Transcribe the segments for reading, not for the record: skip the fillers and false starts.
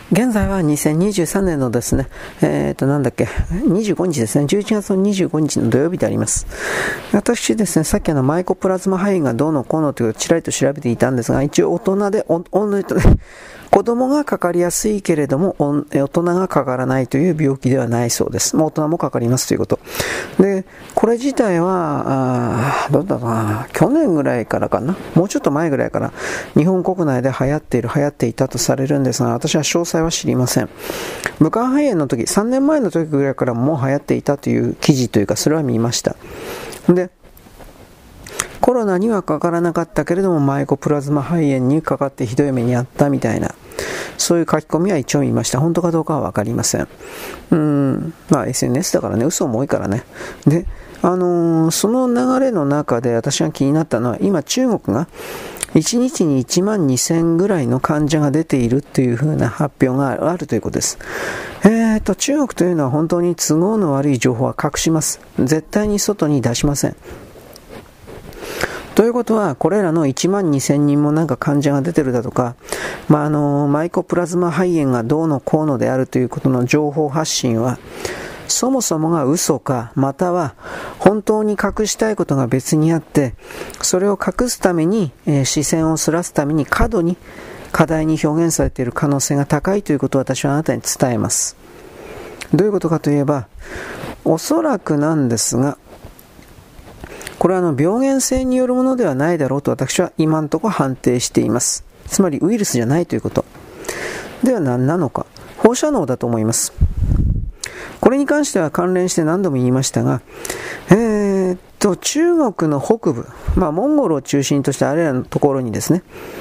現在は2023年のですね、25日ですね、11月の25日の土曜日であります。私ですね、さっきマイコプラズマ肺炎がどうのこうのというちらりと調べていたんですが、一応大人で、子供がかかりやすいけれども、大人がかからないという病気ではないそうです。大人もかかりますということ。で、これ自体は、どうだろうな、去年ぐらいからかな、もうちょっと前ぐらいから、日本国内で流行っていたとされるんですが、私は詳細は知りません。武漢肺炎の時、3年前の時ぐらいからもう流行っていたという記事というか、それは見ました。で、コロナにはかからなかったけれども、マイコプラズマ肺炎にかかってひどい目にあったみたいな、そういう書き込みは一応見ました。本当かどうかはわかりません。SNS だからね、嘘も多いからね。で、その流れの中で私が気になったのは、今中国が1日に1万2000ぐらいの患者が出ているというふうな発表があるということです。中国というのは本当に都合の悪い情報は隠します。絶対に外に出しません。ということは、これらの1万2000人もなんか患者が出てるだとか、マイコプラズマ肺炎がどうのこうのであるということの情報発信は、そもそもが嘘か、または本当に隠したいことが別にあって、それを隠すために、視線をそらすために過度に過大に表現されている可能性が高いということを私はあなたに伝えます。どういうことかといえば、おそらくなんですが、これは病原性によるものではないだろうと私は今のところ判定しています。つまりウイルスじゃないということ。では何なのか。放射能だと思います。これに関しては関連して何度も言いましたが、中国の北部、モンゴルを中心としたあれらのところにですね、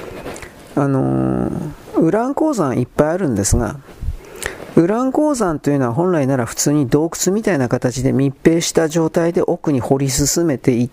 ウラン鉱山いっぱいあるんですが、ウラン鉱山というのは本来なら普通に洞窟みたいな形で密閉した状態で奥に掘り進めていって、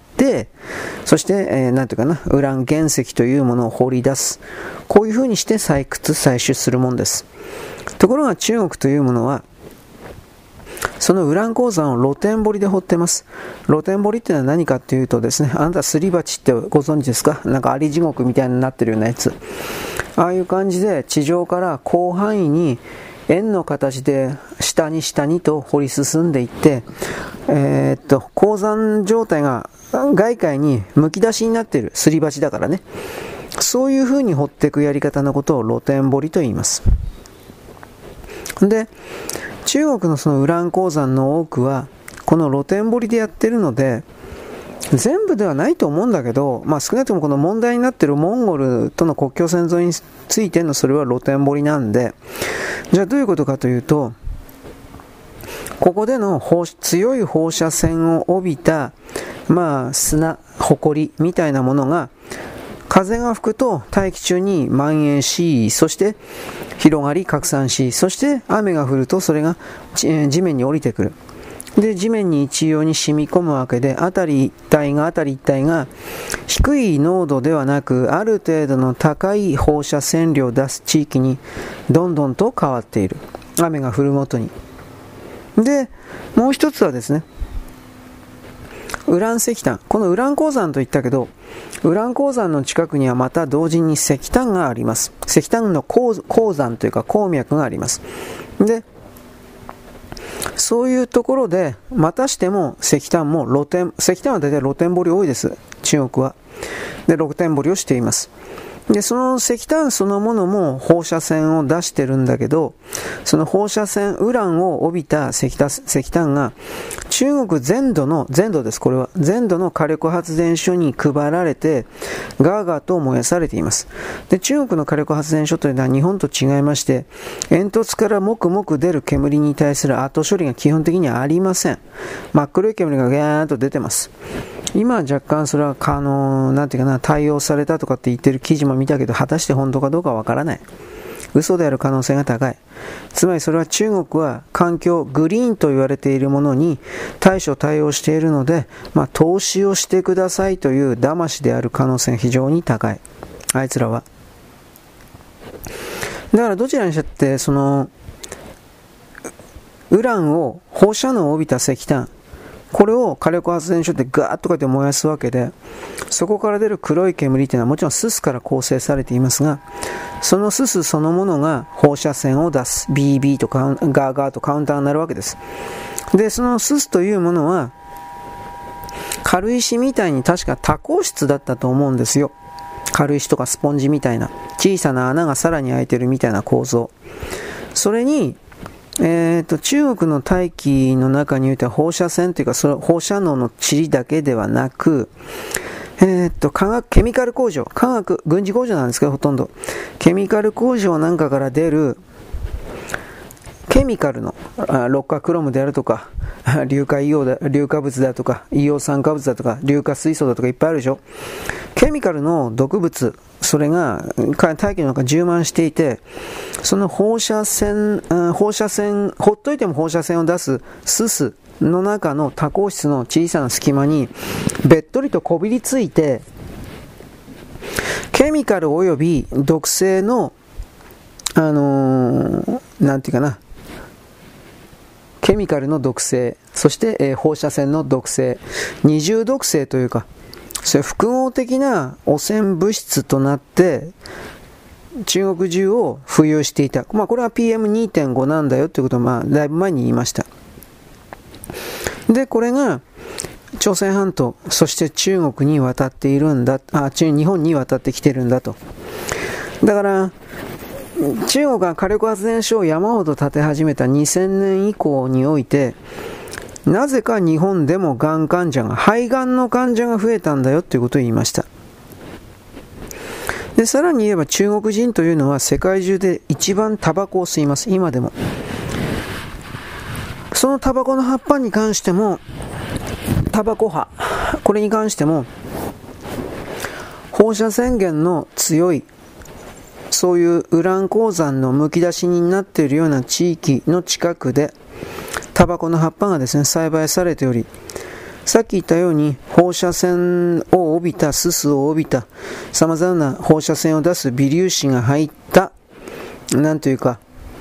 そして、ウラン原石というものを掘り出す。こういうふうにして採掘、採取するものです。ところが中国というものは、そのウラン鉱山を露天掘りで掘ってます。露天掘りっていうのは何かっていうとですね、あなたすり鉢ってご存知ですか？なんかアリ地獄みたいになってるようなやつ。ああいう感じで地上から広範囲に円の形で下にと掘り進んでいって、鉱山状態が外界にむき出しになっている、すり鉢だからね。そういう風に掘っていくやり方のことを露天掘りと言います。で、中国のそのウラン鉱山の多くはこの露天掘りでやってるので、全部ではないと思うんだけど、少なくともこの問題になっているモンゴルとの国境線沿いについてのそれは露天掘りなんで、じゃあどういうことかというと、ここでの強い放射線を帯びた、砂、埃みたいなものが風が吹くと大気中に蔓延し、そして広がり拡散し、そして雨が降るとそれが地面に降りてくる。で、地面に一様に染み込むわけで、辺り一帯が低い濃度ではなく、ある程度の高い放射線量を出す地域にどんどんと変わっている。雨が降るごとに。で、もう一つはですね、ウラン石炭。このウラン鉱山と言ったけど、ウラン鉱山の近くにはまた同時に石炭があります。石炭の鉱山というか鉱脈があります。で、そういうところでまたしても石炭は大体露天掘り多いです、中国は。で、露天掘りをしています。で、その石炭そのものも放射線を出してるんだけど、その放射線、ウランを帯びた石炭が中国全土の火力発電所に配られてガーガーと燃やされています。で、中国の火力発電所というのは日本と違いまして、煙突からもくもく出る煙に対する後処理が基本的にはありません。真っ黒い煙がガーンと出てます。今は若干それは対応されたとかって言ってる記事も見たけど、果たして本当かどうかわからない。嘘である可能性が高い。つまりそれは中国は環境、グリーンと言われているものに対応しているので、投資をしてくださいという騙しである可能性が非常に高い。あいつらは。だからどちらにしたって、ウランを放射能を帯びた石炭、 これを火力発電所でガーッとかで燃やすわけで、そこから出る黒い煙というのはもちろんススから構成されていますが、そのススそのものが放射線を出す BB とかガーガーとカウンターになるわけです。でそのススというものは軽石みたいに確か多孔質だったと思うんですよ。軽石とかスポンジみたいな小さな穴がさらに開いてるみたいな構造。それに中国の大気の中においては放射線というか、その放射能の塵だけではなく、ケミカル工場、軍事工場なんですけど、ほとんど。ケミカル工場なんかから出る、ケミカルの、六化クロムであるとか、硫化物だとか、硫黄酸化物だとか、硫化水素だとかいっぱいあるでしょ。ケミカルの毒物、それが大気の中に充満していて、その放射線、ほっといても放射線を出すススの中の多孔質の小さな隙間にべっとりとこびりついて、ケミカル及び毒性のなんていうかな、ケミカルの毒性、そして、放射線の毒性、二重毒性というか、それ複合的な汚染物質となって中国中を浮遊していた。これは PM2.5 なんだよということをだいぶ前に言いました。で、これが朝鮮半島、そして中国に渡っているんだ、日本に渡ってきてるんだと。だから中国が火力発電所を山ほど建て始めた2000年以降において、なぜか日本でもがん患者が、肺がんの患者が増えたんだよということを言いました。で、さらに言えば中国人というのは世界中で一番タバコを吸います、今でも。そのタバコの葉っぱに関しても、タバコ葉、これに関しても、放射線源の強い、そういうウラン鉱山のむき出しになっているような地域の近くで、タバコの葉っぱがですね、栽培されており、さっき言ったように放射線を帯びた、ススを帯びた、様々な放射線を出す微粒子が入った、なんというか、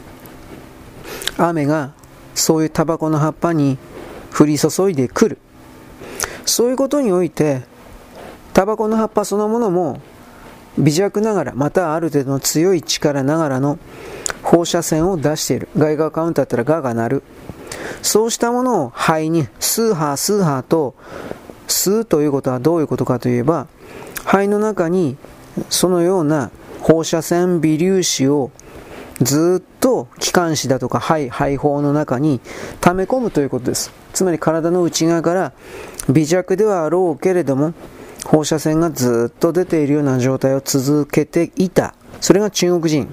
雨がそういうタバコの葉っぱに降り注いでくる。そういうことにおいて、タバコの葉っぱそのものも微弱ながら、またはある程度の強い力ながらの放射線を出している。ガイガーカウンターだったらガーが鳴る。そうしたものを肺にスーハーと吸うということはどういうことかといえば、肺の中にそのような放射線微粒子をずっと気管支だとか肺胞の中に溜め込むということです。つまり体の内側から微弱ではあろうけれども放射線がずっと出ているような状態を続けていた。それが中国人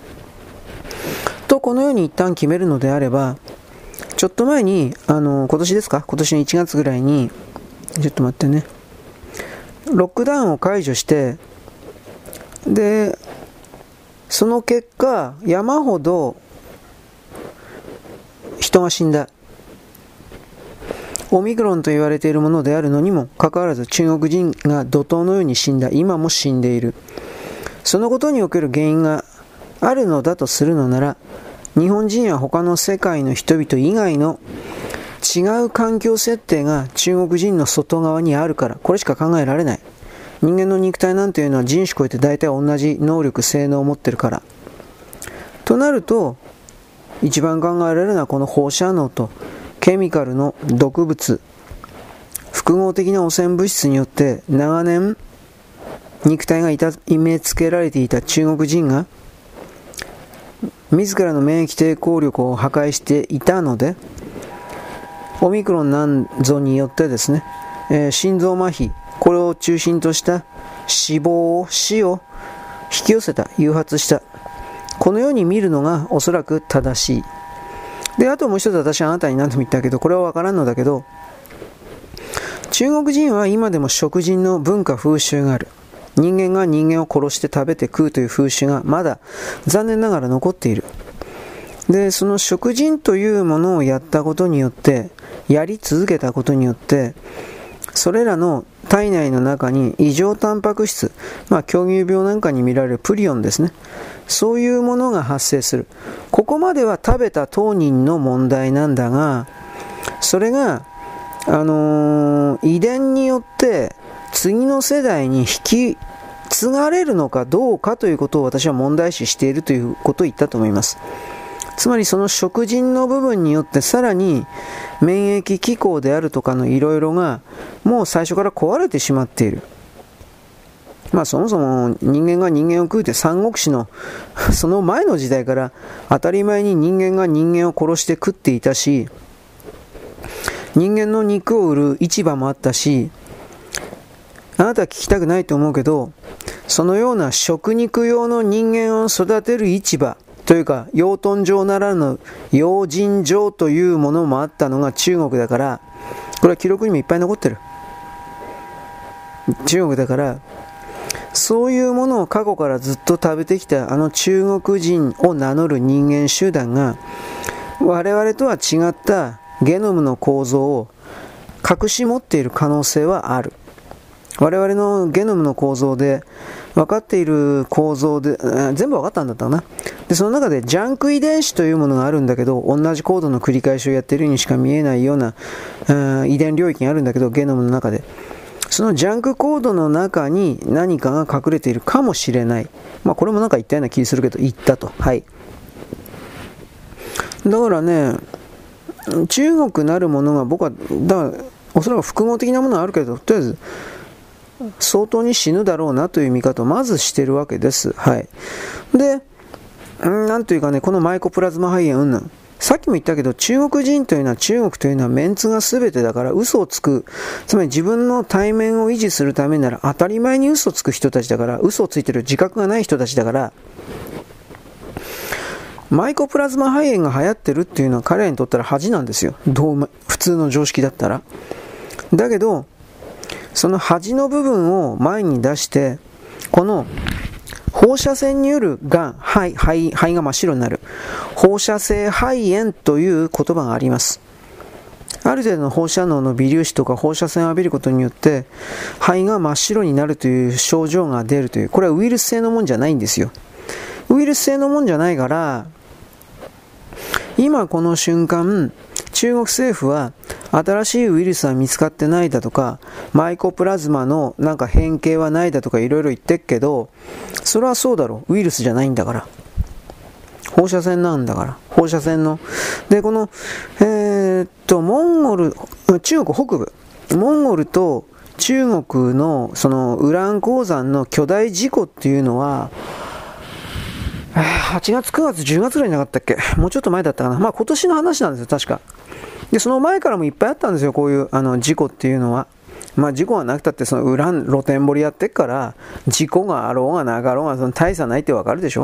とこのように一旦決めるのであれば、ちょっと前に今年ですか、今年の1月ぐらいにちょっと待ってね、ロックダウンを解除して、でその結果山ほど人が死んだ。オミクロンと言われているものであるのにもかかわらず中国人が怒涛のように死んだ。今も死んでいる。そのことにおける原因があるのだとするのなら、日本人は他の世界の人々以外の違う環境設定が中国人の外側にあるから、これしか考えられない。人間の肉体なんていうのは人種超えて大体同じ能力性能を持ってるからとなると、一番考えられるのはこの放射能とケミカルの毒物、複合的な汚染物質によって長年肉体が痛めつけられていた中国人が自らの免疫抵抗力を破壊していたので、オミクロンなんぞによってですね、心臓麻痺、これを中心とした死を引き寄せた、誘発した、このように見るのがおそらく正しい。で、あともう一つ、私はあなたに何度も言ったけど、これは分からんのだけど、中国人は今でも食人の文化風習がある。人間が人間を殺して食べて食うという風習がまだ残念ながら残っている。で、その食人というものをやったことによって、やり続けたことによって、それらの体内の中に異常タンパク質、狂牛病なんかに見られるプリオンですね。そういうものが発生する。ここまでは食べた当人の問題なんだが、それが遺伝によって次の世代に引き継がれるのかどうかということを私は問題視しているということを言ったと思います。つまりその食人の部分によってさらに免疫機構であるとかのいろいろがもう最初から壊れてしまっている。そもそも人間が人間を食うって三国志のその前の時代から当たり前に人間が人間を殺して食っていたし、人間の肉を売る市場もあったし、あなたは聞きたくないと思うけど、そのような食肉用の人間を育てる市場というか養豚場ならぬ養人場というものもあったのが中国だから、これは記録にもいっぱい残ってる。中国だから、そういうものを過去からずっと食べてきたあの中国人を名乗る人間集団が我々とは違ったゲノムの構造を隠し持っている可能性はある。我々のゲノムの構造で分かっている構造で全部分かったんだったかな。でその中でジャンク遺伝子というものがあるんだけど、同じコードの繰り返しをやっているようにしか見えないような遺伝領域があるんだけど、ゲノムの中でそのジャンクコードの中に何かが隠れているかもしれない。これもなんか言ったような気するけど、言ったと。はい。だからね、中国なるものが僕は、おそらく複合的なものはあるけど、とりあえず、相当に死ぬだろうなという見方をまずしてるわけです。はい。で、なんというかね、このマイコプラズマ肺炎さっきも言ったけど、中国人というのは中国というのはメンツが全てだから嘘をつく。つまり自分の体面を維持するためなら当たり前に嘘をつく人たちだから、嘘をついてる自覚がない人たちだから、マイコプラズマ肺炎が流行ってるっていうのは彼らにとったら恥なんですよ。普通の常識だったら。だけど、その恥の部分を前に出して、この放射線によるがん、肺が真っ白になる。放射性肺炎という言葉があります。ある程度の放射能の微粒子とか放射線を浴びることによって肺が真っ白になるという症状が出るという、これはウイルス性のもんじゃないんですよ。ウイルス性のもんじゃないから、今この瞬間中国政府は新しいウイルスは見つかってないだとか、マイコプラズマのなんか変形はないだとかいろいろ言ってっけど、それはそうだろう。ウイルスじゃないんだから。放射線なんだから。放射線の。で、この、モンゴル、中国北部、モンゴルと中国のそのウラン鉱山の巨大事故っていうのは、8月、9月、10月ぐらいになかったっけ？もうちょっと前だったかな。今年の話なんですよ、確か。で、その前からもいっぱいあったんですよ、こういう事故っていうのは。事故がなくたって、そのウラン露天掘りやってっから、事故があろうがなかろうが、その大差ないってわかるでしょ。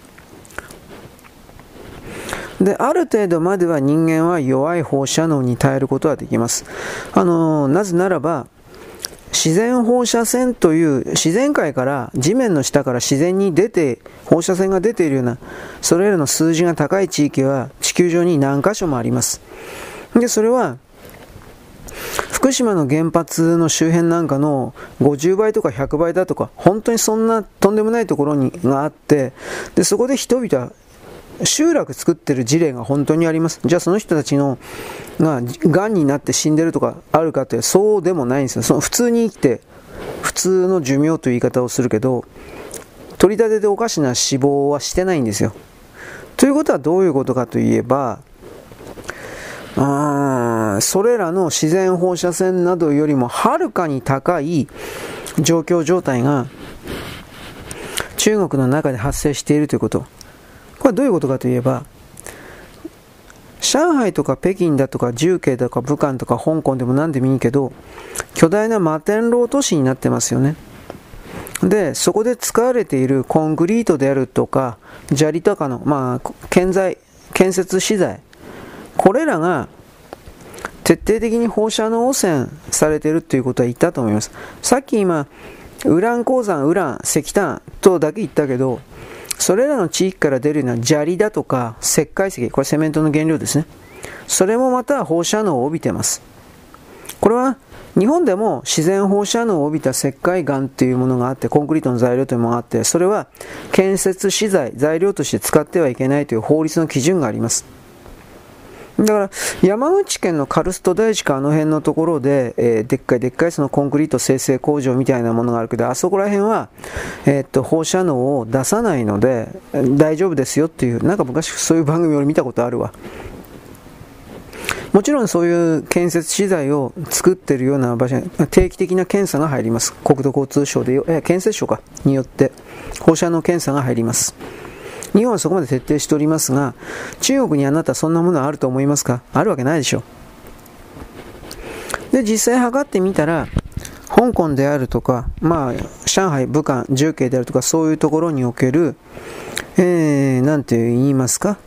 で、ある程度までは人間は弱い放射能に耐えることはできます。なぜならば、自然放射線という自然界から地面の下から自然に出て放射線が出ているようなそれらの数字が高い地域は地球上に何箇所もあります。でそれは福島の原発の周辺なんかの50倍とか100倍だとか本当にそんなとんでもないところがあって、でそこで人々は集落作ってる事例が本当にあります。じゃあその人たちががんになって死んでるとかあるかってそうでもないんですよ。その普通に生きて普通の寿命という言い方をするけど、取り立てでおかしな死亡はしてないんですよ。ということはどういうことかといえば、それらの自然放射線などよりもはるかに高い状況状態が中国の中で発生しているということ。これはどういうことかといえば、上海とか北京だとか重慶だとか武漢とか香港でも何でもいいけど、巨大な摩天楼都市になってますよね。で、そこで使われているコンクリートであるとか砂利とかの、建設資材、これらが徹底的に放射能汚染されているということは言ったと思います。さっき今ウラン鉱山、ウラン、石炭とだけ言ったけど、それらの地域から出るような砂利だとか石灰石、これセメントの原料ですね。それもまた放射能を帯びています。これは日本でも自然放射能を帯びた石灰岩というものがあって、コンクリートの材料というものがあって、それは建設資材、材料として使ってはいけないという法律の基準があります。 だから山口県のカルスト大地かあの辺のところで、でっかいそのコンクリート生成工場みたいなものがあるけど、あそこら辺は、放射能を出さないので大丈夫ですよっていう、なんか昔そういう番組を見たことあるわ。もちろんそういう建設資材を作っているような場所に定期的な検査が入ります。国土交通省で建設省によって放射能検査が入ります。日本はそこまで徹底しておりますが、中国にあなたそんなものあると思いますか？あるわけないでしょ。で、実際測ってみたら、香港であるとか、上海、武漢、重慶であるとか、そういうところにおける、なんて言いますか、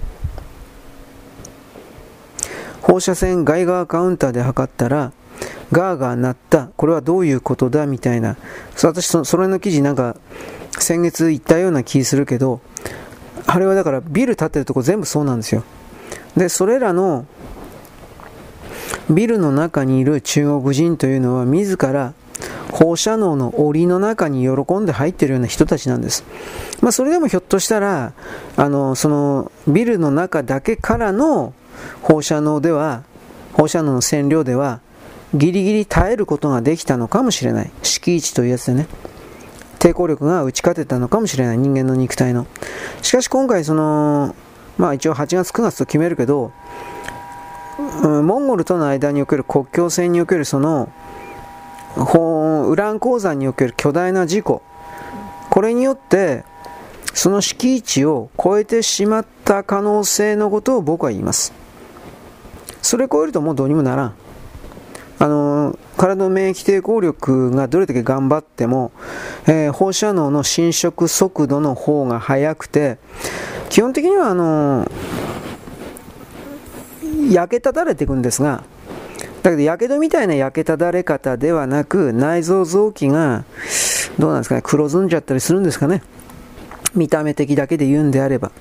放射線ガイガーカウンターで測ったら、ガーガー鳴った、これはどういうことだみたいな、私それの記事なんか先月言ったような気するけど、あれはだからビル建ってるとこ全部そうなんですよ。で、それらのビルの中にいる中国人というのは自ら放射能の檻の中に喜んで入っているような人たちなんです。それでもひょっとしたらそのビルの中だけからの放射能の線量ではギリギリ耐えることができたのかもしれない。敷地というやつでね、抵抗力が打ち勝てたのかもしれない、人間の肉体の。しかし今回一応8月9月と決めるけど、モンゴルとの間における国境線におけるそのウラン鉱山における巨大な事故、これによってその敷地を超えてしまった可能性のことを僕は言います。それ超えるともうどうにもならん。体の免疫抵抗力がどれだけ頑張っても、放射能の侵食速度の方が速くて、基本的には焼けただれていくんですが、だけどやけどみたいな焼けただれ方ではなく、内臓臓器がどうなんですかね、黒ずんじゃったりするんですかね、見た目的だけで言うんであれば。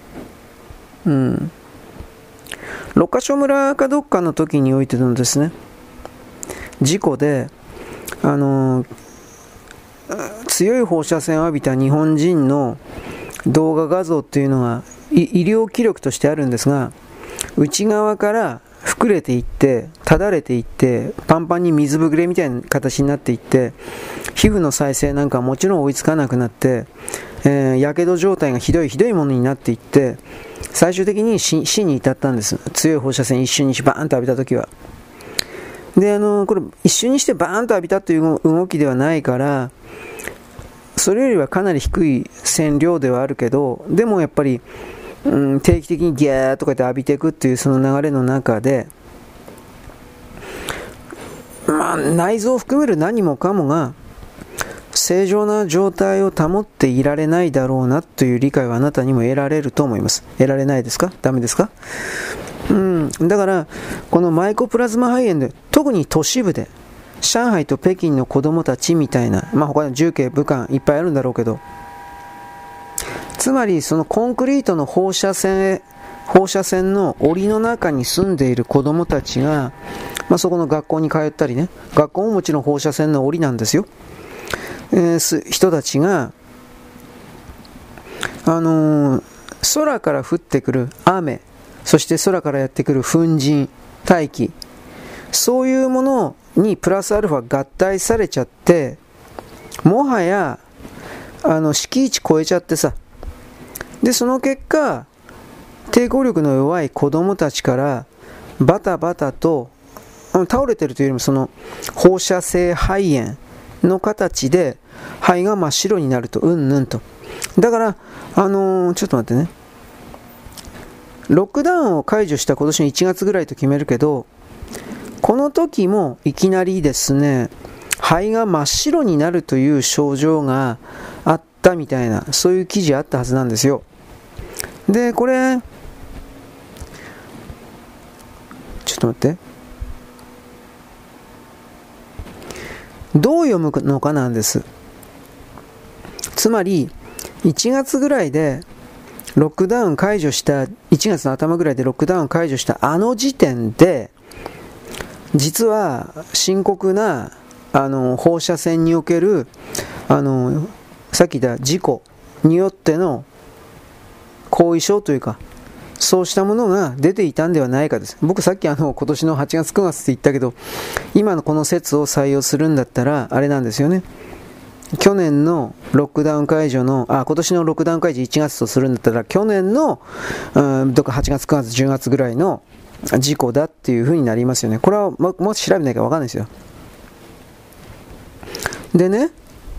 六ヶ所村かどっかの時においてのですね、事故で強い放射線を浴びた日本人の動画画像っていうのが医療記録としてあるんですが、内側から膨れていってただれていってパンパンに水ぶくれみたいな形になっていって、皮膚の再生なんかはもちろん追いつかなくなって、やけど状態がひどいものになっていって、最終的に死に至ったんです。強い放射線一瞬にバーンと浴びた時は。で、これ一瞬にしてバーンと浴びたという動きではないから、それよりはかなり低い線量ではあるけど、でもやっぱり、定期的にギャーとかで浴びていくっていうその流れの中で、内臓を含める何もかもが正常な状態を保っていられないだろうなという理解はあなたにも得られると思います。得られないですか？ダメですか？だからこのマイコプラズマ肺炎で、特に都市部で上海と北京の子供たちみたいな、他の重慶武漢いっぱいあるんだろうけど、つまりそのコンクリートの放射線の檻の中に住んでいる子供たちが、そこの学校に通ったりね、学校ももちろん放射線の檻なんですよ。人たちが空から降ってくる雨、そして空からやってくる粉塵、大気、そういうものにプラスアルファ合体されちゃって、もはや敷地超えちゃってさ、でその結果抵抗力の弱い子供たちからバタバタと倒れてるというよりも、その放射性肺炎の形で肺が真っ白になると、と。だからちょっと待ってね、ロックダウンを解除した今年の1月ぐらいと決めるけど、この時もいきなりですね、肺が真っ白になるという症状があったみたいな、そういう記事あったはずなんですよ。で、これちょっと待って、どう読むのかなんです。つまり1月ぐらいでロックダウン解除した、1月の頭ぐらいでロックダウン解除した時点で、実は深刻な放射線におけるさっき言った事故によっての後遺症というか、 そうしたものが出ていたんではないかです。僕さっき今年の8月9月って言ったけど、今のこの説を採用するんだったらあれなんですよね。去年のロックダウン解除の今年のロックダウン解除1月とするんだったら、去年のどっか8月9月10月ぐらいの事故だっていう風になりますよね。これはもし調べないから分かんないですよ。でね、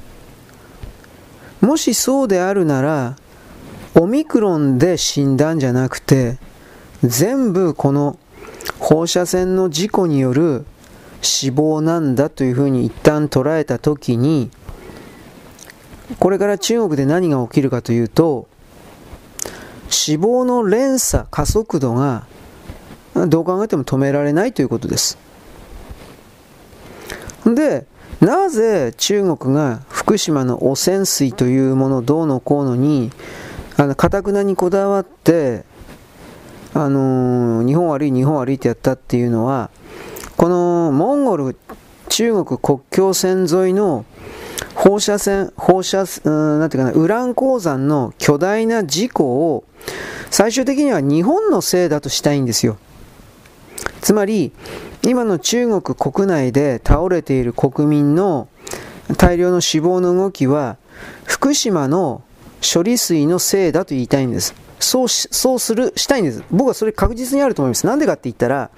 もしそうであるなら、オミクロンで死んだんじゃなくて、全部この放射線の事故による死亡なんだというふうに一旦捉えたときに、これから中国で何が起きるかというと、死亡の連鎖、加速度がどう考えても止められないということです。で、なぜ中国が福島の汚染水というものどうのこうのに堅くなにこだわって日本悪いってやったっていうのは、このモンゴル中国国境線沿いのなんていうかな、ウラン鉱山の巨大な事故を最終的には日本のせいだとしたいんですよ。つまり今の中国国内で倒れている国民の大量の死亡の動きは福島の処理水のせいだと言いたいんです。そうしたいんです。僕はそれ確実にあると思います。なんでかって言ったら、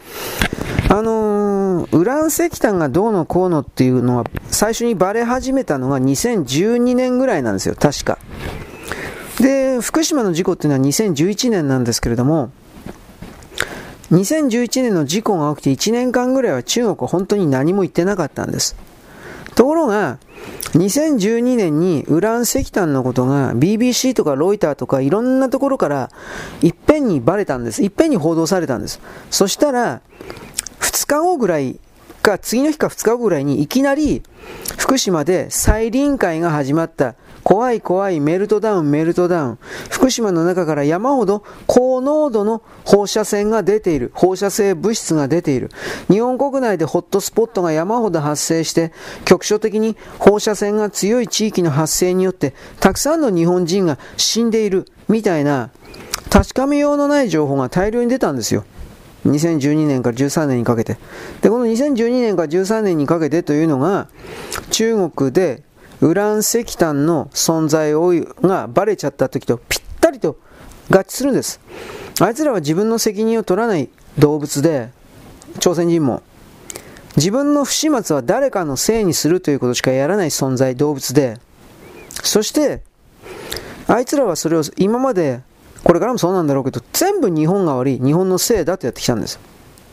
ウラン石炭がどうのこうのっていうのは最初にバレ始めたのが2012年ぐらいなんですよ、確か。で、福島の事故っていうのは2011年なんですけれども、2011年の事故が起きて1年間ぐらいは中国は本当に何も言ってなかったんです。ところが、2012年にウラン石炭のことが BBC とかロイターとかいろんなところからいっぺんにバレたんです。いっぺんに報道されたんです。そしたら、2日後ぐらいか、次の日か2日後ぐらいにいきなり福島で再臨界が始まった。怖いメルトダウン。福島の中から山ほど高濃度の放射線が出ている。放射性物質が出ている。日本国内でホットスポットが山ほど発生して、局所的に放射線が強い地域の発生によって、たくさんの日本人が死んでいる。みたいな、確かめようのない情報が大量に出たんですよ。2012年から13年にかけて。で、この2012年から13年にかけてというのが、中国で、ウラン石炭の存在がバレちゃった時とぴったりと合致するんです。あいつらは自分の責任を取らない動物で、朝鮮人も自分の不始末は誰かのせいにするということしかやらない存在、動物で、そしてあいつらはそれを今まで、これからもそうなんだろうけど、全部日本が悪い、日本のせいだとやってきたんです。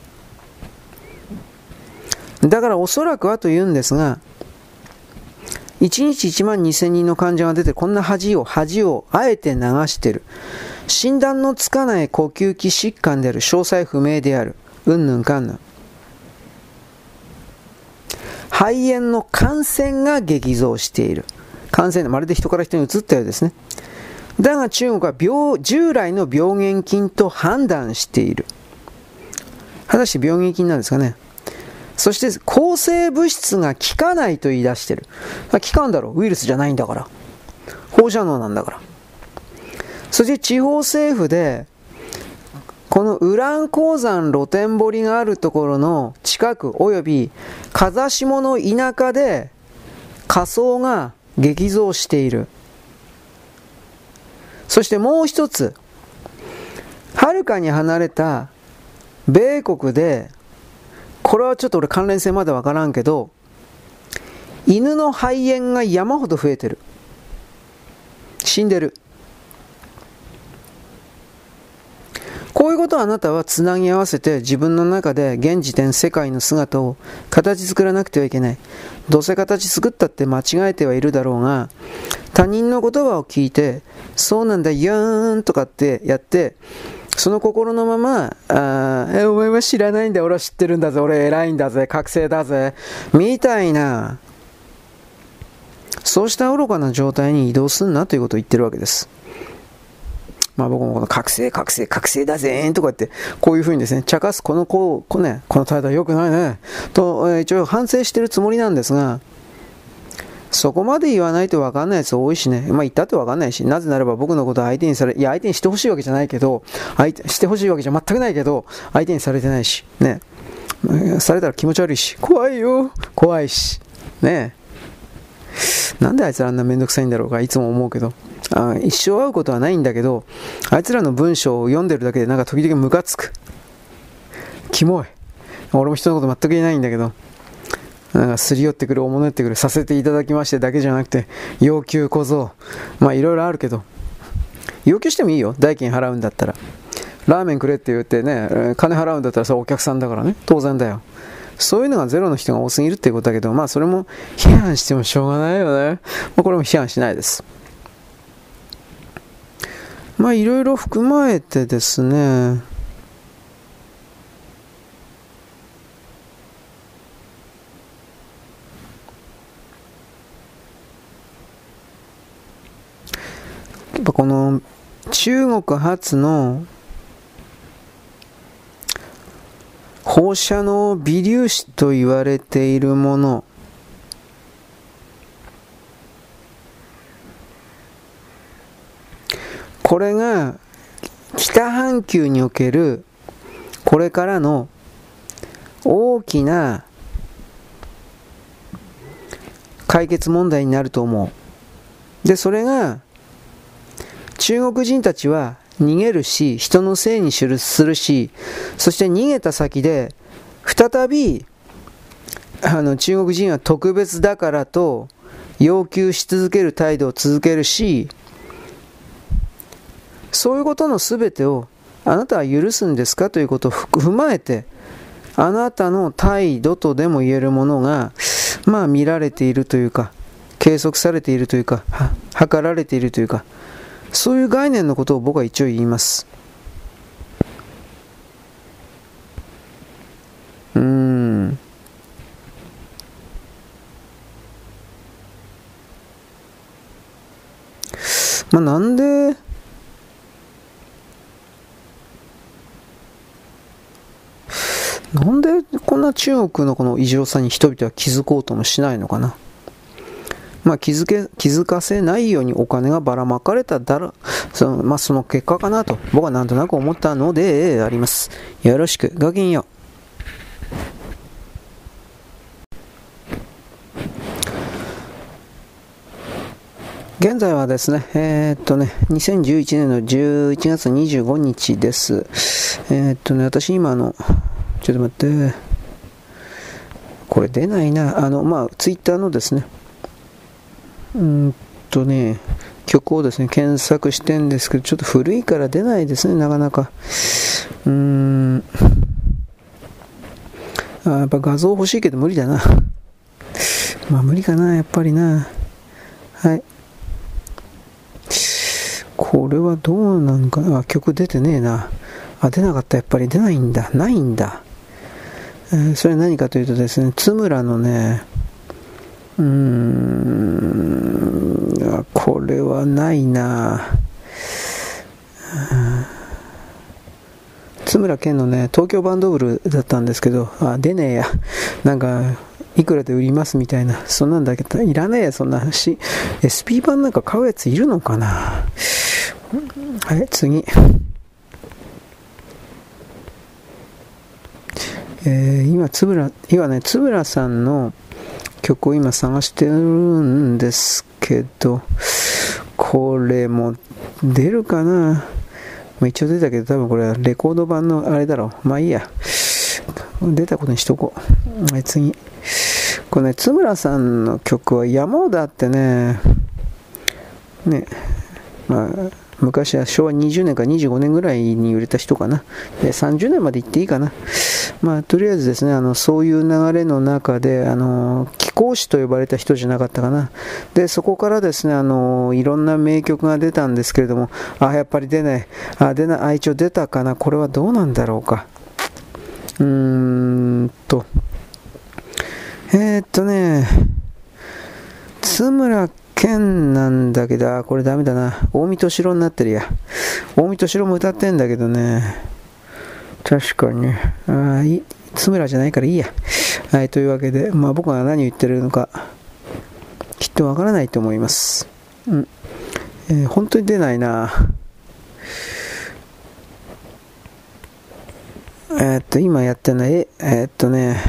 だからおそらくはというんですが、1日1万2000人の患者が出て、こんな恥をあえて流している。診断のつかない呼吸器疾患である。詳細不明である。うんぬんかんぬん。肺炎の感染が激増している。感染、まるで人から人に移ったようですね。だが中国は従来の病原菌と判断している。果たして病原菌なんですかね。そして抗生物質が効かないと言い出している。効かんだろう、ウイルスじゃないんだから。放射能なんだから。そして地方政府で、このウラン鉱山露天掘りがあるところの近くおよび風下の田舎で火葬が激増している。そしてもう一つ、はるかに離れた米国で、これはちょっと俺関連性までわからんけど、犬の肺炎が山ほど増えてる。死んでる。こういうことをあなたはつなぎ合わせて自分の中で現時点世界の姿を形作らなくてはいけない。どうせ形作ったって間違えてはいるだろうが、他人の言葉を聞いて、そうなんだよーんとかってやって、その心のまま、お前は知らないんだ、俺は知ってるんだぜ、俺偉いんだぜ、覚醒だぜ、みたいな、そうした愚かな状態に移動すんなということを言ってるわけです。まあ僕もこの覚醒だぜとかって、こういうふうにですね、茶化すこの態度は良くないね、と、一応反省してるつもりなんですが、 そこまで言わないと分かんないやつ多いしね。まあ言ったって分かんないし、なぜならば僕のことを相手にされ、いや相手にしてほしいわけじゃないけど、してほしいわけじゃ全くないけど、相手にされてないし、ね。されたら気持ち悪いし、怖いよ、怖いし、ね。なんであいつらあんなめんどくさいんだろうか、いつも思うけど。一生会うことはないんだけど、あいつらの文章を読んでるだけでなんか時々ムカつく。キモい。俺も人のこと全く言えないんだけど、なんかすり寄ってくる、おもねってくる、させていただきましてだけじゃなくて、要求小僧。まあいろいろあるけど、要求してもいいよ、代金払うんだったら。ラーメンくれって言ってね、金払うんだったらそれお客さんだからね、当然だよ。そういうのがゼロの人が多すぎるっていうことだけど、まあそれも批判してもしょうがないよね。まあ、これも批判しないです。まあいろいろ含まえてですね、やっぱこの中国発の放射能微粒子と言われているもの、これが北半球におけるこれからの大きな解決問題になると思う。で、それが中国人たちは逃げるし、人のせいにするし、そして逃げた先で再び中国人は特別だからと要求し続ける態度を続けるし、そういうことのすべてをあなたは許すんですかということを踏まえて、あなたの態度とでも言えるものがまあ見られているというか、計測されているというか、測られているというか、そういう概念のことを僕は一応言います。まあなんでこんな中国のこの異常さに人々は気づこうともしないのかな。まあ気づかせないようにお金がばらまかれただろ、その結果かなと僕はなんとなく思ったのであります。よろしく、ごきげんよう。現在はですね、2011年の11月25日です。私今ちょっと待って、これ出ないな、ツイッターのですね、曲をですね、検索してんですけど、ちょっと古いから出ないですね、なかなか。やっぱ画像欲しいけど無理だな。まあ無理かな、やっぱりな。はい。これはどうなんかな、曲出てねえな。出なかった、やっぱり出ないんだ、ないんだ。それは何かというとですね、津村のね、これはないな。津村健のね、東京バンドブルだったんですけど、出ねえや。なんか、いくらで売りますみたいな、そんなんだけど、いらねえや、そんな話。SP 版なんか買うやついるのかな。はい、次。今津村さんの曲を今探してるんですけど、これも出るかな。一応出たけど、多分これはレコード版のあれだろう。まあいいや、出たことにしとこう。次、これね、津村さんの曲は山ほどあってね、昔は昭和20年か25年ぐらいに売れた人かな。で、30年まで行っていいかな。とりあえずですね、そういう流れの中で、貴公子と呼ばれた人じゃなかったかな。で、そこからですね、いろんな名曲が出たんですけれども、やっぱり出ない。一応出たかな。これはどうなんだろうか。津村健なんだけど、これダメだな。大見敏郎になってるや。大見敏郎も歌ってんだけどね。確かにね。津村じゃないからいいや。はい、というわけで、僕が何を言ってるのか、きっとわからないと思います。本当に出ないな。今やってるのは、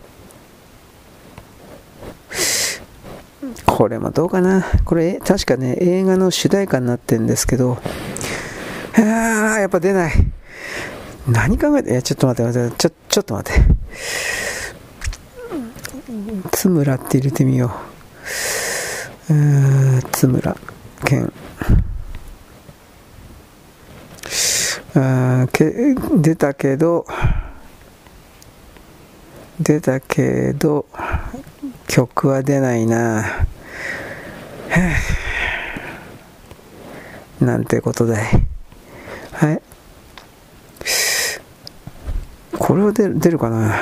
これもどうかな。これ、確かね、映画の主題歌になってるんですけど、やっぱ出ない。何考えて、ちょっと待って、ちょっと待って。津村って入れてみよう。津村健。出たけど、曲は出ないな。なんてことだい。はい。これは出るかな。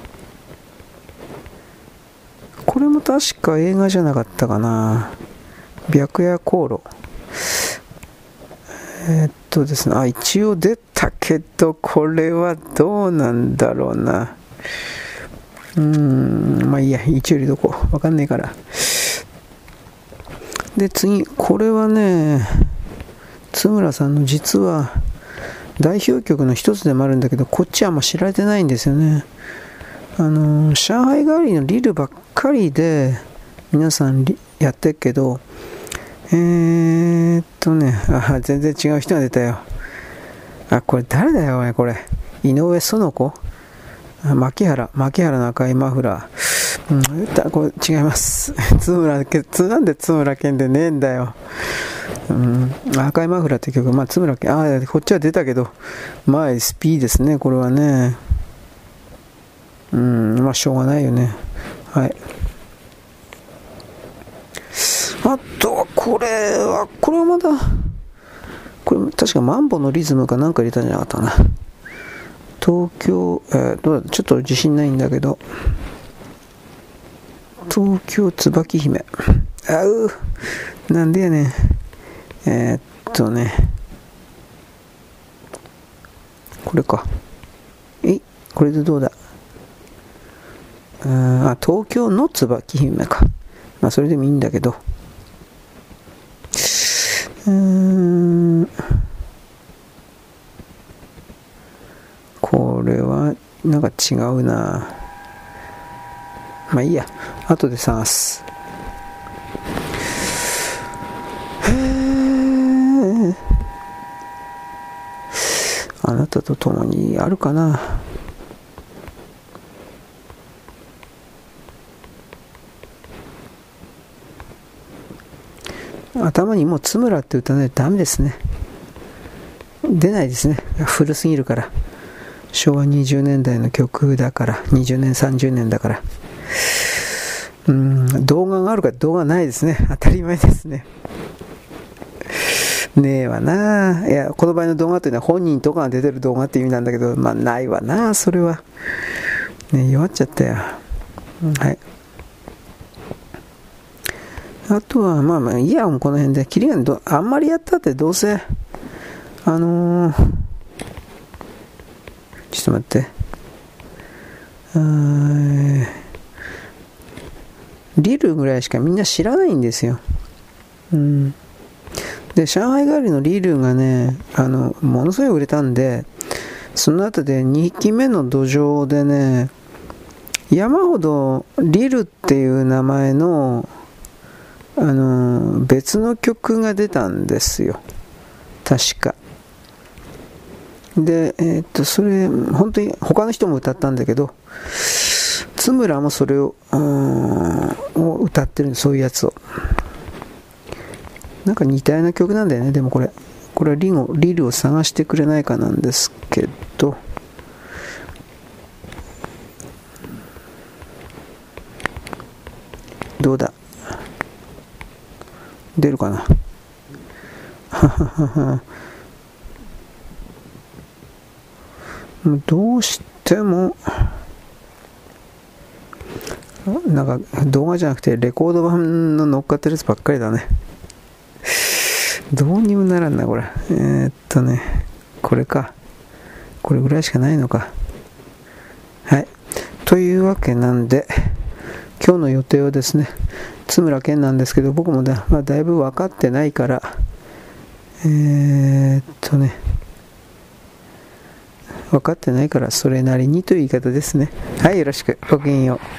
これも確か映画じゃなかったかな。白夜航路。ですね、一応出たけど、これはどうなんだろうな。まあいいや、一応入れとこう。わかんないから。で、次、これはね、津村さんの実は代表曲の一つでもあるんだけど、こっちはあんま知られてないんですよね。上海帰りのリルばっかりで皆さんやってるけど、全然違う人が出たよ。これ誰だよ、これ。井上園子、牧原の赤いマフラー。これ違います。なんで津村健でねえんだよ。赤いマフラーって曲、津村健、こっちは出たけど、SP ですね、これはね。しょうがないよね。はい。あとはこれはまだ、これ確かマンボのリズムかなんか入れたんじゃなかったかな。東京、どうだ、ちょっと自信ないんだけど、東京椿姫。なんでやねん。これか。これでどうだ。東京の椿姫か。それでもいいんだけど。これはなんか違うな。いいや、後で探す。あなたと共にあるかな。頭にもう津村って歌わないとダメですね。出ないですね。古すぎるから。昭和20年代の曲だから、20年30年だから。動画があるか動画ないですね。当たり前ですね。ねえわな。いや、この場合の動画というのは本人とかが出てる動画っていう意味なんだけど、ないわな、それは。ね、弱っちゃったよ。はい。あとは、いいや、この辺で。キリがあんまりやったってどうせ、ちょっと待って。リルぐらいしかみんな知らないんですよ。で、上海帰りのリルがね、ものすごい売れたんで、その後で2匹目の土壌でね、山ほどリルっていう名前の別の曲が出たんですよ、確か。で、それ本当に他の人も歌ったんだけど、津村もそれを歌ってるんで、そういうやつを。なんか似たような曲なんだよね。でもこれはリルを探してくれないかなんですけど、どうだ、出るかな。どうしてもなんか動画じゃなくてレコード版の乗っかってるやつばっかりだね。どうにもならんな、これ。これか。これぐらいしかないのか。はい。というわけなんで、 今日の予定はですね、津村健なんですけど、僕もだいぶ分かってないから、分かってないからそれなりにという言い方ですね。はい、よろしく。ごきげんよう。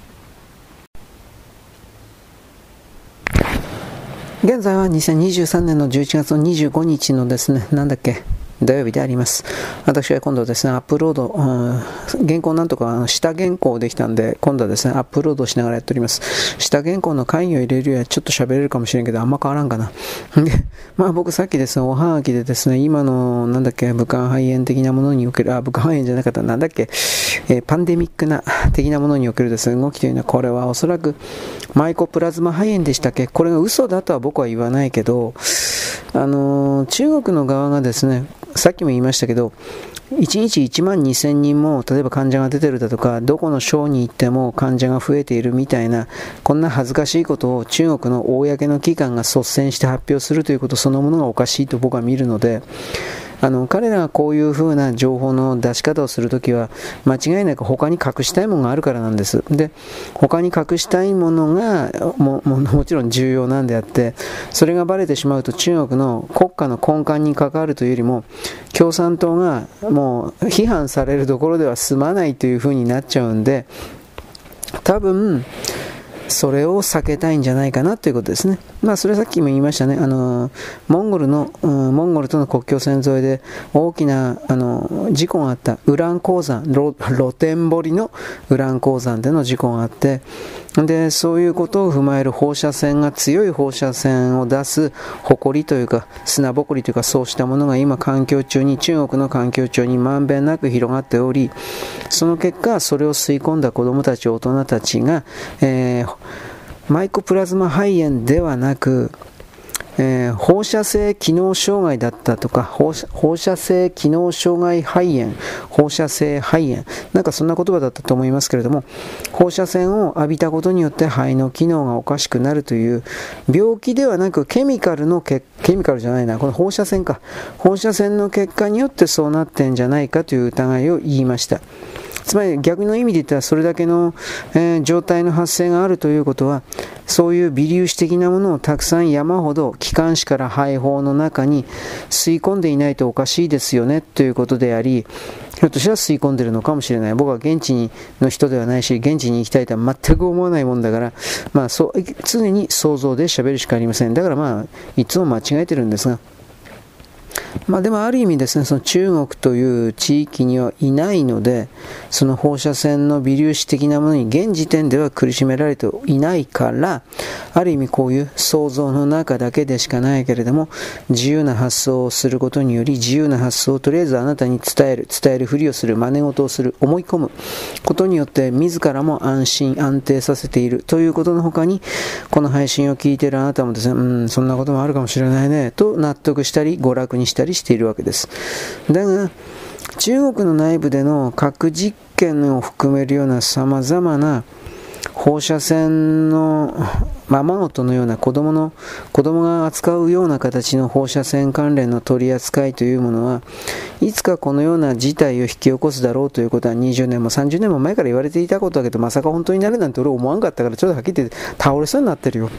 現在は2023年の11月の25日のですね、土曜日であります。私は今度ですね、アップロード、原稿なんとか下原稿できたんで、今度はですね、アップロードしながらやっております。下原稿の会議を入れるよりはちょっと喋れるかもしれんけど、あんま変わらんかな。で、僕さっきですね、おはがきでですね、今の武漢肺炎的なものにおける、武漢肺炎じゃなかったパンデミックな的なものにおけるですね、動きというのは、これはおそらくマイコプラズマ肺炎でしたっけ？これが嘘だとは僕は言わないけど、中国の側がですね、さっきも言いましたけど、1日1万2000人も例えば患者が出てるだとか、どこの省に行っても患者が増えているみたいな、こんな恥ずかしいことを中国の公の機関が率先して発表するということそのものがおかしいと僕は見るので、彼らがこういう風な情報の出し方をするときは間違いなく他に隠したいものがあるからなんです。で、他に隠したいものが もちろん重要なんであって、それがバレてしまうと中国の国家の根幹に関わるというよりも、共産党がもう批判されるところでは済まないという風になっちゃうんで、多分それを避けたいんじゃないかなということですね。それはさっきも言いましたね。モンゴルとの国境線沿いで大きな事故があった。ウラン鉱山、露天掘りのウラン鉱山での事故があって、で、そういうことを踏まえる強い放射線を出す埃というか、砂ぼこりというか、そうしたものが今中国の環境中にまんべんなく広がっており、その結果、それを吸い込んだ子どもたち、大人たちが、マイコプラズマ肺炎ではなく、放射性機能障害だったとか、放射性機能障害肺炎、放射性肺炎、そんな言葉だったと思いますけれども、放射線を浴びたことによって肺の機能がおかしくなるという病気ではなく、ケミカルじゃないな、この放射線の結果によってそうなってんじゃないかという疑いを言いました。つまり逆の意味で言ったら、それだけの、状態の発生があるということは、そういう微粒子的なものをたくさん山ほど気管支から肺胞の中に吸い込んでいないとおかしいですよねということであり、ひょっとしたら吸い込んでいるのかもしれない。僕は現地の人ではないし、現地に行きたいとは全く思わないもんだから、常に想像で喋るしかありません。だからいつも間違えてるんですが、でもある意味ですね、その中国という地域にはいないので、その放射線の微粒子的なものに現時点では苦しめられていないから、ある意味こういう想像の中だけでしかないけれども、自由な発想をすることにより、自由な発想をとりあえずあなたに伝えるふりをする、真似事をする、思い込むことによって自らも安定させているということの他に、この配信を聞いているあなたもですね、そんなこともあるかもしれないねと納得したり娯楽にしたりしているわけです。だが中国の内部での核実験を含めるようなさまざまな放射線のままごとのような子供が扱うような形の放射線関連の取り扱いというものはいつかこのような事態を引き起こすだろうということは20年も30年も前から言われていたことだけど、まさか本当になるなんて俺思わんかったから、ちょっとはっきり言って倒れそうになってるよ。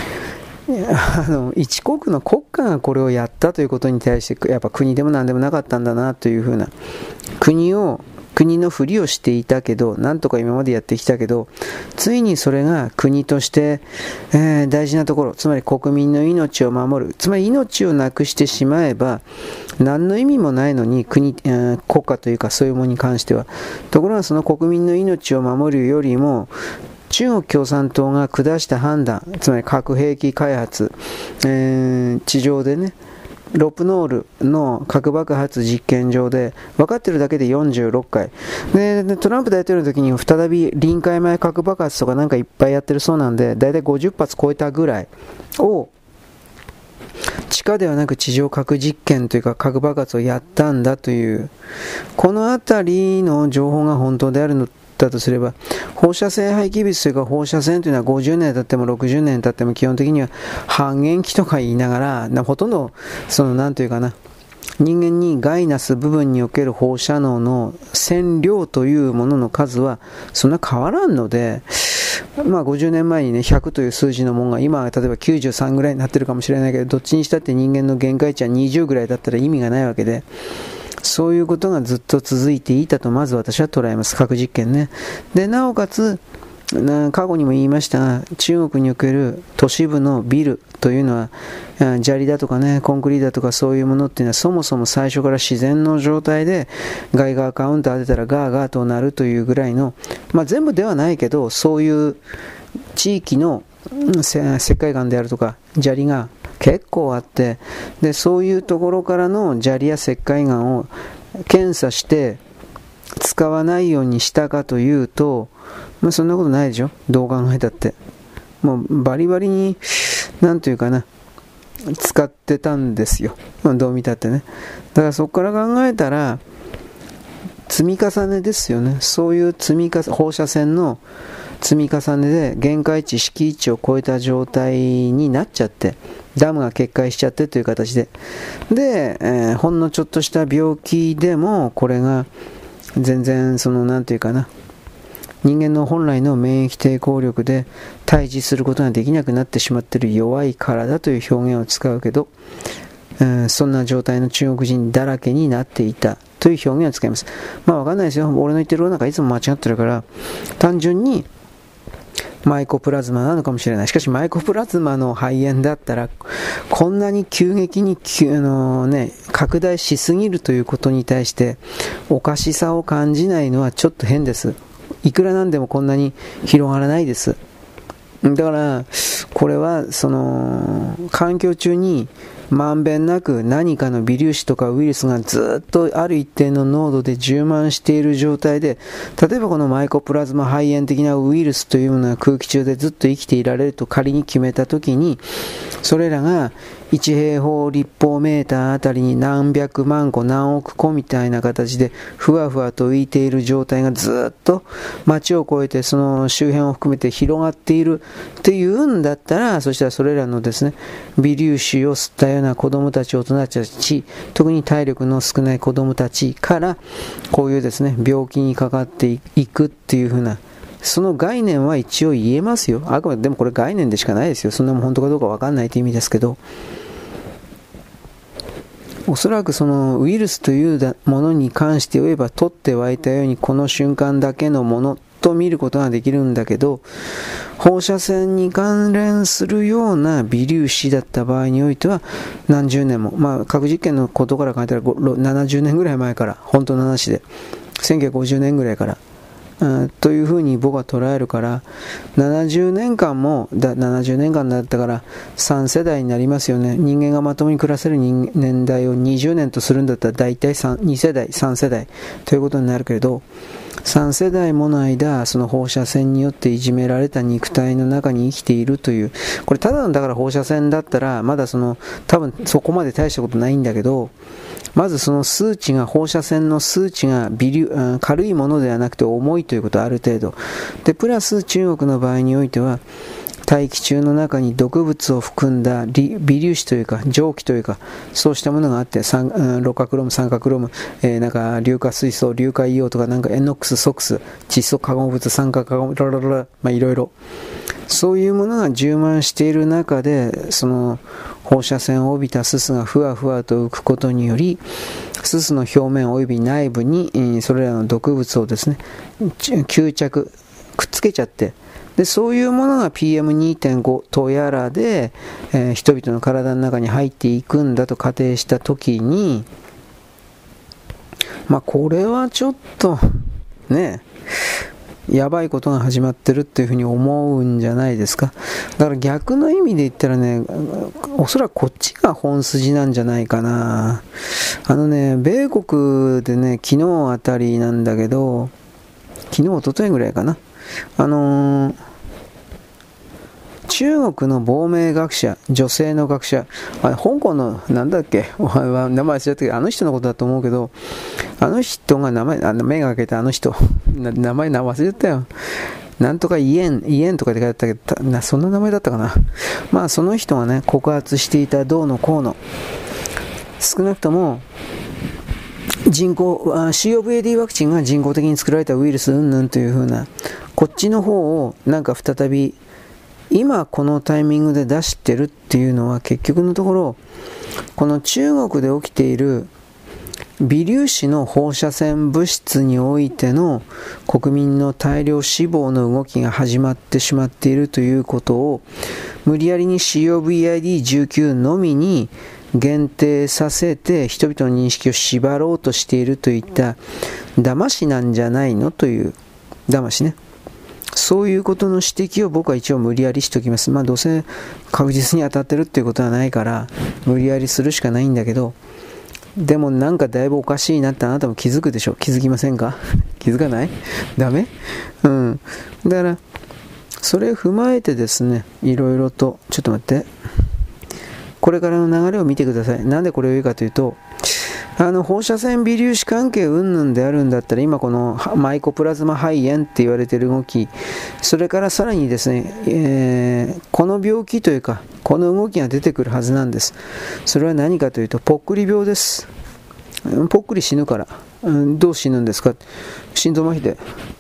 一国の国家がこれをやったということに対して、やっぱ国でも何でもなかったんだなというふうな、国のふりをしていたけど、なんとか今までやってきたけど、ついにそれが国として、大事なところ、つまり国民の命を守る、つまり命をなくしてしまえば何の意味もないのに国家というかそういうものに関しては。ところがその国民の命を守るよりも、中国共産党が下した判断、つまり核兵器開発、地上でね、ロプノールの核爆発実験場で分かってるだけで46回で、トランプ大統領の時に再び臨界前核爆発とかなんかいっぱいやってるそうなんで、だいたい50発超えたぐらいを地下ではなく地上核実験というか核爆発をやったんだという、このあたりの情報が本当であるのだとすれば、放射性廃棄物というか放射線というのは50年経っても60年経っても基本的には半減期とか言いながら、ほとんどなんというかな、人間に害なす部分における放射能の線量というものの数はそんな変わらんので、 50年前にね、100という数字のものが今は例えば93ぐらいになってるかもしれないけど、どっちにしたって人間の限界値は20ぐらいだったら意味がないわけで、そういうことがずっと続いていたとまず私は捉えます。核実験ね。で、なおかつ過去にも言いましたが、中国における都市部のビルというのは、砂利だとかね、コンクリートだとかそういうものっていうのはそもそも最初から自然の状態で、ガイガーカウンター当てたらガーガーとなるというぐらいの、全部ではないけど、そういう地域の石灰岩であるとか砂利が結構あって、でそういうところからの砂利や石灰岩を検査して使わないようにしたかというと、そんなことないでしょ、どう考えたって。もうバリバリになんというかな、使ってたんですよ、どう見たってね。だからそこから考えたら積み重ねですよね。そういう放射線の積み重ねで限界値、敷地を超えた状態になっちゃって、ダムが決壊しちゃってという形で、ほんのちょっとした病気でもこれが全然なんていうかな、人間の本来の免疫抵抗力で対峙することができなくなってしまっている弱い体という表現を使うけど、そんな状態の中国人だらけになっていたという表現を使います。わかんないですよ、俺の言ってることなんかいつも間違ってるから、単純にマイコプラズマなのかもしれない。しかしマイコプラズマの肺炎だったらこんなに急激に拡大しすぎるということに対しておかしさを感じないのはちょっと変です。いくらなんでもこんなに広がらないです。だからこれは環境中にまんべんなく何かの微粒子とかウイルスがずっとある一定の濃度で充満している状態で、例えばこのマイコプラズマ肺炎的なウイルスというものが空気中でずっと生きていられると仮に決めたときに、それらが1平方立方メーターあたりに何百万個何億個みたいな形でふわふわと浮いている状態がずっと街を越えてその周辺を含めて広がっているっていうんだったら、そしたらそれらのですね、微粒子を吸ったような子供たち、大人たち、特に体力の少ない子供たちからこういうですね、病気にかかっていくっていう風な、その概念は一応言えますよ。あくまでもこれ概念でしかないですよ。そんなもん本当かどうか分かんないという意味ですけど、おそらくそのウイルスというものに関して言えば、取って湧いたようにこの瞬間だけのものと見ることができるんだけど、放射線に関連するような微粒子だった場合においては何十年も、核実験のことから考えたら70年ぐらい前から、本当の話で1950年ぐらいからというふうに僕は捉えるから、70年間だったから3世代になりますよね。人間がまともに暮らせる年代を20年とするんだったら大体2世代3世代ということになるけれど、3世代もの間その放射線によっていじめられた肉体の中に生きているという、これただのだから放射線だったらまだ多分そこまで大したことないんだけど、まずその数値が、放射線の数値が軽いものではなくて重いということはある程度で、プラス中国の場合においては大気中の中に毒物を含んだ微粒子というか蒸気というか、そうしたものがあって、六角ロム、酸化クロム、なんか硫化水素、硫化硫黄とか、なんかエノックス、ソックス、窒素化合物、酸化化合物、いろいろそういうものが充満している中で、その放射線を帯びたすすがふわふわと浮くことにより、すすの表面及び内部にそれらの毒物をですね、吸着、くっつけちゃって、でそういうものが PM2.5 とやらで、人々の体の中に入っていくんだと仮定したときに、これはちょっとね、やばいことが始まってるっていうふうに思うんじゃないですか。だから逆の意味で言ったらね、おそらくこっちが本筋なんじゃないかな。米国でね、昨日あたりなんだけど、昨日一昨日ぐらいかな、中国の亡命学者、女性の学者、香港のなんだっけ、名前忘れちゃったけど、あの人のことだと思うけど、あの人が目が開けたあの人、名前忘れちゃったよ。なんとかイエンとかで書いてあったけど、そんな名前だったかな。その人がね、告発していたどうのこうの、少なくともCOVAD ワクチンが人工的に作られたウイルス云々というふうなこっちの方をなんか再び今このタイミングで出してるっていうのは結局のところ、この中国で起きている微粒子の放射線物質においての国民の大量死亡の動きが始まってしまっているということを無理やりに COVID-19 のみに限定させて人々の認識を縛ろうとしているといった騙しなんじゃないのという騙しね。そういうことの指摘を僕は一応無理やりしておきます。どうせ確実に当たってるっていうことはないから無理やりするしかないんだけど、でもなんかだいぶおかしいなってあなたも気づくでしょ。気づきませんか？気づかない？ダメ？だからそれを踏まえてですね、いろいろとちょっと待って、これからの流れを見てください。なんでこれを言うかというと、放射線微粒子関係云々であるんだったら、今このマイコプラズマ肺炎って言われている動き、それからさらにですね、この病気というかこの動きが出てくるはずなんです。それは何かというとぽっくり病です。ぽっくり死ぬから、どう死ぬんですか？心臓麻痺で、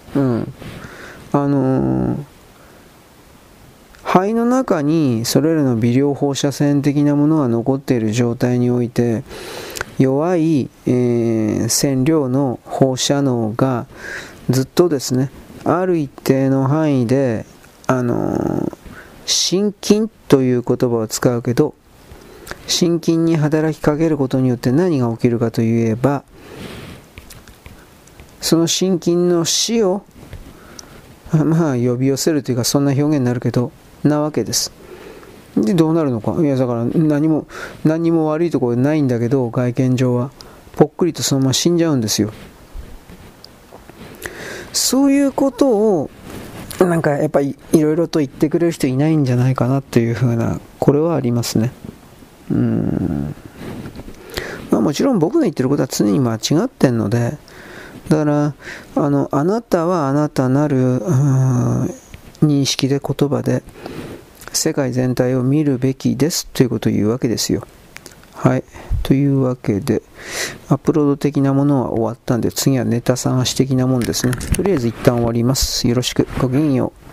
肺の中にそれらの微量放射線的なものが残っている状態において、弱い、線量の放射能がずっとですね、ある一定の範囲で、心筋という言葉を使うけど、心筋に働きかけることによって何が起きるかといえば、その心筋の死を呼び寄せるというか、そんな表現になるけどなわけです。でどうなるのか。いやだから何も悪いところないんだけど、外見上はぽっくりとそのまま死んじゃうんですよ。そういうことをなんかやっぱりいろいろと言ってくれる人いないんじゃないかなというふうな、これはありますね。もちろん僕の言ってることは常に間違ってんので、だからあなたはあなたなる認識で言葉で世界全体を見るべきですということを言うわけですよ。はい。というわけで、アップロード的なものは終わったんで、次はネタ探し的なもんですね。とりあえず一旦終わります。よろしく。ごきげんよう。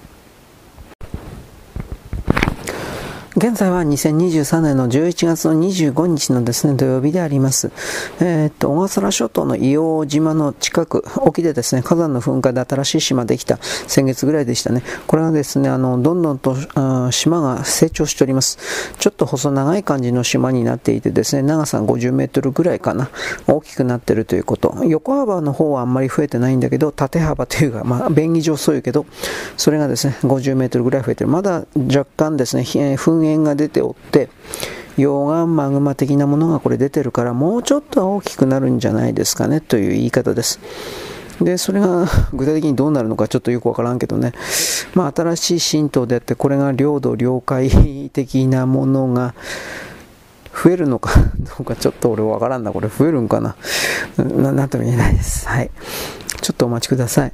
現在は2023年の11月の25日のですね、土曜日であります。小笠原諸島の硫黄島の近く、沖でですね、火山の噴火で新しい島できた、先月ぐらいでしたね。これはですね、どんどんと島が成長しております。ちょっと細長い感じの島になっていてですね、長さ50メートルぐらいかな、大きくなっているということ。横幅の方はあんまり増えてないんだけど、縦幅というか、便宜上そういうけど、それがですね、50メートルぐらい増えている。まだ若干ですね、噴煙が出ておって、溶岩マグマ的なものがこれ出てるから、もうちょっとは大きくなるんじゃないですかねという言い方です。でそれが具体的にどうなるのかちょっとよくわからんけどね、新しい神道であって、これが領土領海的なものが増えるのかどうかちょっと俺わからんな。これ増えるんかな、なんとも言えないです。はい、ちょっとお待ちください。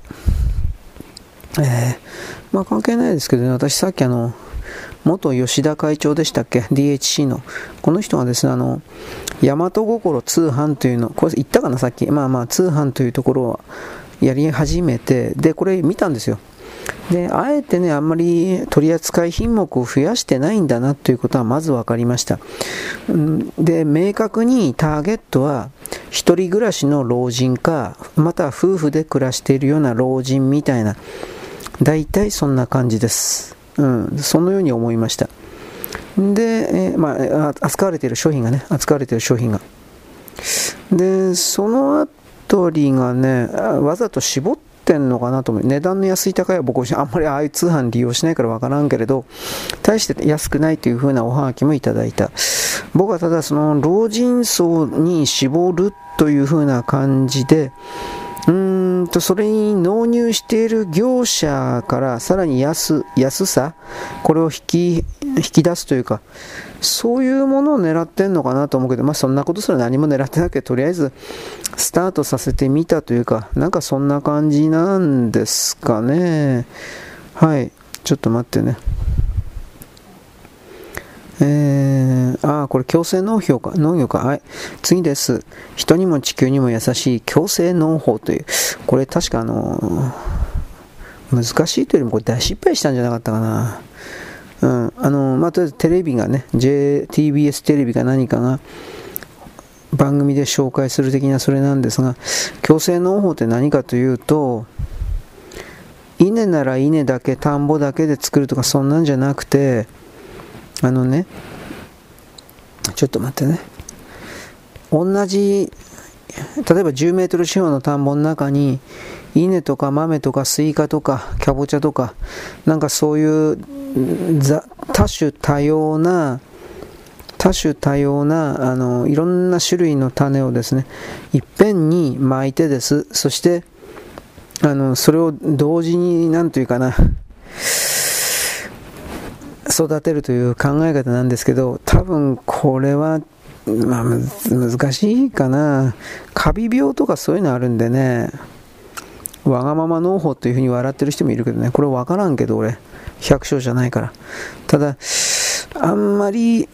関係ないですけどね、私さっき元吉田会長でしたっけ、 DHC のこの人がですね、大和心通販というの、これ言ったかなさっき、通販というところをやり始めて、でこれ見たんですよ。であえてね、あんまり取り扱い品目を増やしてないんだなということはまず分かりました。で明確にターゲットは一人暮らしの老人か、または夫婦で暮らしているような老人みたいな、大体そんな感じです。そのように思いました。で、扱われている商品がで、そのあたりがね、わざと絞ってんのかなと思う。値段の安い高いは僕あんまりああいう通販利用しないからわからんけれど、大して安くないというふうなおはがきもいただいた。僕はただその老人層に絞るというふうな感じで、それに納入している業者からさらに安さ、これを引き出すというか、そういうものを狙ってんのかなと思うけど、そんなことすら何も狙ってなくて、とりあえずスタートさせてみたというか、なんかそんな感じなんですかね。はい、ちょっと待ってね。これ共生農業か。はい。次です。人にも地球にも優しい共生農法という。これ確か難しいというよりもこれ大失敗したんじゃなかったかな。とりあえずテレビがね、TBS テレビか何かが番組で紹介する的なそれなんですが、共生農法って何かというと、稲なら稲だけ、田んぼだけで作るとかそんなんじゃなくて、ちょっと待ってね。同じ、例えば10メートル四方の田んぼの中に、稲とか豆とかスイカとかキャボチャとか、なんかそういう多種多様ないろんな種類の種をですね、いっぺんに巻いてです。そして、それを同時に、なんというかな、育てるという考え方なんですけど、多分これは、難しいかな。カビ病とかそういうのあるんでね、わがまま農法というふうに笑ってる人もいるけどね、これ分からんけど俺、百姓じゃないから。ただ、あんまり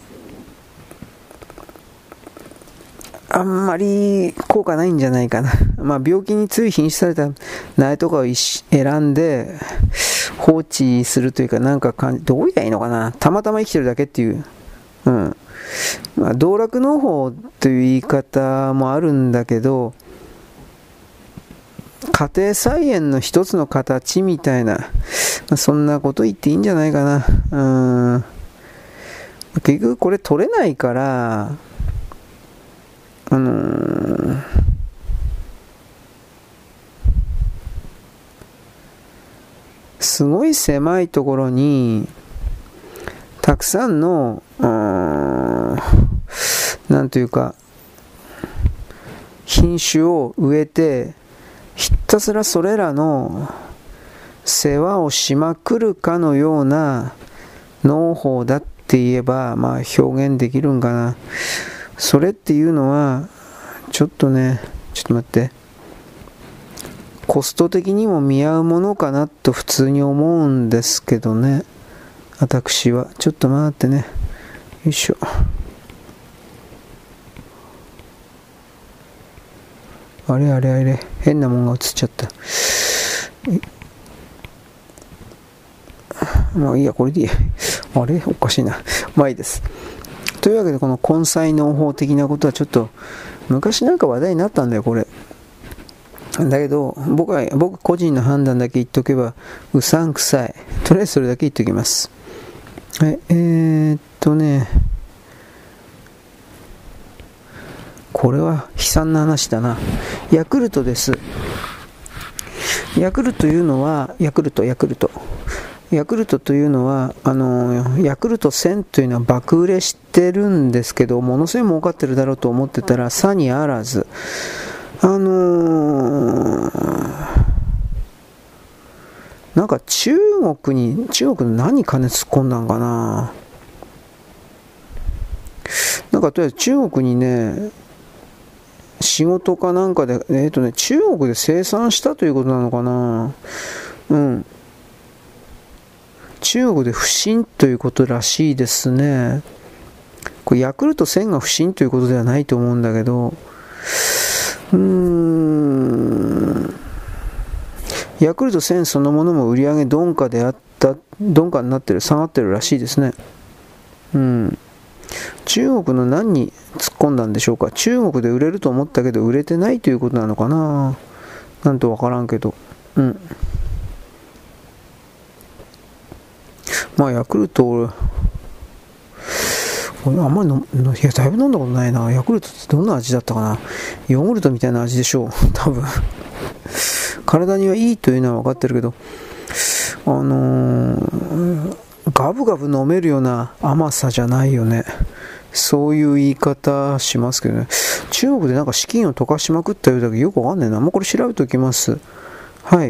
効果ないんじゃないかな。病気に強い品種された苗とかを選んで放置するというか、なんかどう言えばいいのかな。たまたま生きてるだけっていう。道楽農法という言い方もあるんだけど、家庭菜園の一つの形みたいな、そんなこと言っていいんじゃないかな。結局これ取れないから、すごい狭いところにたくさんのなんというか品種を植えて、ひたすらそれらの世話をしまくるかのような農法だって言えば、表現できるんかな。それっていうのはちょっと待って、コスト的にも見合うものかなと普通に思うんですけどね、私は。ちょっと待ってね、よいしょ。あれ変なもんが映っちゃった。いいや、これでいいや。あれおかしいな。いいです。というわけで、この根菜農法的なことはちょっと昔なんか話題になったんだよ、これ。だけど僕個人の判断だけ言っとけばうさんくさい。とりあえずそれだけ言っときます。これは悲惨な話だな。ヤクルトです。ヤクルトというのはヤクルトというのはヤクルト1000というのは爆売れしてるんですけど、ものすごい儲かってるだろうと思ってたらさにあらず、なんか中国の何金突っ込んだんかな。なんかとりあえず中国にね、仕事かなんかで中国で生産したということなのかな。中国で不振ということらしいですね。これヤクルト1000が不振ということではないと思うんだけど、ヤクルト1000そのものも売り上げ鈍化になってる、下がってるらしいですね。中国の何に突っ込んだんでしょうか。中国で売れると思ったけど売れてないということなのかな。なんとわからんけど。ヤクルト俺あんまりだいぶ飲んだことないな。ヤクルトってどんな味だったかな。ヨーグルトみたいな味でしょう、多分。体にはいいというのは分かってるけど、ガブガブ飲めるような甘さじゃないよね。そういう言い方しますけどね。中国でなんか資金を溶かしまくったようだけどよくわかんないな。これ調べておきます。はい。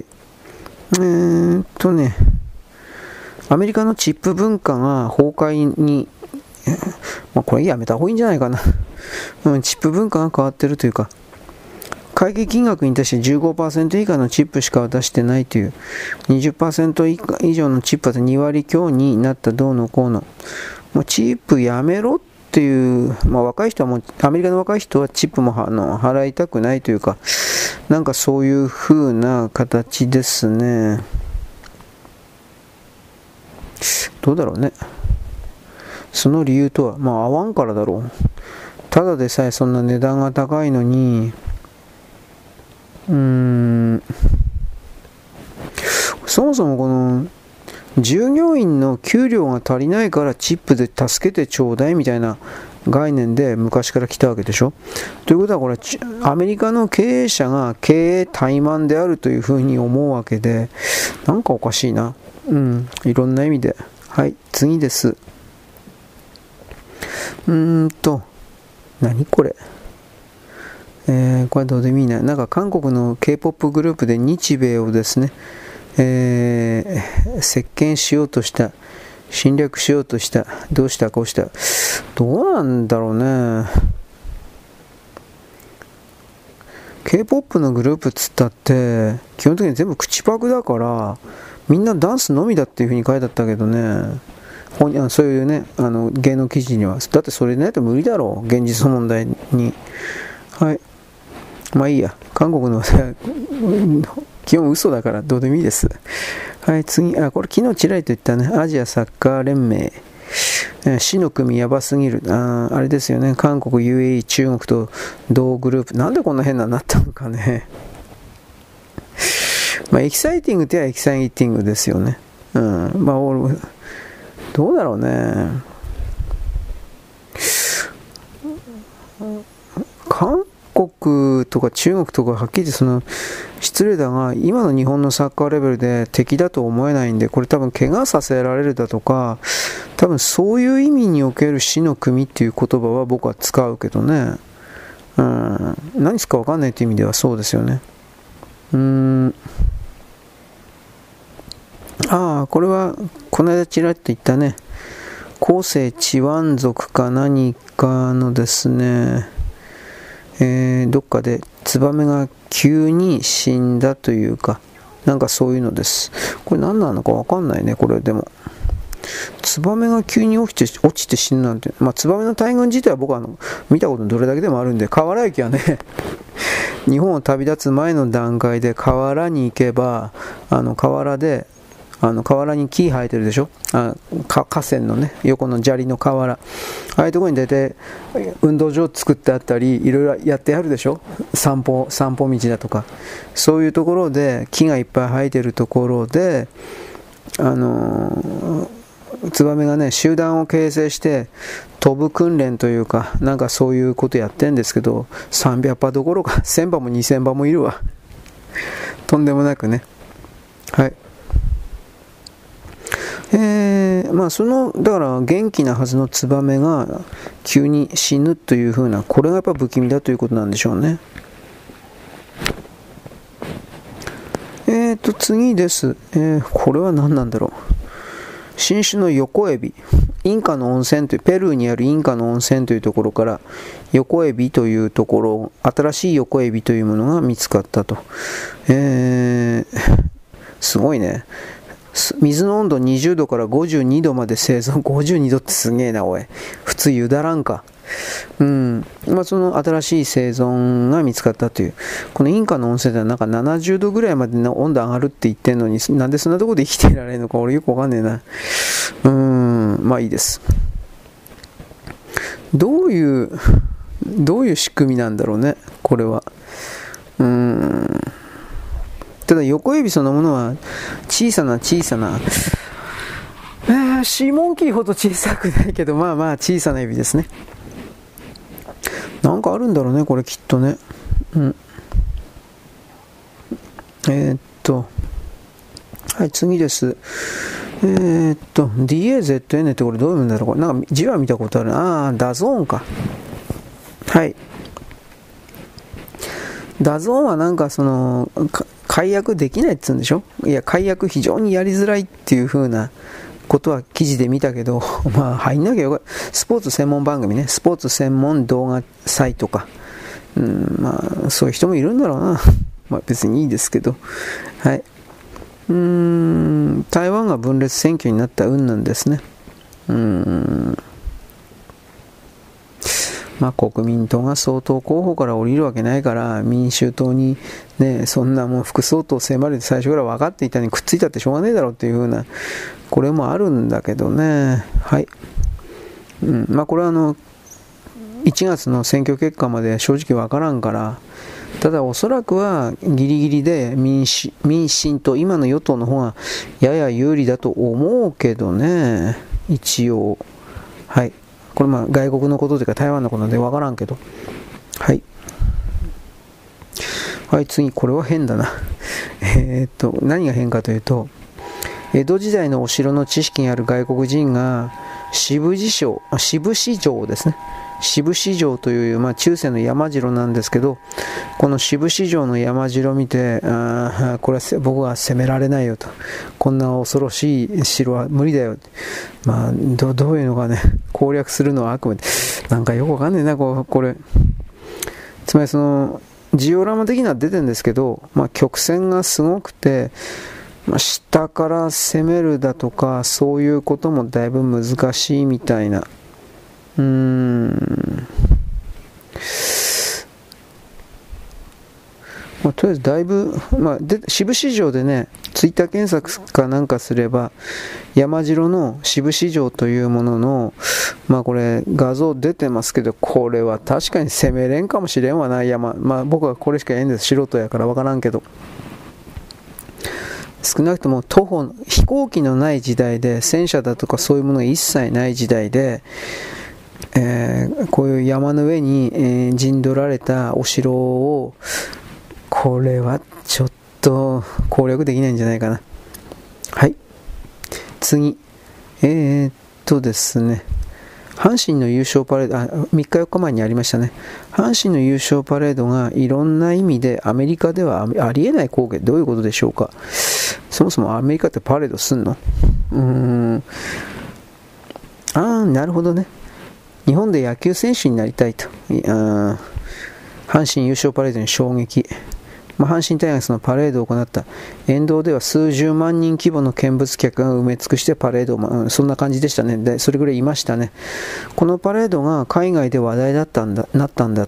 アメリカのチップ文化が崩壊に、これやめた方がいいんじゃないかな。チップ文化が変わってるというか、会計金額に対して 15% 以下のチップしか渡してないという、20% 以上のチップは2割強になったどうのこうの。もうチップやめろっていう、若い人はもう、アメリカの若い人はチップも払いたくないというか、なんかそういう風な形ですね。 どうだろうね。その理由とは、まあ合わんからだろう。ただでさえそんな値段が高いのに、そもそもこの従業員の給料が足りないからチップで助けてちょうだいみたいな概念で昔から来たわけでしょ。ということはこれアメリカの経営者が経営怠慢であるというふうに思うわけで、なんかおかしいな。いろんな意味で。はい、次です。何これ。これどうでもいいな。なんか韓国の K-POP グループで日米をですね、席巻しようとした、侵略しようとした、どうしたこうした、どうなんだろうね。K-POP のグループっつったって基本的に全部口パクだから、みんなダンスのみだっていう風に書いてあったけどね、そういうね、芸能記事には。だってそれないと無理だろう、現実問題に。はい、まあいいや、韓国の基本嘘だからどうでもいいです。はい、次、これ昨日ちらりと言ったね、アジアサッカー連盟。死の組やばすぎる。あれですよね、韓国、UAE、中国と同グループ。なんでこんな変なになったのかね。まあエキサイティングってはエキサイティングですよね。まあどうだろうね。韓国とか中国とかはっきりその失礼だが今の日本のサッカーレベルで敵だと思えないんで、これ多分怪我させられるだとか、多分そういう意味における死の組っていう言葉は僕は使うけどね。何すか分かんないっていう意味ではそうですよね。これはこの間ちらっと言ったね、後世チワン族か何かのですね、どっかでツバメが急に死んだというか、なんかそういうのです。これ何なのか分かんないね。これでもツバメが急に落ちて死ぬなんて、ツバメの大群自体は僕は見たことどれだけでもあるんで、河原駅はね日本を旅立つ前の段階で河原に行けば、河原で河原に木生えてるでしょ。河川のね、横の砂利の河原、ああいうところに出て運動場作ってあったり、いろいろやってあるでしょ。散歩道だとか、そういうところで木がいっぱい生えてるところで、ツバメがね、集団を形成して飛ぶ訓練というか、なんかそういうことやってるんですけど、300羽どころか1000羽も2000羽もいるわ。とんでもなくね。はい。だから元気なはずのツバメが急に死ぬというふうな、これがやっぱ不気味だということなんでしょうね。次です。これは何なんだろう。新種のヨコエビ、インカの温泉という、ペルーにあるインカの温泉というところからヨコエビというところ、新しいヨコエビというものが見つかったと。すごいね。水の温度20度から52度まで生存。52度ってすげえな、おい。普通ゆだらんか。その新しい生存が見つかったという。このインカの温泉ではなんか70度ぐらいまで温度上がるって言ってんのに、なんでそんなところで生きていられるのか俺よくわかんねえな。まあいいです。どういう仕組みなんだろうね、これは。ただヨコエビそのものは小さなシーモンキーほど小さくないけど、まあまあ小さなエビですね。なんかあるんだろうね、これきっとね。はい、次です。DAZN ってこれどういう意味だろう。これなんか字は見たことあるな。ダゾーンか。はい。ダゾーンはなんかその解約できないって言うんでしょ。いや、解約非常にやりづらいっていう風なことは記事で見たけど、まあ入んなきゃよかった。スポーツ専門番組ね、スポーツ専門動画サイトか、まあそういう人もいるんだろうな。まあ別にいいですけど、はい。台湾が分裂選挙になったなんですね。 国民党が総統候補から降りるわけないから、民衆党にね、そんなもう副総統迫るって最初から分かっていたのにくっついたってしょうがねえだろうっていう風な、これもあるんだけどね。はい。これは1月の選挙結果まで正直分からんから、ただおそらくはギリギリで民進党、今の与党の方がやや有利だと思うけどね、一応。はい。これ外国のことというか台湾のことで分からんけど。はい。はい、次、これは変だな。何が変かというと、江戸時代のお城の知識がある外国人が志布志城ですね。志布志城という、中世の山城なんですけど、この志布志城の山城を見て、これは僕は攻められないよと、こんな恐ろしい城は無理だよ、どういうのかね、攻略するのは悪夢で、なんかよくわかんないな、これ。つまりそのジオラマ的には出てるんですけど、曲線がすごくて、下から攻めるだとかそういうこともだいぶ難しいみたいな。とりあえずだいぶ、志布志城でね、ツイッター検索かなんかすれば山城の志布志城というもののこれ画像出てますけど、これは確かに攻めれんかもしれんわな、山。僕はこれしか言えんです、素人やから分からんけど。少なくとも飛行機のない時代で、戦車だとかそういうものが一切ない時代で、こういう山の上に、陣取られたお城を、これはちょっと攻略できないんじゃないかな。はい、次、ですね、阪神の優勝パレード、3日4日前にありましたね。阪神の優勝パレードがいろんな意味でアメリカではありえない光景、どういうことでしょうか。そもそもアメリカってパレードすんの？なるほどね。日本で野球選手になりたいと。阪神優勝パレードに衝撃。阪神タイガースのパレードを行った沿道では数十万人規模の見物客が埋め尽くしてパレードを、そんな感じでしたね。でそれぐらいいましたね。このパレードが海外で話題なったんだって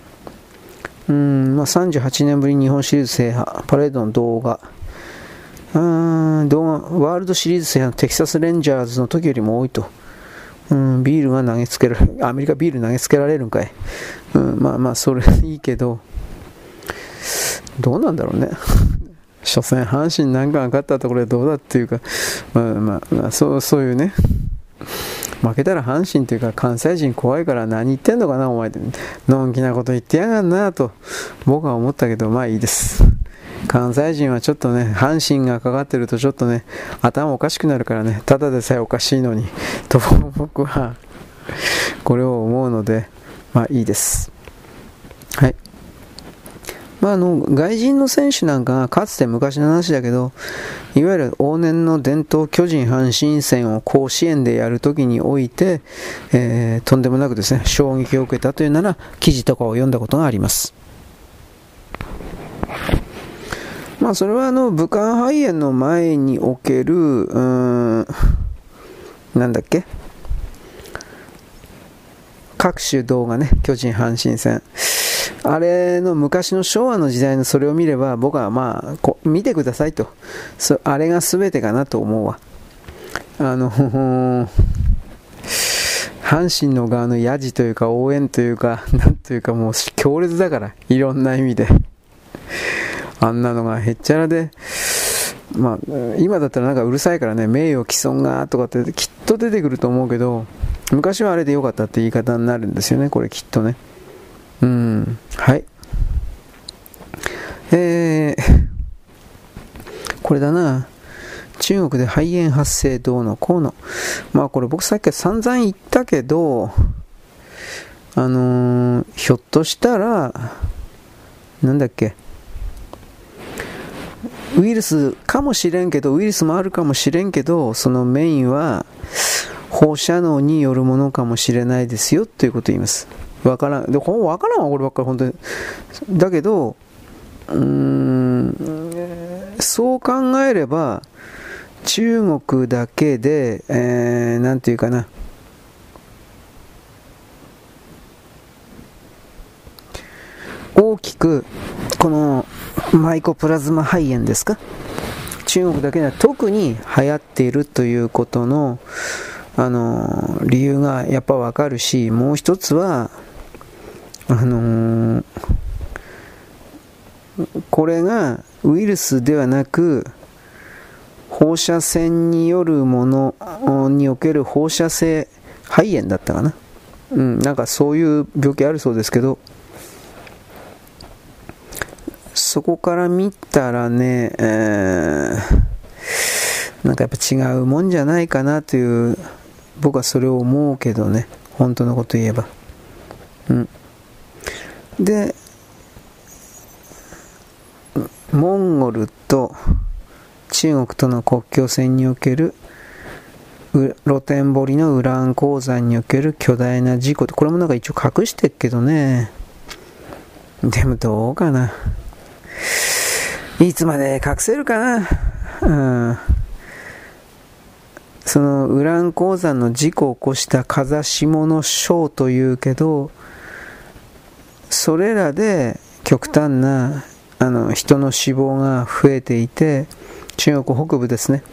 。38年ぶりに日本シリーズ制覇、パレードの動画、ワールドシリーズ制覇のテキサスレンジャーズの時よりも多いと。ビールが投げつけられる、アメリカビール投げつけられるんかい。それいいけど、どうなんだろうね。初戦阪神なんかが勝ったところでどうだっていうか、そういうね、負けたら阪神というか関西人怖いから何言ってんのかなお前って、のんきなこと言ってやがんなと僕は思ったけど、いいです。関西人はちょっとね、阪神がかかってるとちょっとね、頭おかしくなるからね、ただでさえおかしいのにと僕はこれを思うので、いいです。はい。外人の選手なんかがかつて昔の話だけど、いわゆる往年の伝統巨人阪神戦を甲子園でやるときにおいて、とんでもなくですね、衝撃を受けたというなら記事とかを読んだことがあります。それは武漢肺炎の前における各種動画ね、巨人阪神戦、あれの昔の昭和の時代のそれを見れば、僕は見てくださいと、あれが全てかなと思うわ。阪神の側のヤジというか応援というかなんというか、もう強烈だから、いろんな意味であんなのがへっちゃらで、今だったらなんかうるさいからね、名誉毀損がとかってきっと出てくると思うけど、昔はあれでよかったって言い方になるんですよね、これきっとね。はい。これだな。中国で肺炎発生どうのこうの。これ僕さっきから散々言ったけど、ひょっとしたら、ウイルスかもしれんけど、ウイルスもあるかもしれんけど、そのメインは放射能によるものかもしれないですよということを言います。わからんわ、こればっかり本当に。だけど、そう考えれば、中国だけで、 大きくこのマイコプラズマ肺炎ですか、中国だけでは特に流行っているということの、理由がやっぱわかるし、もう一つはこれがウイルスではなく放射線によるものにおける放射性肺炎だったかな、なんかそういう病気あるそうですけど、そこから見たらね、なんかやっぱ違うもんじゃないかなという、僕はそれを思うけどね、本当のこと言えば。で、モンゴルと中国との国境線における露天掘りのウラン鉱山における巨大な事故と、これもなんか一応隠してるけどね、でもどうかな、いつまで隠せるかな。そのウラン鉱山の事故を起こした風下の省というけど、それらで極端な人の死亡が増えていて、中国北部ですね、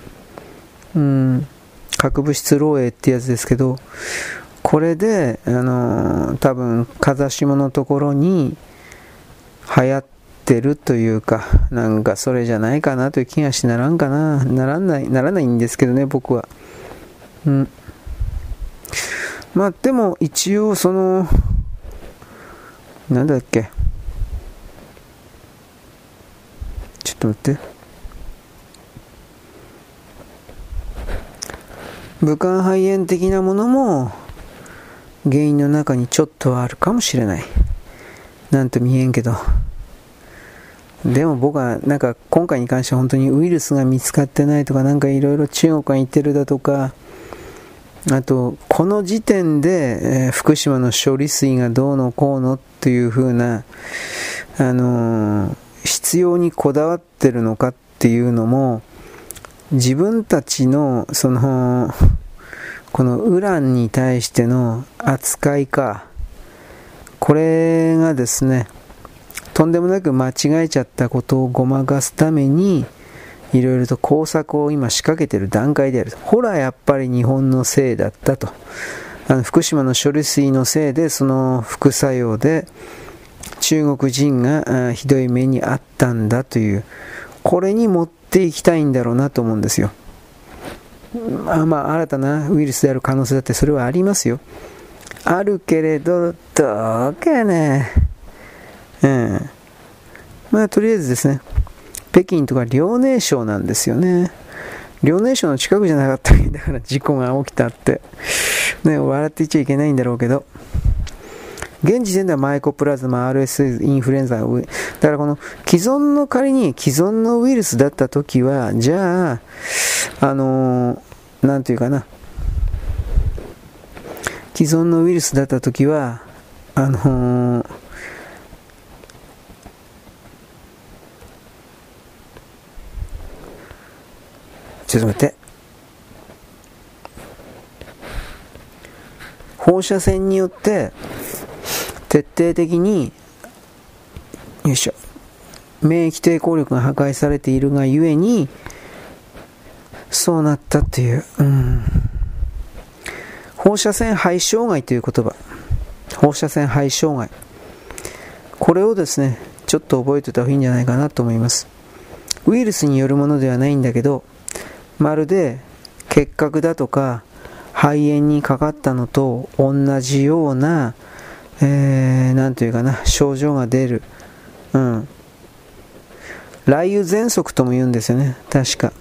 核物質漏洩ってやつですけど、これで多分風下のところに流行ってるというか、なんかそれじゃないかなという気がしならんかな、ならないんですけどね、僕は。まあでも一応そのなんだっけ、ちょっと待って、武漢肺炎的なものも原因の中にちょっとはあるかもしれない、なんと見えんけど、でも僕はなんか今回に関しては本当にウイルスが見つかってないとか、なんかいろいろ中国が言ってるだとか、あとこの時点で、福島の処理水がどうのこうのっていう風な必要にこだわってるのかっていうのも、自分たちのこのウランに対しての扱いか、これがですね、とんでもなく間違えちゃったことをごまかすためにいろいろと工作を今仕掛けている段階である。ほらやっぱり日本のせいだったと、福島の処理水のせいでその副作用で中国人がひどい目にあったんだという、これに持っていきたいんだろうなと思うんですよ。まあ新たなウイルスである可能性だってそれはありますよ、あるけれど、どうかね、まあとりあえずですね、北京とか遼寧省なんですよね。遼寧省の近くじゃなかったっけ、だから事故が起きたってね、笑って言っちゃいけないんだろうけど、現時点ではマイコプラズマ RS インフルエンザがだからこの仮に既存のウイルスだった時は、じゃあなんていうかな、既存のウイルスだった時はちょっと待って、放射線によって徹底的に免疫抵抗力が破壊されているがゆえにそうなったっていう、放射線肺障害という言葉、放射線肺障害、これをですねちょっと覚えておいた方がいいんじゃないかなと思います。ウイルスによるものではないんだけど、まるで結核だとか肺炎にかかったのと同じような、なんというかな、症状が出る、雷雨喘息とも言うんですよね、確か。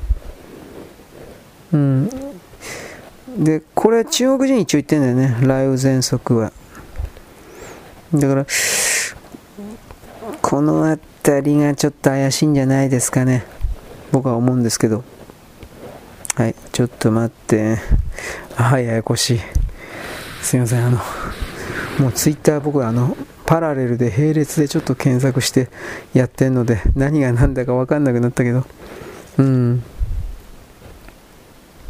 でこれ中国人一応言ってんだよね、雷雨喘息は。だからこのあたりがちょっと怪しいんじゃないですかね、僕は思うんですけど。はい、ちょっと待って、ややこしい、すいません、もうツイッター僕はパラレルで並列でちょっと検索してやってんので、何が何だか分かんなくなったけど、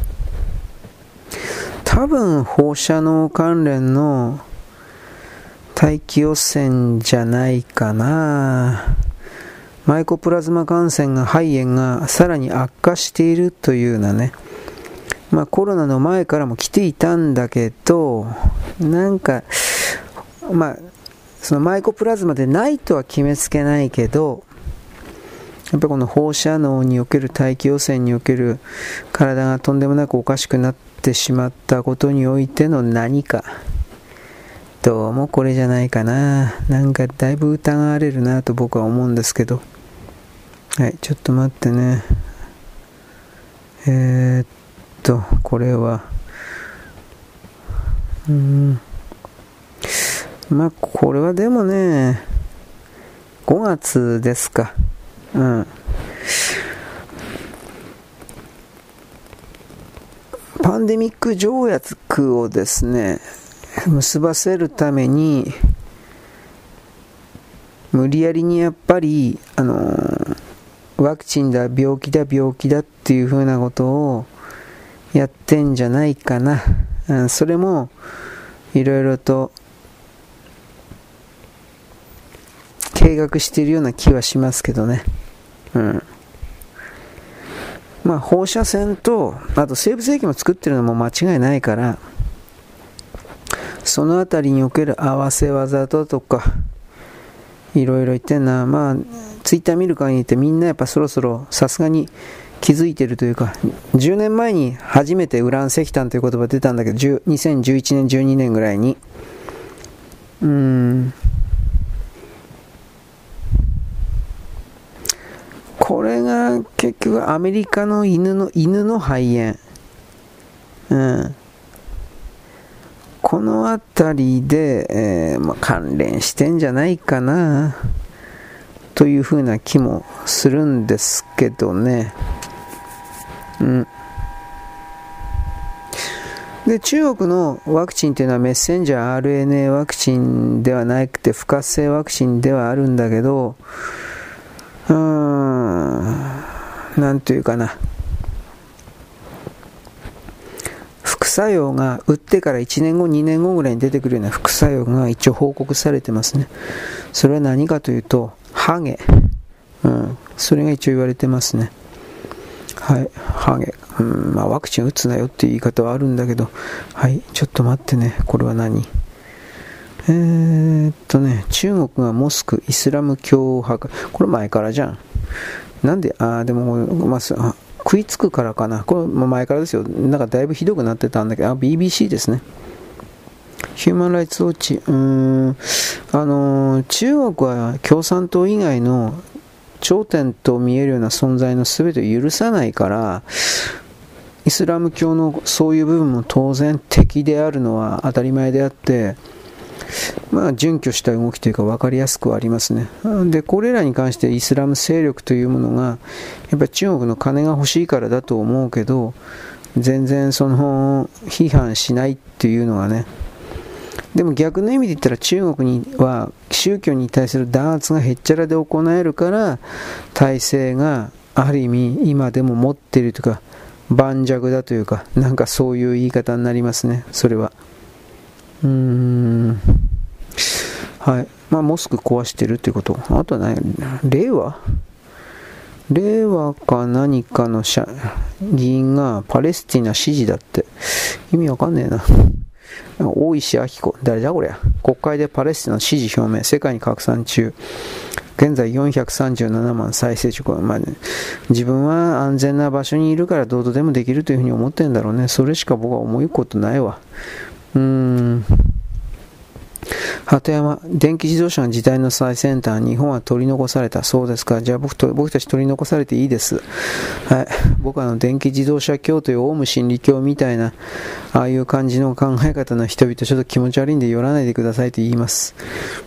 多分放射能関連の大気汚染じゃないかな。マイコプラズマ感染が肺炎がさらに悪化しているというようなね、コロナの前からも来ていたんだけど、なんかそのマイコプラズマでないとは決めつけないけど、やっぱりこの放射能における大気汚染における体がとんでもなくおかしくなってしまったことにおいての何か、どうもこれじゃないかな。なんかだいぶ疑われるなと僕は思うんですけど。はい、ちょっと待ってね。これはこれはでもね、5月ですか。パンデミック条約をですね、結ばせるために、無理やりにやっぱり、ワクチンだ、病気だっていうふうなことをやってんじゃないかな。それも、いろいろと、計画しているような気はしますけどね。放射線と、あと生物兵器も作ってるのも間違いないから、そのあたりにおける合わせ技だとか、いろいろ言ってんな。ツイッター見る限りってみんなやっぱそろそろさすがに気づいてるというか、10年前に初めてウラン石炭という言葉出たんだけど、2011年、12年ぐらいに。これが結局アメリカの犬の肺炎。このあたりで、関連してんじゃないかなというふうな気もするんですけどね。で、中国のワクチンというのはメッセンジャー RNA ワクチンではなくて不活性ワクチンではあるんだけど、なんというかな、副作用が打ってから1年後2年後ぐらいに出てくるような副作用が一応報告されてますね。それは何かというとハゲ、それが一応言われてますね。はい、ハゲ、ワクチン打つなよっていう言い方はあるんだけど、はい、ちょっと待ってね、これは何？中国がモスクイスラム教派、これ前からじゃん。なんで、でも、食いつくからかな。これ前からですよ。なんかだいぶひどくなってたんだけど、BBC ですね。ヒューマン・ライツ・ウォッチ。中国は共産党以外の頂点と見えるような存在の全てを許さないから、イスラム教のそういう部分も当然敵であるのは当たり前であって、準拠した動きというか分かりやすくはありますね。で、これらに関してイスラム勢力というものがやっぱり中国の金が欲しいからだと思うけど、全然その批判しないっていうのはね。でも逆の意味で言ったら中国には宗教に対する弾圧がへっちゃらで行えるから、体制がある意味今でも持っているというか盤石だというか、なんかそういう言い方になりますね、それは。はい。モスク壊してるってこと。あとは何？令和か何かの議員がパレスチナ支持だって。意味わかんねえな。大石明子。誰だこれ。国会でパレスチナ支持表明。世界に拡散中。現在437万再生中。自分は安全な場所にいるからどうとでもできるというふうに思ってるんだろうね。それしか僕は思うことないわ。鳩山、電気自動車の時代の最先端、日本は取り残された。そうですか。じゃあ僕たち取り残されていいです。はい。僕は電気自動車教というオウム真理教みたいな、ああいう感じの考え方の人々、ちょっと気持ち悪いんで寄らないでくださいと言います。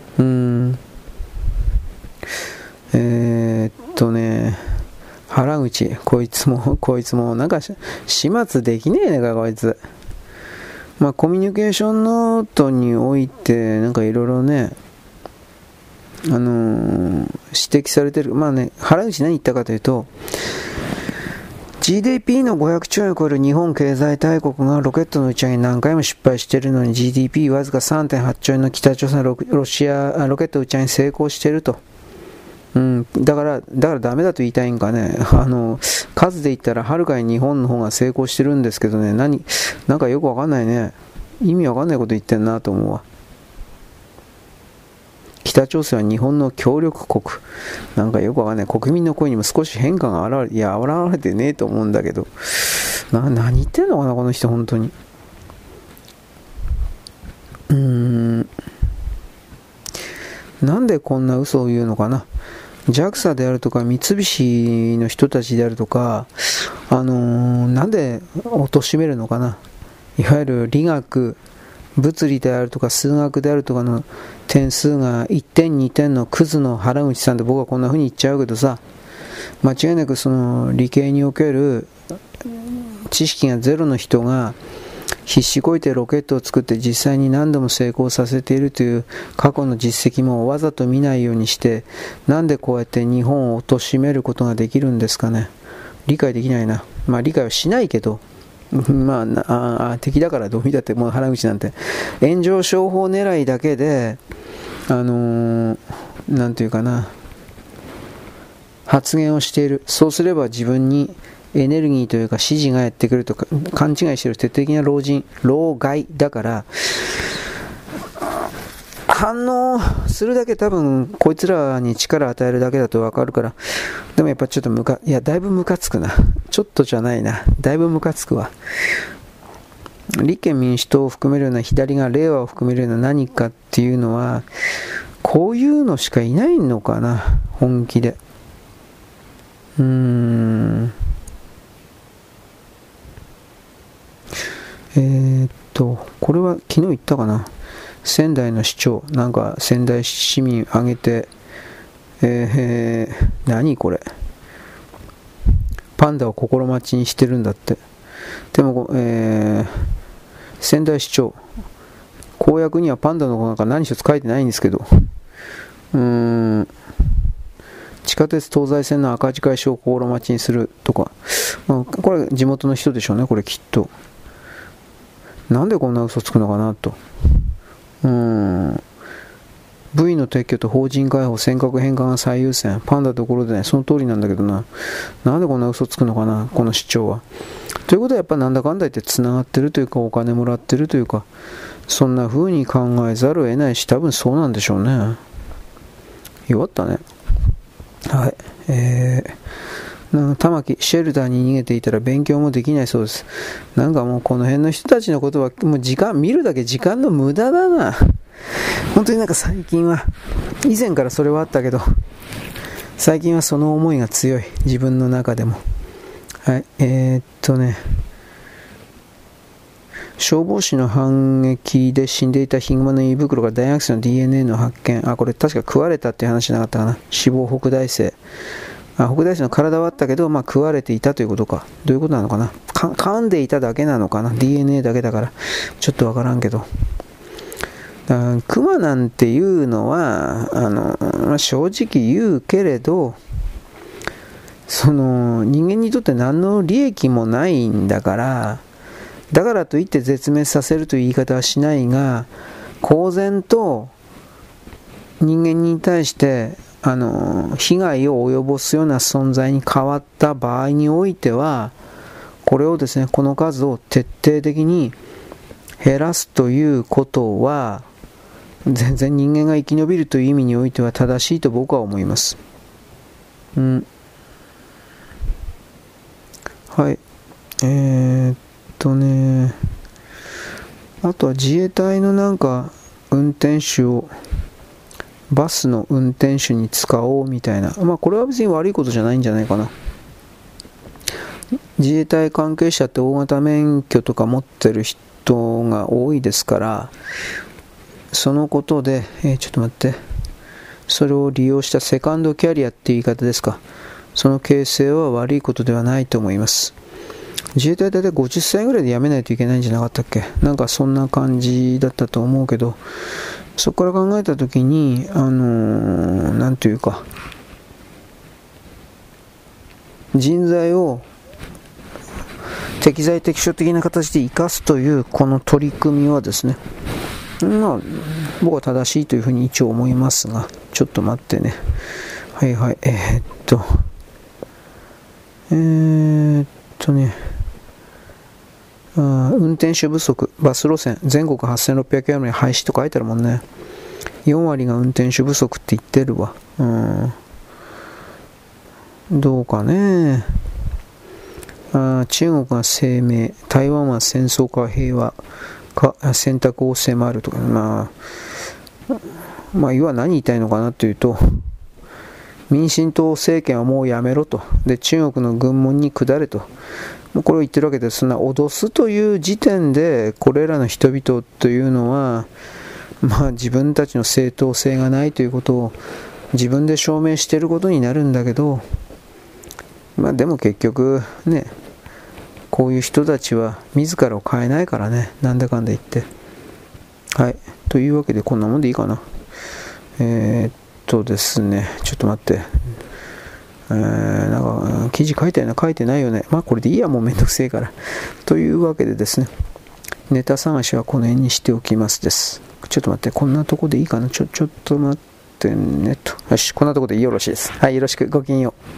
原口、こいつも、なんか、始末できねえねか、こいつ。コミュニケーションノートにおいて、なんかいろいろね、指摘されてる。原口何言ったかというと、 GDP の500兆円を超える日本経済大国がロケットの打ち上げに何回も失敗しているのに GDP わずか 3.8 兆円の北朝鮮ロケット打ち上げに成功していると。だからダメだと言いたいんかね。数で言ったらはるかに日本の方が成功してるんですけどね、なんかよくわかんないね。意味わかんないこと言ってんなと思うわ。北朝鮮は日本の協力国。なんかよくわかんない。国民の声にも少し変化が現れてねえと思うんだけど。何言ってんのかな、この人、本当に。なんでこんな嘘を言うのかな。JAXA であるとか三菱の人たちであるとか、なんで貶めるのかな。いわゆる理学、物理であるとか数学であるとかの点数が1点2点のクズの原口さんって僕はこんな風に言っちゃうけどさ、間違いなくその理系における知識がゼロの人が必死こいてロケットを作って実際に何度も成功させているという過去の実績もわざと見ないようにして、なんでこうやって日本を貶めることができるんですかね。理解できないな。理解はしないけど、敵だからどう見たってもう原口なんて炎上商法狙いだけでなんていうかな、発言をしている。そうすれば自分にエネルギーというか指示がやってくるとか勘違いしている徹底的な老害だから、反応するだけ多分こいつらに力を与えるだけだと分かるから。でもやっぱちょっとだいぶムカつくな。ちょっとじゃないな、だいぶムカつくわ。立憲民主党を含めるような左が令和を含めるような何かっていうのはこういうのしかいないのかな、本気で。これは昨日言ったかな。仙台の市長、なんか仙台市民挙げて、何これ、パンダを心待ちにしてるんだって。でも、仙台市長、公約にはパンダのなんか何一つ書いてないんですけど、地下鉄東西線の赤字解消を心待ちにするとか、これ地元の人でしょうね、これきっと。なんでこんな嘘つくのかなと。部位の撤去と法人解放、尖閣返還が最優先。パンダどころでない。その通りなんだけどな。なんでこんな嘘つくのかな、この市長は。ということはやっぱなんだかんだ言ってつながってるというか、お金もらってるというか、そんな風に考えざるを得ないし、多分そうなんでしょうね。弱ったね。はい。玉木、シェルターに逃げていたら勉強もできないそうです。なんかもうこの辺の人たちのことはもう見るだけ時間の無駄だな。本当になんか最近は、以前からそれはあったけど、最近はその思いが強い。自分の中でも。はい。消防士の反撃で死んでいたヒグマの胃袋が大学生の DNA の発見。これ確か食われたっていう話じゃなかったかな。死亡北大生。北大生の体はあったけど、食われていたということか。どういうことなのかな。噛んでいただけなのかな。DNA だけだから。ちょっとわからんけど。クマなんていうのは、正直言うけれど、人間にとって何の利益もないんだから、だからといって絶滅させるという言い方はしないが、公然と人間に対して被害を及ぼすような存在に変わった場合においては、これをですね、この数を徹底的に減らすということは、全然人間が生き延びるという意味においては正しいと僕は思います。はい。あとは自衛隊のなんか運転手をバスの運転手に使おうみたいな、これは別に悪いことじゃないんじゃないかな。自衛隊関係者って大型免許とか持ってる人が多いですから、そのことで、ちょっと待って、それを利用したセカンドキャリアっていう言い方ですか。その形成は悪いことではないと思います。自衛隊だいたい50歳ぐらいで辞めないといけないんじゃなかったっけ。なんかそんな感じだったと思うけど、そこから考えたときに、なんというか、人材を適材適所的な形で生かすというこの取り組みはですね、まあ僕は正しいというふうに一応思いますが、ちょっと待ってね。はいはい、運転手不足、バス路線全国8600余り廃止と書いてあるもんね。4割が運転手不足って言ってるわ。どうかね。中国が声明、台湾は戦争か平和か選択を迫るとか、まあ要は何言いたいのかなというと、民進党政権はもうやめろと、で中国の軍門に下れと、これを言ってるわけです。そんな脅すという時点でこれらの人々というのは、自分たちの正当性がないということを自分で証明していることになるんだけど、でも結局ね、こういう人たちは自らを変えないからね、なんだかんだ言って。はい、というわけでこんなもんでいいかな。ですね、ちょっと待って、なんか記事書いたよな、書いてないよね。これでいいや、もうめんどくせえから。というわけでですね、ネタ探しはこの辺にしておきますです。ちょっと待って、こんなとこでいいかな。ちょっと待ってねと。よし、こんなとこでよろしいです。はい、よろしく、ごきげんよう。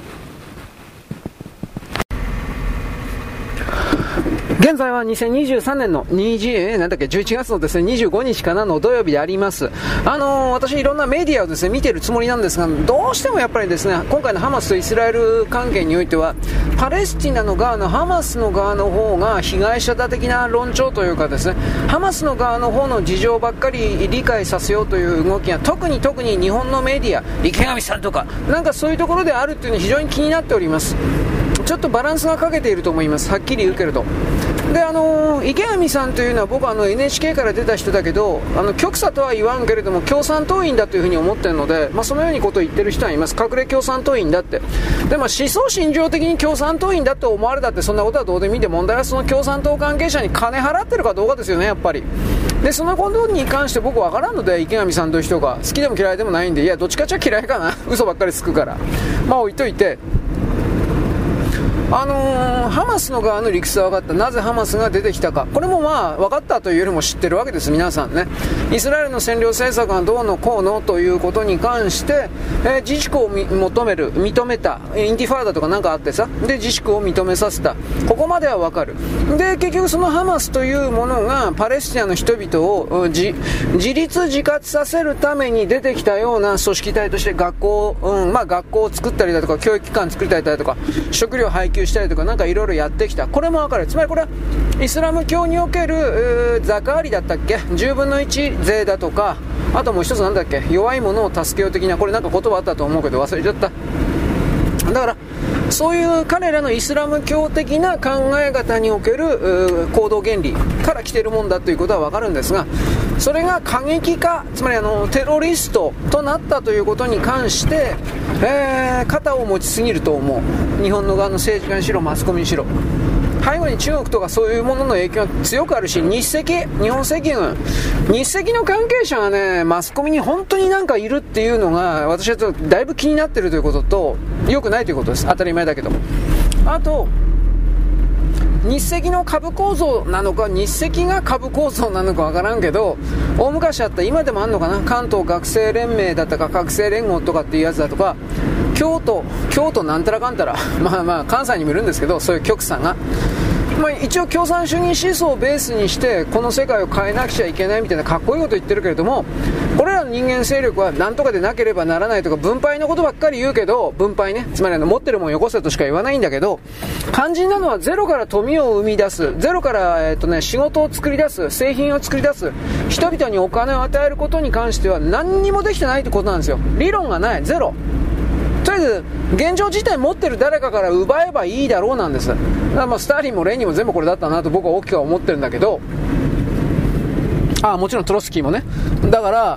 現在は2023年の11月のですね、25日かなの土曜日であります。私いろんなメディアをですね、見ているつもりなんですが、どうしてもやっぱりですね、今回のハマスとイスラエル関係においては、パレスチナの側のハマスの側の方が被害者だ的な論調というかですね、ハマスの側の方の事情ばっかり理解させようという動きが、特に日本のメディア、池上さんとか、なんかそういうところであるっていうのは非常に気になっております。ちょっとバランスが欠けていると思います。はっきり言うけれど。で、池上さんというのは僕はNHK から出た人だけど、極左とは言わんけれども共産党員だというふうに思っているので、そのようにことを言ってる人はいます。隠れ共産党員だって。で、思想信条的に共産党員だと思われたって、そんなことはどうでもいいで、問題はその共産党関係者に金払ってるかどうかですよね、やっぱり。で、そのことに関して僕わからんので、池上さんという人が好きでも嫌いでもないんで、いやどっちかっちゃ嫌いかな嘘ばっかりつくから、置いといて、ハマスの側の理屈は分かった。なぜハマスが出てきたか、これも分かったというよりも知ってるわけです、皆さんね。イスラエルの占領政策がどうのこうのということに関して、自粛を認めた、インティファーダとかなんかあってさ、で自粛を認めさせた、ここまでは分かる。で、結局そのハマスというものがパレスチナの人々を自立自活させるために出てきたような組織体として、学校を作ったりだとか、教育機関作りたりだとか、食料配給したりとか、なんかいろいろやってきた。これも分かる。つまりこれはイスラム教におけるザカーリだったっけ、10分の1税だとか、あともう一つなんだっけ、弱い者を助けよう的な、これなんか言葉あったと思うけど忘れちゃった。だからそういう彼らのイスラム教的な考え方における行動原理から来ているもんだということは分かるんですが、それが過激化、つまりテロリストとなったということに関して、肩を持ちすぎると思う。日本の側の政治家にしろマスコミにしろ。背後に中国とかそういうものの影響が強くあるし、日本赤軍、日赤の関係者がね、マスコミに本当になんかいるっていうのが、私はだいぶ気になってるということと、良くないということです。当たり前だけど。あと、日赤の株構造なのか、日赤が株構造なのかわからんけど、大昔あった、今でもあんのかな、関東学生連盟だったか学生連合とかっていうやつだとか、京都なんたらかんたら関西にもいるんですけど、そういう極左が、一応共産主義思想をベースにしてこの世界を変えなくちゃいけないみたいなかっこいいこと言ってるけれども、これらの人間勢力は何とかでなければならないとか、分配のことばっかり言うけど、分配ね、つまり持ってるもんよこせとしか言わないんだけど、肝心なのはゼロから富を生み出す、ゼロから、仕事を作り出す、製品を作り出す、人々にお金を与えることに関しては何にもできてないってことなんですよ。理論がない、ゼロ。とりあえず現状自体持ってる誰かから奪えばいいだろうなんです。だからスターリンもレーニンも全部これだったなと僕は大きくは思ってるんだけど、もちろんトロツキーもね。だから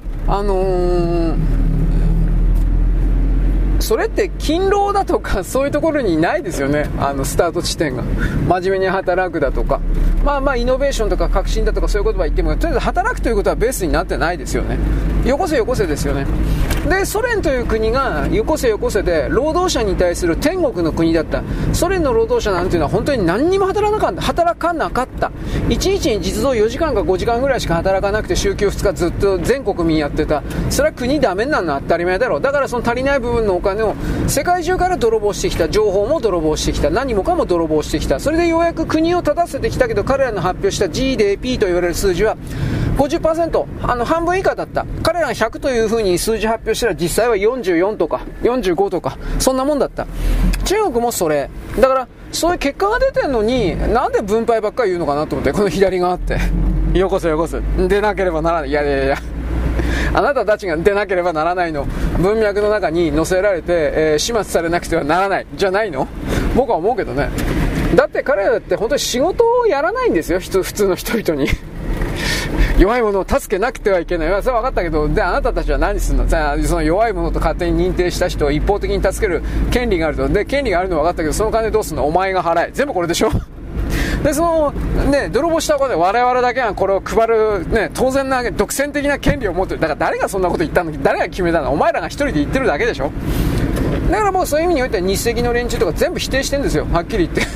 それって勤労だとかそういうところにないですよね。スタート地点が真面目に働くだとか、イノベーションとか革新だとかそういう言葉言っても、とりあえず働くということはベースになってないですよね。よこせよこせですよね。 で、ソ連という国がよこせよこせで労働者に対する天国の国だった。ソ連の労働者なんていうのは本当に何にも働かなかった。1日に実働4時間か5時間ぐらいしか働かなくて週休2日ずっと全国民やってた。それは国ダメになるのは当たり前だろう。だからその足りない部分のお金を世界中から泥棒してきた。情報も泥棒してきた。何もかも泥棒してきた。それでようやく国を立たせてきたけど、彼らの発表した GDP と言われる数字は50%、半分以下だった。彼らが100という風に数字発表したら実際は44とか45とかそんなもんだった。中国もそれだから、そういう結果が出てんのになんで分配ばっかり言うのかなと思って、この左側ってよこせよこせ出なければならない。いやあなたたちが出なければならないの文脈の中に載せられて、始末されなくてはならないじゃないの。僕は思うけどね。だって彼らだって本当に仕事をやらないんですよ、普通の人々に弱い者を助けなくてはいけない。それは分かったけど、であなたたちは何するの。その弱い者と勝手に認定した人を一方的に助ける権利があると。で権利があるのは分かったけど、その金どうするの。お前が払え。全部これでしょでそのね、泥棒したことで我々だけがこれを配る、ね、当然な独占的な権利を持ってる。だから誰がそんなこと言ったの。誰が決めたの。お前らが一人で言ってるだけでしょ。だからもうそういう意味においては日赤の連中とか全部否定してるんですよ、はっきり言って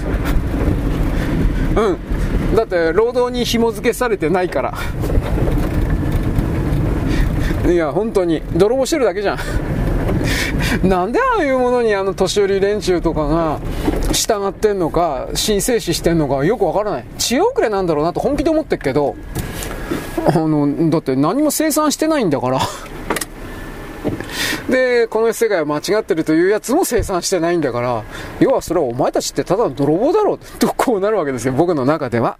だって労働に紐付けされてないからいや本当に泥棒してるだけじゃんなんでああいうものに年寄り連中とかが従ってんのか神聖視してんのかよくわからない。知恵遅れなんだろうなと本気で思ってるけど、だって何も生産してないんだからでこの世界は間違ってるというやつも生産してないんだから、要はそれはお前たちってただの泥棒だろうとこうなるわけですよ、僕の中では。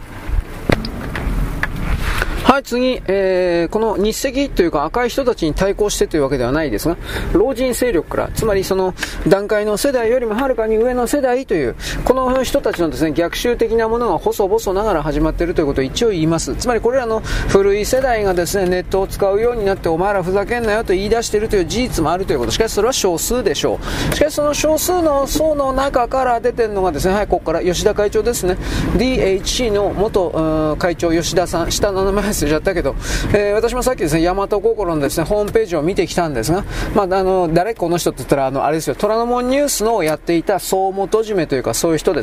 はい、次、この日赤というか赤い人たちに対抗してというわけではないですが、老人勢力から、つまりその段階の世代よりもはるかに上の世代というこの人たちのですね、逆襲的なものが細々ながら始まっているということを一応言います。つまりこれらの古い世代がですね、ネットを使うようになってお前らふざけんなよと言い出しているという事実もあるということ。しかしそれは少数でしょう。しかしその少数の層の中から出てるのがですね、はい、ここから吉田会長ですね。 DHC の元会長吉田さん、下の名前忘れちゃったけど、私もさっきですね、大和心のですね、ホームページを見てきたんですが、誰この人って言ったら、あれですよ、虎ノ門ニュースのやっていた総元締めというか、そういう人です。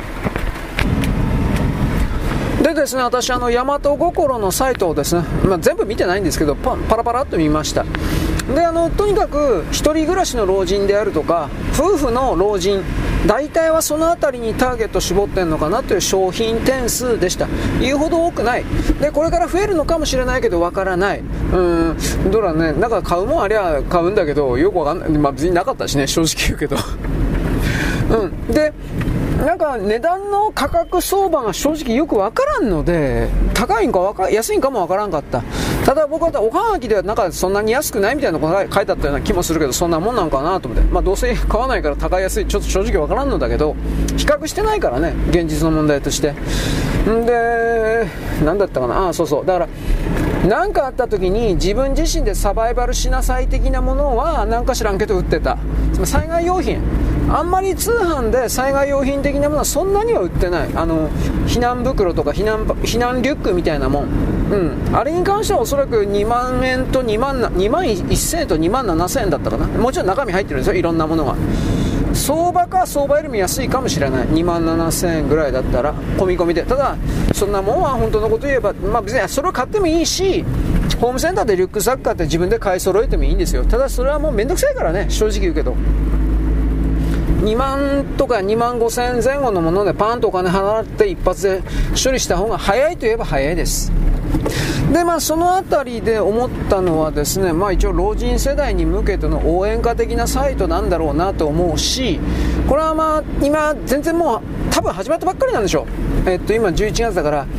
でですね、私大和心のサイトをですね、全部見てないんですけど、パラパラっと見ました。でとにかく一人暮らしの老人であるとか夫婦の老人、大体はそのあたりにターゲット絞ってんのかなという商品点数でした。言うほど多くない。でこれから増えるのかもしれないけどわからない。どらね、なんか買うもんありゃ買うんだけどよくわかんない。別になかったしね、正直言うけどでなんか値段の価格相場が正直よくわからんので、高いんか安いんかもわからんかった。ただ僕はおはがきではなんかそんなに安くないみたいなことが書いてあったような気もするけど、そんなもんなんかなと思って、どうせ買わないから高い安いちょっと正直わからんのだけど、比較してないからね、現実の問題として。で何だったかな、そうだから何かあった時に自分自身でサバイバルしなさい的なものは何か知らんけど売ってた。つまり災害用品、あんまり通販で災害用品的なものはそんなには売ってない。避難袋とか避難リュックみたいなもん、あれに関してはおそらく2万円と2万1000円と2万7000円だったかな。もちろん中身入ってるんですよ、いろんなものが。相場よりも安いかもしれない。2万7000円ぐらいだったら込み込みで。ただそんなもんは本当のこと言えば、別にそれを買ってもいいし、ホームセンターでリュックサック買って自分で買い揃えてもいいんですよ。ただそれはもうめんどくさいからね、正直言うけど。2万とか2万5千円前後のものでパーンとお金払って一発で処理した方が早いといえば早いです。でそのあたりで思ったのはですね、一応老人世代に向けての応援歌的なサイトなんだろうなと思うし、これは今全然もう多分始まったばっかりなんでしょう。今11月だから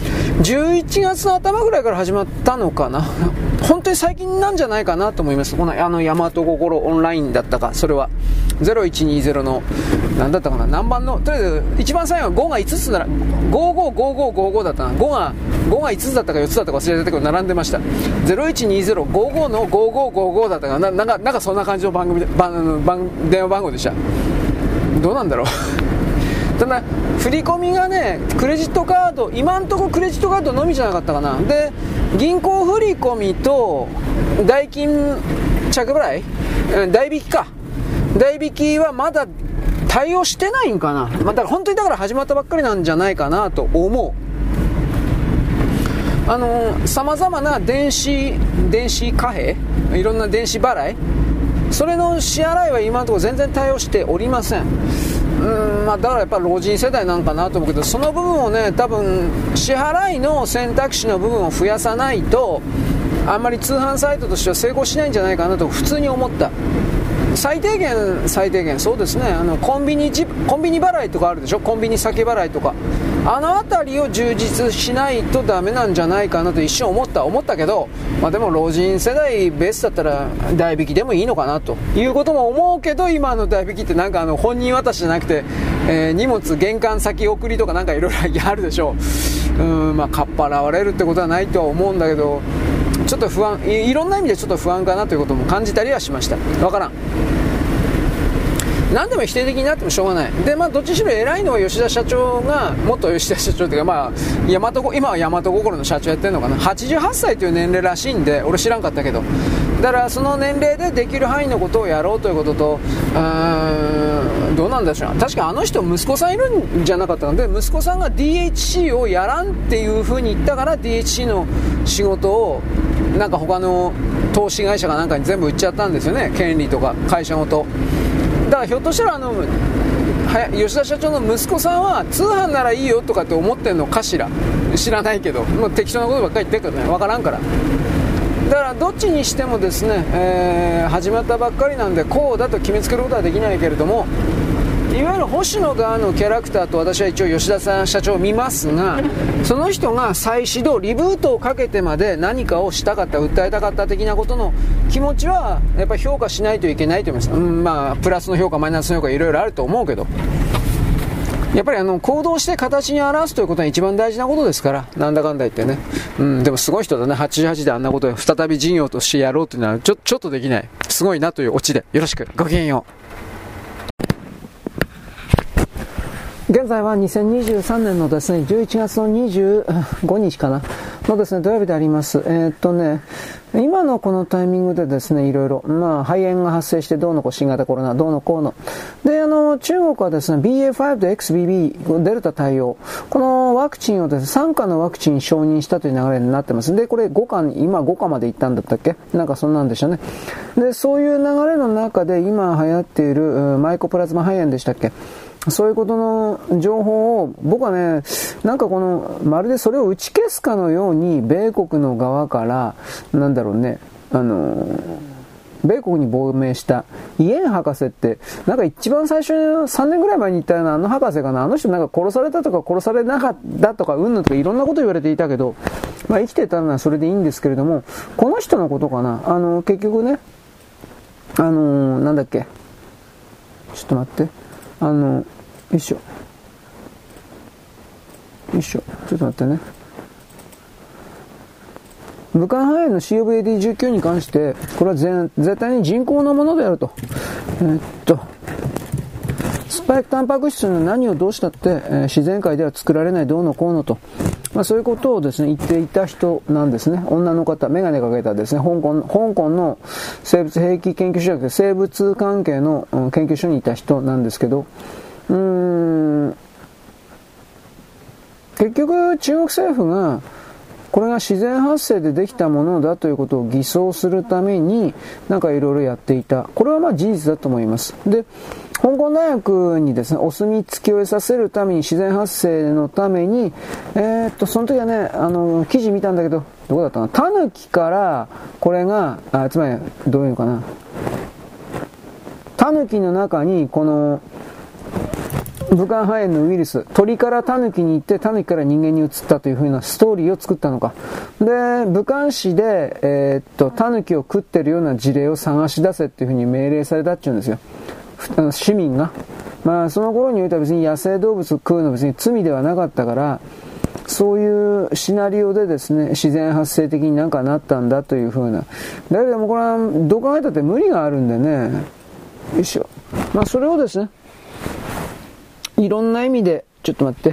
11月の頭ぐらいから始まったのかな。本当に最近なんじゃないかなと思います。この大和心オンラインだったか、それは0120の何だったかな、何番の、とりあえず一番最後は5が5つなら555555だったな。5が5つだったか4つだったか忘れちゃったけど並んでました。012055の5555だったかな、なんかそんな感じの電話番号でした。どうなんだろうただ振り込みがね、クレジットカード、今んとこクレジットカードのみじゃなかったかな。で銀行振り込みと代金着払い、代引きか。代引きはまだ対応してないんかな。だから本当にだから始まったばっかりなんじゃないかなと思う。様々な電子貨幣、いろんな電子払い、それの支払いは今のところ全然対応しておりません。だからやっぱり老人世代なんかなと思うけど、その部分をね、多分支払いの選択肢の部分を増やさないとあんまり通販サイトとしては成功しないんじゃないかなと普通に思った。最低限そうですね、コンビニ払いとかあるでしょ、コンビニ先払いとか、あの辺りを充実しないとダメなんじゃないかなと一瞬思ったけど、でも老人世代ベースだったら代引きでもいいのかなということも思うけど、今の代引きってなんか本人渡しじゃなくて、荷物玄関先送りとかなんかいろいろあるでしょう。かっぱらわれるってことはないとは思うんだけど、ちょっと不安、いろんな意味でちょっと不安かなということも感じたりはしました。わからん、何でも否定的になってもしょうがない。で、どっちにしろ偉いのは吉田社長が、元吉田社長というか、今は大和心の社長やってるのかな。88歳という年齢らしいんで、俺知らんかったけど、だからその年齢でできる範囲のことをやろうということと、どうなんでしょう。確かあの人息子さんいるんじゃなかったので、息子さんが DHC をやらんっていう風に言ったから DHC の仕事をなんか他の投資会社かなんかに全部売っちゃったんですよね、権利とか会社ごと。だからひょっとしたら吉田社長の息子さんは通販ならいいよとかって思ってんのかしら、知らないけど、適当なことばっかり言ってるからね、分からんから。だからどっちにしてもですね、始まったばっかりなんでこうだと決めつけることはできないけれども、いわゆる星野側のキャラクターと私は一応吉田さん社長を見ますが、その人が再始動リブートをかけてまで何かをしたかった、訴えたかった的なことの気持ちはやっぱり評価しないといけないと思います。プラスの評価マイナスの評価いろいろあると思うけど、やっぱり行動して形に表すということが一番大事なことですから、なんだかんだ言ってね。でもすごい人だね。88であんなことを再び事業としてやろうというのはちょっとできない。すごいなというオチでよろしく。ごきげんよう。現在は2023年のですね、11月の25日かなのですね、土曜日であります。今のこのタイミングでですね、いろいろ、肺炎が発生してどうのこう新型コロナ、どうのこうの。で、中国はですね、BA.5 と XBB、デルタ対応。このワクチンをですね、3価のワクチン承認したという流れになってます。で、これ5価、今5価まで行ったんだったっけ？なんかそんなんでしたね。で、そういう流れの中で今流行っているマイコプラズマ肺炎でしたっけ？そういうことの情報を僕はね、なんかまるでそれを打ち消すかのように米国の側からなんだろうね、米国に亡命したイエン博士って、なんか一番最初に3年ぐらい前に言ったような博士かな、あの人なんか殺されたとか殺されなかったとかうんぬとかいろんなこと言われていたけど、生きてたのはそれでいいんですけれども、この人のことかな、結局ね、なんだっけ、ちょっと待って、よいしょ、ちょっと待ってね。武漢肺炎の COVID-19 に関して、これは絶対に人工のものであると。スパイクタンパク質の何をどうしたって、自然界では作られないどうのこうのと。そういうことをですね、言っていた人なんですね。女の方、メガネかけたですね、香港の生物兵器研究所じゃなくて生物関係の研究所にいた人なんですけど、結局中国政府がこれが自然発生でできたものだということを偽装するためになんかいろいろやっていた。これは事実だと思います。で、香港大学にですね、お墨付きを得させるために、自然発生のために、その時はね、記事見たんだけど、どこだったかな、タヌキからこれが、つまりどういうのかな、タヌキの中にこの武漢肺炎のウイルス、鳥からタヌキに行ってタヌキから人間に移ったという風なストーリーを作ったのか。で、武漢市で、タヌキを食ってるような事例を探し出せっていう風に命令されたっていうんですよ。市民が。その頃においては別に野生動物食うの別に罪ではなかったから、そういうシナリオでですね、自然発生的になんかなったんだという風な。だけどもこれはどう考えたって無理があるんでね。よいしょ。それをですね、いろんな意味で、ちょっと待って。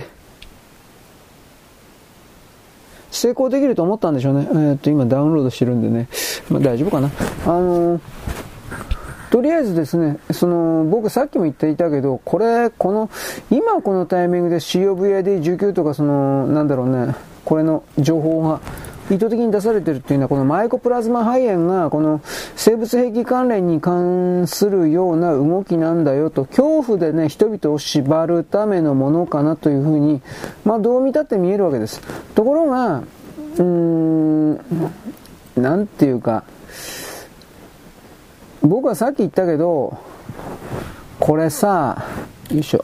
成功できると思ったんでしょうね。今ダウンロードしてるんでね。大丈夫かな。 とりあえずですね、僕さっきも言っていたけど、今このタイミングで COVID-19 とかこれの情報が意図的に出されているっていうのは、このマイコプラズマ肺炎がこの生物兵器関連に関するような動きなんだよと、恐怖でね、人々を縛るためのものかなというふうに、どう見たって見えるわけです。ところが、なんていうか、僕はさっき言ったけど、これさ、よいしょ。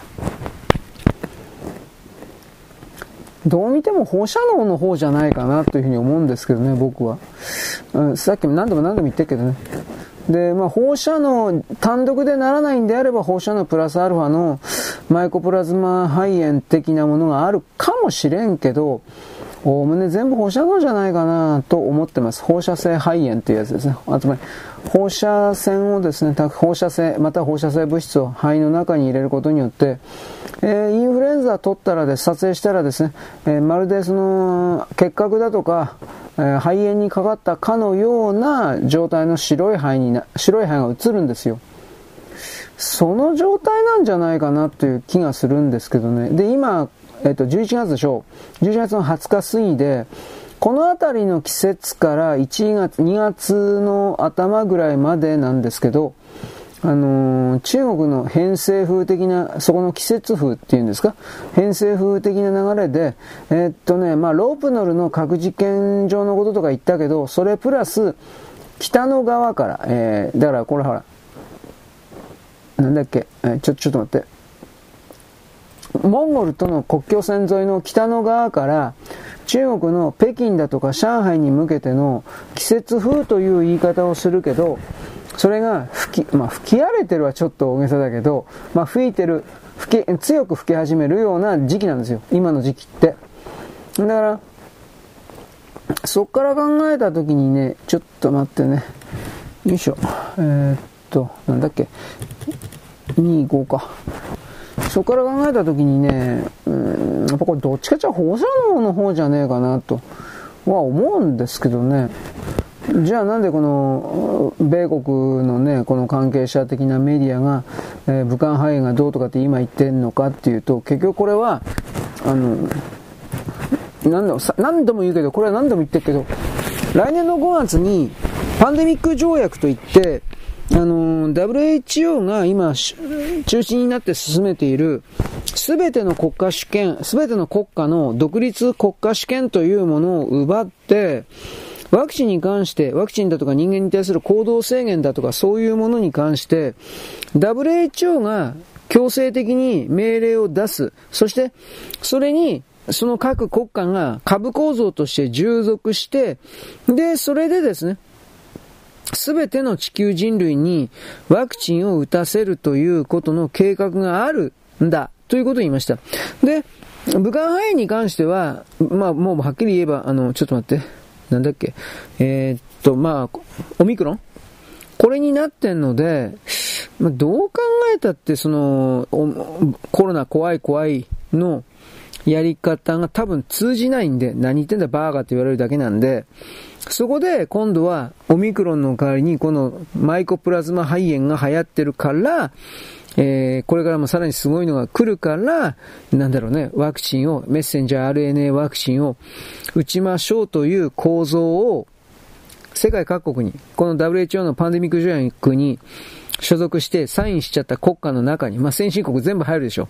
どう見ても放射能の方じゃないかなというふうに思うんですけどね、僕は。さっきも何度も言ってるけどね。で、放射能、単独でならないんであれば放射能プラスアルファのマイコプラズマ肺炎的なものがあるかもしれんけど、おおむね全部放射能じゃないかなと思ってます。放射性肺炎っていうやつですね。つまり、放射線をですね、放射性、または放射性物質を肺の中に入れることによって、インフルエンザ撮影したらですね、まるで結核だとか、肺炎にかかったかのような状態の白い肺が映るんですよ。その状態なんじゃないかなという気がするんですけどね。で、今、11月でしょう。11月の20日過ぎで、このあたりの季節から1月、2月の頭ぐらいまでなんですけど、中国の偏西風的な、そこの季節風っていうんですか、偏西風的な流れで、ロープノルの核実験場のこととか言ったけど、それプラス、北の側から、だからこれほら、なんだっけ、ちょっと待って。モンゴルとの国境線沿いの北の側から中国の北京だとか上海に向けての季節風という言い方をするけど、それが吹き荒れてるはちょっと大げさだけど、強く吹き始めるような時期なんですよ、今の時期って。だからそっから考えた時にね、ちょっと待ってね、よいしょ、なんだっけ、25か。そこから考えたときにね、やっぱこれどっちかっていうと放射能の方じゃねえかなとは思うんですけどね。じゃあなんでこの米国のね、この関係者的なメディアが、武漢肺炎がどうとかって今言ってんのかっていうと、結局これは何度も言うけど、これは何度も言ってるけど、来年の5月にパンデミック条約といって、WHO が今中心になって進めているすべての国家主権、すべての国家の独立国家主権というものを奪って、ワクチンに関して、ワクチンだとか人間に対する行動制限だとかそういうものに関して、WHO が強制的に命令を出す。そして、それに、その各国家が下部構造として従属して、で、それでですね、すべての地球人類にワクチンを打たせるということの計画があるんだということを言いました。で、武漢肺炎に関しては、もうはっきり言えば、ちょっと待って、なんだっけ、オミクロンこれになってんので、どう考えたってコロナ怖いのやり方が多分通じないんで、何言ってんだバーガーって言われるだけなんで、そこで今度はオミクロンの代わりにこのマイコプラズマ肺炎が流行ってるから、これからもさらにすごいのが来るから、ワクチンを、メッセンジャー RNA ワクチンを打ちましょうという構造を世界各国に、この WHO のパンデミック条約に所属してサインしちゃった国家の中に、先進国全部入るでしょ。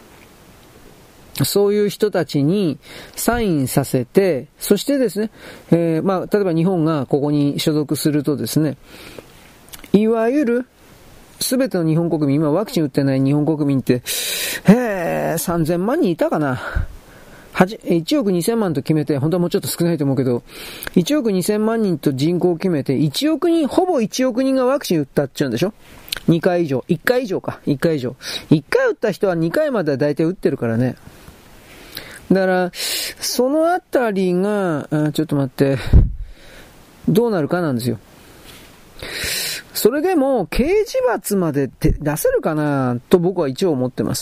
そういう人たちにサインさせて、そしてですね、例えば日本がここに所属するとですね、いわゆるすべての日本国民、今ワクチン打ってない日本国民って、3000万人いたかな。1億2000万と決めて、本当はもうちょっと少ないと思うけど、1億2000万人と人口を決めて、ほぼ1億人がワクチン打ったっちゃうんでしょ ?2 回以上。1回以上か。1回以上。1回打った人は2回までは大体打ってるからね。だから、そのあたりが、ちょっと待って、どうなるかなんですよ。それでも、刑事罰まで出せるかなと僕は一応思ってます。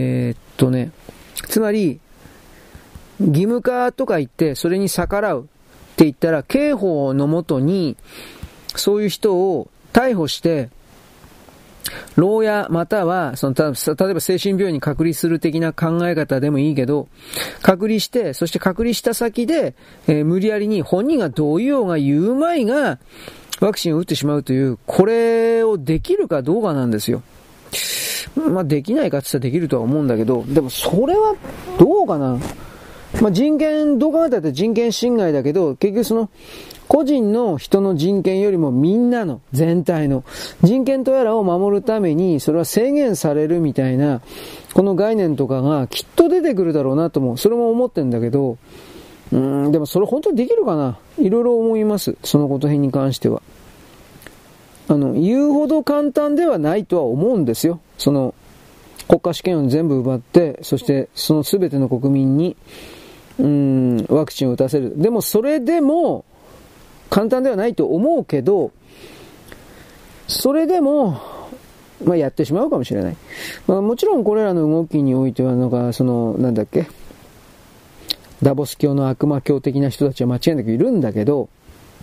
つまり、義務化とか言って、それに逆らうって言ったら、刑法のもとに、そういう人を逮捕して、牢屋または例えば精神病院に隔離する的な考え方でもいいけど、隔離して、そして隔離した先で、無理やりに本人がどう言おうが言うまいがワクチンを打ってしまうという、これをできるかどうかなんですよ。まあできないかって言ったらできるとは思うんだけど、でもそれはどうかな。まあ人権、どう考えたって人権侵害だけど、結局その個人の人の人権よりもみんなの全体の人権とやらを守るためにそれは制限されるみたいなこの概念とかがきっと出てくるだろうなとも、それも思ってんだけど、でもそれ本当にできるかな。いろいろ思います。そのこと辺に関しては。言うほど簡単ではないとは思うんですよ。その国家試験を全部奪って、そしてその全ての国民にワクチンを打たせる。でもそれでも簡単ではないと思うけど、それでもまあやってしまうかもしれない。まあもちろんこれらの動きにおいてはなんだっけ、ダボス教の悪魔教的な人たちは間違いなくいるんだけど、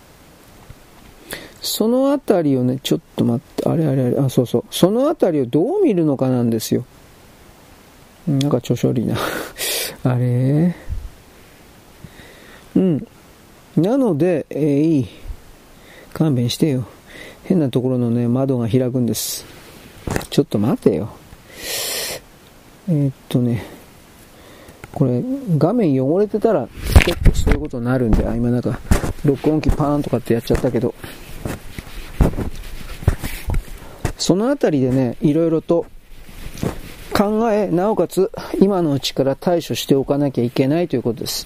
そのあたりをね、ちょっと待って、そのあたりをどう見るのかなんですよ。なんか調子悪いなあれなので、いい勘弁してよ。変なところのね、窓が開くんです。ちょっと待てよ。これ画面汚れてたら結構そういうことになるんで、今なんか録音機パーンとかってやっちゃったけど、そのあたりでね、いろいろと考え、なおかつ今のうちから対処しておかなきゃいけないということです。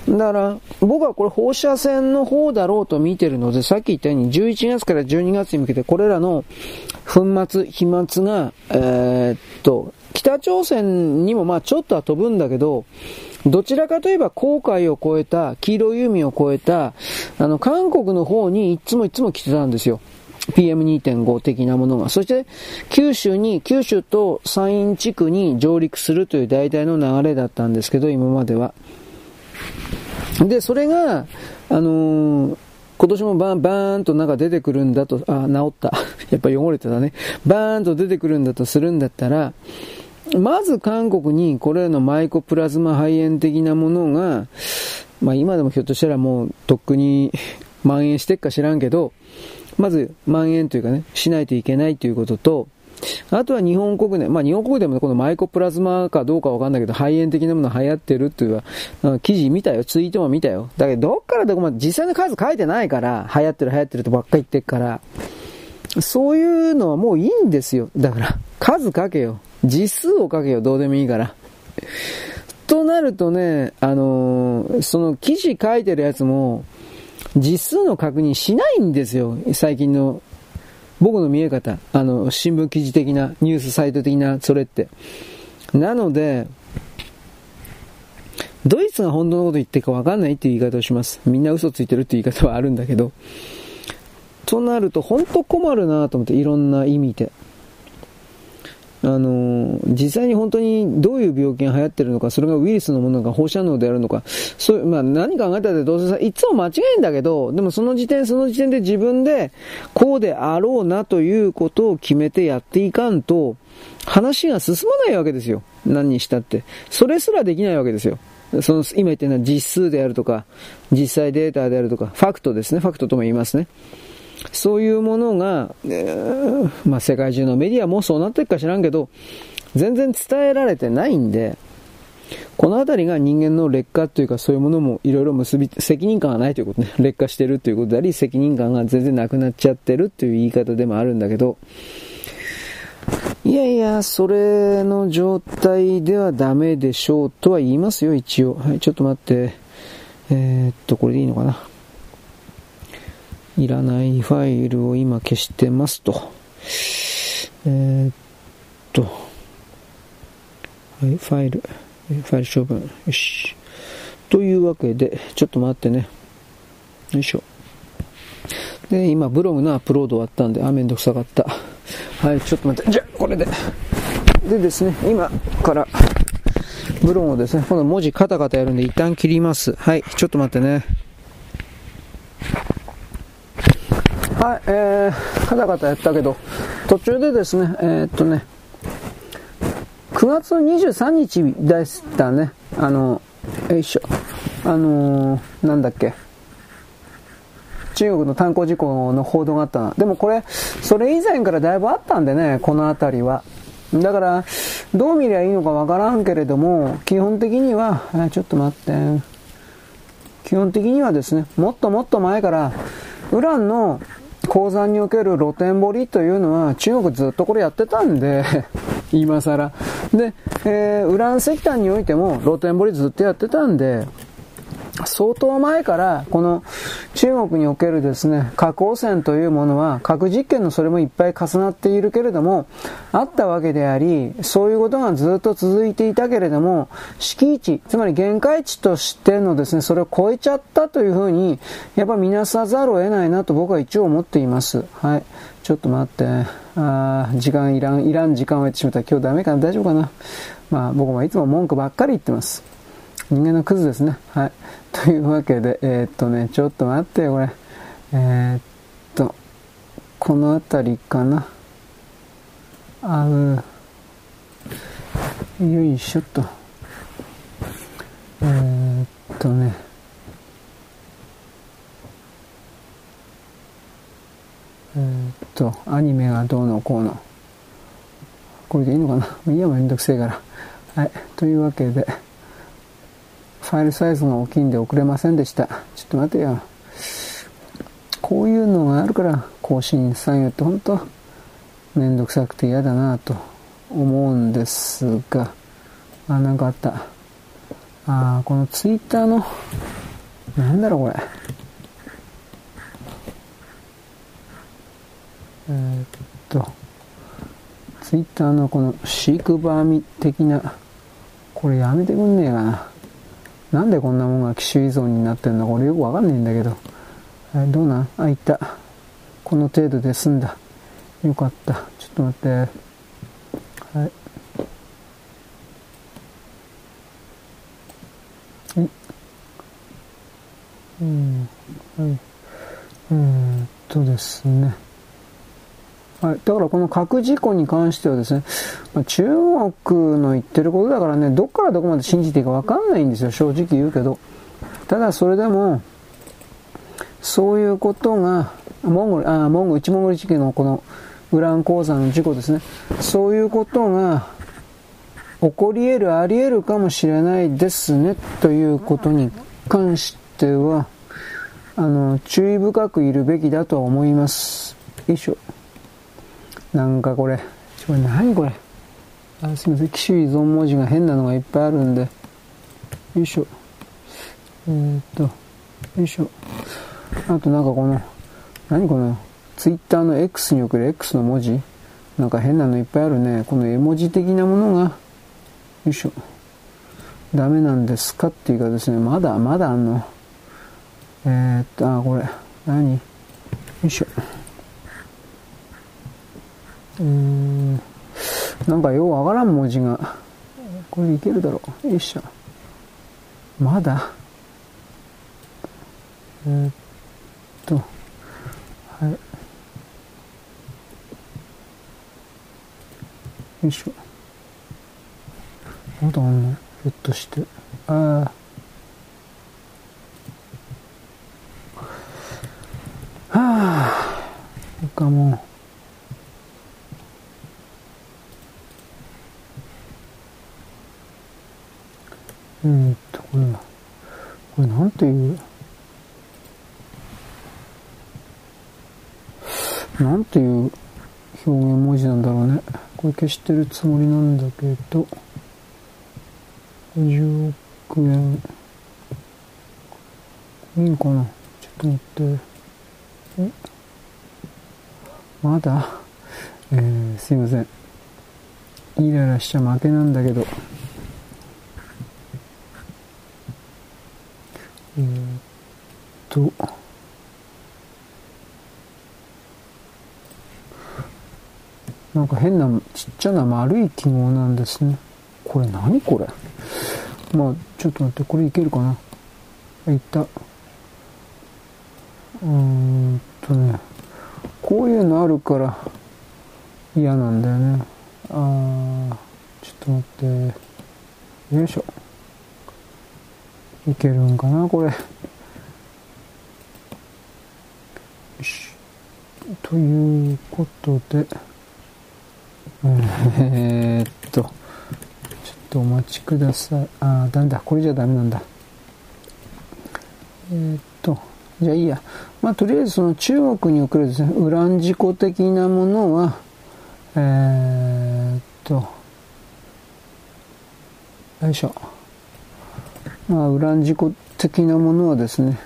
だから僕はこれ放射線の方だろうと見てるので、さっき言ったように11月から12月に向けてこれらの粉末、飛沫が北朝鮮にもまあちょっとは飛ぶんだけど、どちらかといえば黄海を越えた、黄色い海を越えた韓国の方にいつも来てたんですよ。PM2.5 的なものが。そして九州と山陰地区に上陸するという大体の流れだったんですけど、今までは。で、それが今年もバーンとなんか出てくるんだと、治った。やっぱ汚れてたね。バーンと出てくるんだとするんだったら、まず韓国にこれらのマイコプラズマ肺炎的なものが、まあ今でもひょっとしたらもうとっくに蔓延してっか知らんけど、まず蔓延というかね、しないといけないということと、あとは日本国内、まあ日本国でもこのマイコプラズマかどうかわかんないけど、肺炎的なもの流行ってるっていう記事見たよ、ツイートも見たよ。だけどどっからどこまで実際の数書いてないから、流行ってるとばっかり言ってっから、そういうのはもういいんですよ。だから数書けよ、実数を書けよ、どうでもいいから。となるとね、その記事書いてるやつも実数の確認しないんですよ。最近の僕の見え方、新聞記事的なニュースサイト的なそれって。なのでドイツが本当のこと言ってるか分かんないっていう言い方をします。みんな嘘ついてるっていう言い方はあるんだけど、となると本当困るなと思って、いろんな意味で。実際に本当にどういう病気が流行ってるのか、それがウイルスのものが放射能であるのか、そういう、まあ何考えたってどうせさ、いつも間違えんだけど、でもその時点で自分でこうであろうなということを決めてやっていかんと、話が進まないわけですよ。何にしたって。それすらできないわけですよ。今言ったような実数であるとか、実際データであるとか、ファクトですね。ファクトとも言いますね。そういうものが、まあ世界中のメディアもそうなってるか知らんけど、全然伝えられてないんで、このあたりが人間の劣化というか、そういうものもいろいろ責任感がないということね。劣化してるということであり、責任感が全然なくなっちゃってるという言い方でもあるんだけど、いやいや、それの状態ではダメでしょうとは言いますよ、一応。はい、ちょっと待って。これでいいのかな。いらないファイルを今消してますと。はい、ファイル処分。よし。というわけで、ちょっと待ってね。よいしょ。で、今、ブログのアップロード終わったんで、めんどくさかった。はい、ちょっと待って。じゃあ、これで。でですね、今から、ブログをですね、今度文字カタカタやるんで、一旦切ります。はい、ちょっと待ってね。 はい、カタカタやったけど、途中でですね、9月23日でしたね。よいしょ。なんだっけ。中国の炭鉱事故の報道があったな。でもこれ、それ以前からだいぶあったんでね、この辺りは。だから、どう見りゃいいのかわからんけれども、基本的には、ちょっと待って。基本的にはですね、もっともっと前から、ウランの鉱山における露天掘りというのは、中国ずっとこれやってたんで、今更。で、ウラン石炭においても露天掘りずっとやってたんで、相当前からこの中国におけるですね、核汚染というものは核実験のそれもいっぱい重なっているけれどもあったわけであり、そういうことがずっと続いていたけれども、敷地、つまり限界値としてのですね、それを超えちゃったというふうにやっぱ見なさざるを得ないなと僕は一応思っています。はい、ちょっと待って、時間いらん時間をやってしまった。今日ダメかな、大丈夫かな。まあ僕もいつも文句ばっかり言ってます。人間のクズですね。はい。というわけで、ちょっと待ってよ、これ。この辺りかな。よいしょっと。アニメがどうのこうの。これでいいのかな。いや、めんどくせえから。はい。というわけで。ファイルサイズが大きいんで送れませんでした。ちょっと待てよ。こういうのがあるから更新作業って本当めんどくさくて嫌だなと思うんですが、なんかあった。このツイッターのなんだろうこれ。ツイッターのこの飼育バーミ的なこれやめてくんねえかな。なんでこんなもんが機種依存になってんのか俺よくわかんないんだけど。どうなん？いた。この程度で済んだ。よかった。ちょっと待って。はい。ですね。はい。だからこの核事故に関してはですね、中国の言ってることだからね、どっからどこまで信じていいかわかんないんですよ、正直言うけど。ただそれでも、そういうことが、内モンゴル地区のこのウラン鉱山の事故ですね、そういうことが起こり得る、あり得るかもしれないですね、ということに関しては、注意深くいるべきだとは思います。よいしょ。なんかこれ何これ。すみません。機種依存文字が変なのがいっぱいあるんで。よいしょ。よいしょ。あとなんかこの、何この、ツイッターの X に送る X の文字なんか変なのいっぱいあるね。この絵文字的なものが、よいしょ。ダメなんですかっていうかですね、まだあんの。これ、何？よいしょ。なんかようわからん文字が、これいけるだろう。よいしょ。まだはい。よいしょ。まだあんの？ひょっとして。なんかもう。これなんていう表現文字なんだろうね。これ消してるつもりなんだけど、50億円。いいんかな？ちょっと待って。まだすいません。イライラしちゃ負けなんだけど。なんか変なちっちゃな丸い記号なんですね。これ何これ。まあちょっと待って、これいけるかな。いった。 こういうのあるから嫌なんだよね。ちょっと待って。よいしょ。いけるんかな、これ。よし。ということで、ちょっとお待ちください。なんだ、これじゃダメなんだ。じゃあいいや。まあ、とりあえずその中国におけるですね、ウラン事故的なものは、よいしょ。まあ、ウラン事故的なものはですね、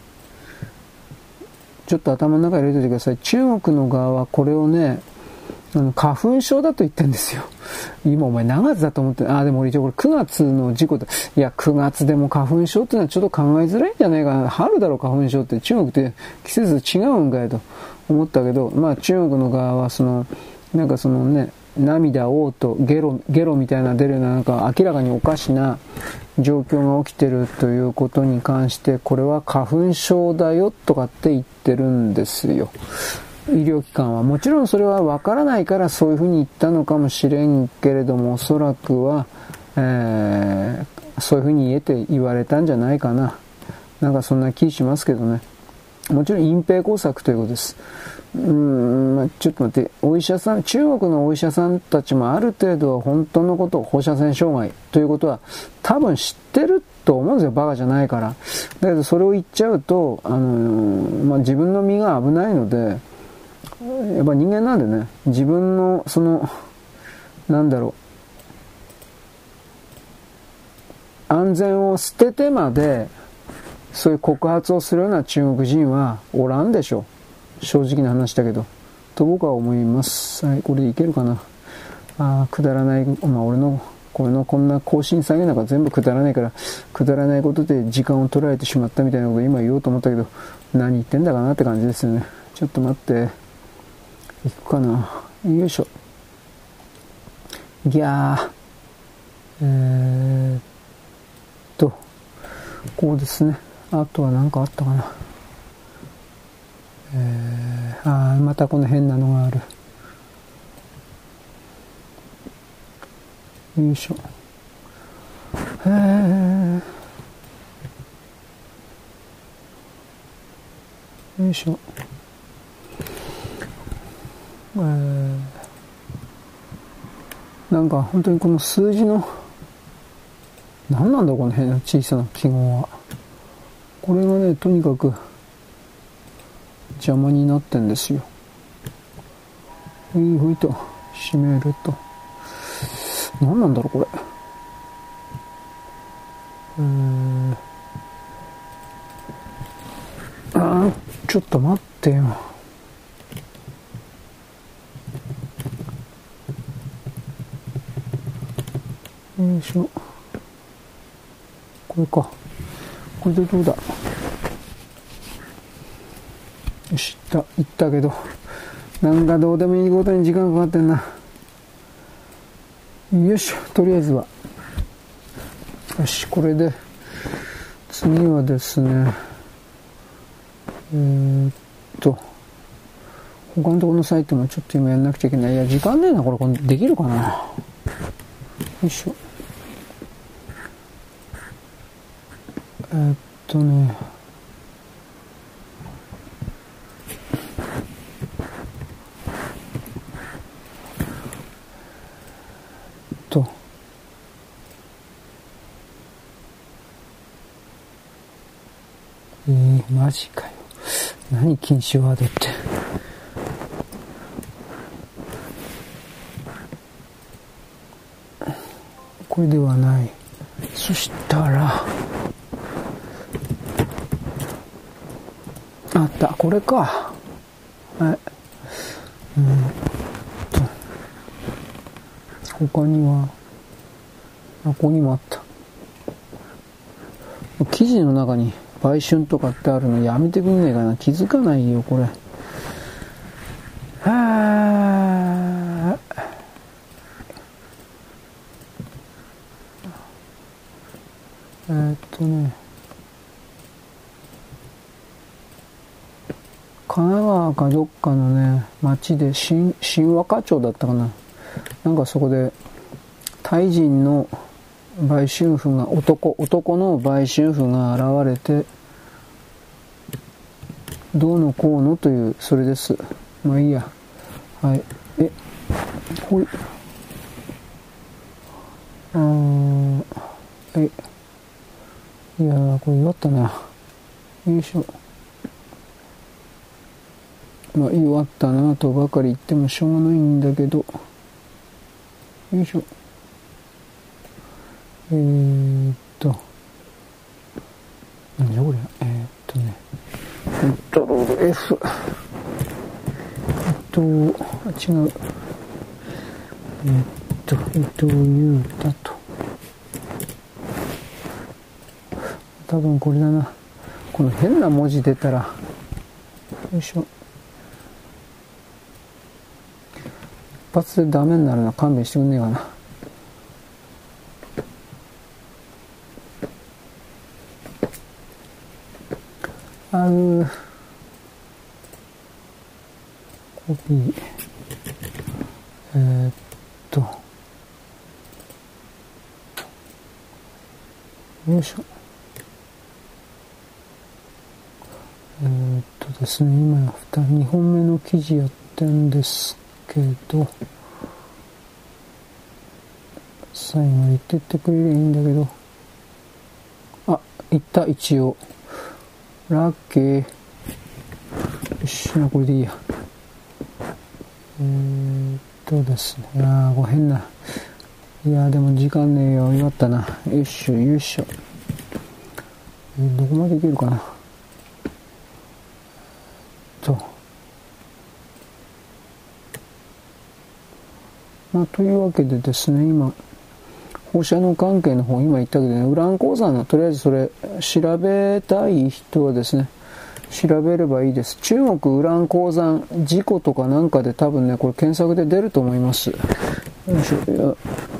ちょっと頭の中に入れておいてください。中国の側はこれをね、花粉症だと言ってるんですよ。今お前何月だと思って、でも俺一応これ9月の事故だ。いや、9月でも花粉症ってのはちょっと考えづらいんじゃないかな。春だろ花粉症って。中国って季節違うんかよと思ったけど、まあ中国の側はなんか涙、嘔吐、ゲロみたいな出るような、なんか明らかにおかしな状況が起きてるということに関して、これは花粉症だよとかって言ってるんですよ。医療機関は。もちろんそれはわからないからそういうふうに言ったのかもしれんけれども、おそらくは、そういうふうに言われたんじゃないかな。なんかそんな気しますけどね。もちろん隠蔽工作ということです。ちょっと待って、中国のお医者さんたちもある程度は本当のことを放射線障害ということは多分知ってると思うんですよ。バカじゃないから。だけどそれを言っちゃうと、自分の身が危ないので、やっぱ人間なんでね、自分の安全を捨ててまでそういう告発をするような中国人はおらんでしょう。正直な話だけどと僕は思います。はい、これでいけるかな。くだらない、俺のこんな更新作業なんか全部くだらないから、くだらないことで時間を取られてしまったみたいなことを今言おうと思ったけど、何言ってんだかなって感じですよね。ちょっと待って、いくかな。よいしょ。ギャー。こうですね。あとは何かあったかな。またこの変なのがある。よいしょ。よいしょ。なんか本当にこの数字の何なんだこの変な小さな記号は。これがね、とにかく邪魔になってんですよ。ほいと閉めると。何なんだろうこれ。ちょっと待ってよ。よいしょ。これか。これでどうだ。よし、いったけど、なんかどうでもいいことに時間かかってんな。よし、とりあえずは。よし、これで、次はですね、他のところのサイトもちょっと今やんなくちゃいけない。いや、時間ねえな、これできるかな。よいしょ。マジかよ。何禁止ワードって。これではない。そしたら、あった、これか。はい。他には、ここにもあった。記事の中に売春とかってあるのやめてくんねえかな。気づかないよこれ。 神奈川かどっかのね、町で新和歌町だったかな。なんかそこで、タイ人の売春婦が、男の売春婦が現れて、どうのこうのという、それです。まあいいや。はい。ほい。いやー、これ弱ったな。よいしょ。まあ弱ったなとばかり言ってもしょうがないんだけど。よいしょ。なんじゃこれ。ロード F。違う。伊藤優太と。多分これだな。この変な文字出たら。よいしょ。一発でダメになるな。勘弁してくんねえかな。コピー。よいしょ。ですね、今2本目の記事やってるんですけど、最後言ってってくれりゃいいんだけど、言った、一応。ラッキー。よし、これでいいや。ですね。いやー、これ変な。いやー、でも時間ねえよ。よかったな。よいしょ、よいしょ。どこまでいけるかな。まあ、というわけでですね、今、放射能関係の方、今言ったけどね、ウラン鉱山の、とりあえずそれ、調べたい人はですね、調べればいいです。中国ウラン鉱山事故とかなんかで多分ね、これ検索で出ると思います。よいしょ。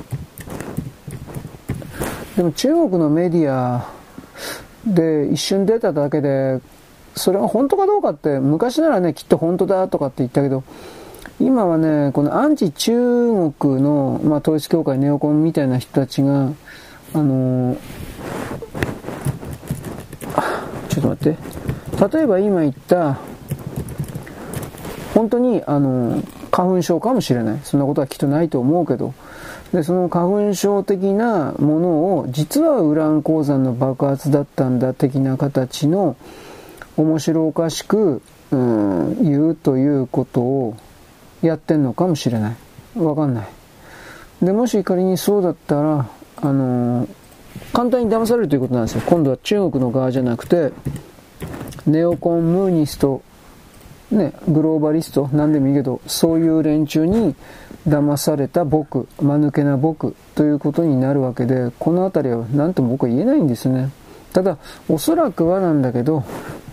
でも中国のメディアで一瞬出ただけで、それが本当かどうかって、昔ならね、きっと本当だとかって言ったけど、今はね、このアンチ中国の、統一教会ネオコンみたいな人たちが、ちょっと待って。例えば今言った、本当に、花粉症かもしれない。そんなことはきっとないと思うけど。で、その花粉症的なものを、実はウラン鉱山の爆発だったんだ的な形の、面白おかしく、言うということをやってんのかもしれない。わかんない。で、もし仮にそうだったら、簡単に騙されるということなんですよ。今度は中国の側じゃなくて、ネオコン、ムーニスト、ね、グローバリスト、なんでもいいけど、そういう連中に騙された僕、間抜けな僕ということになるわけで、このあたりは何とも僕は言えないんですね。ただ、おそらくはなんだけど、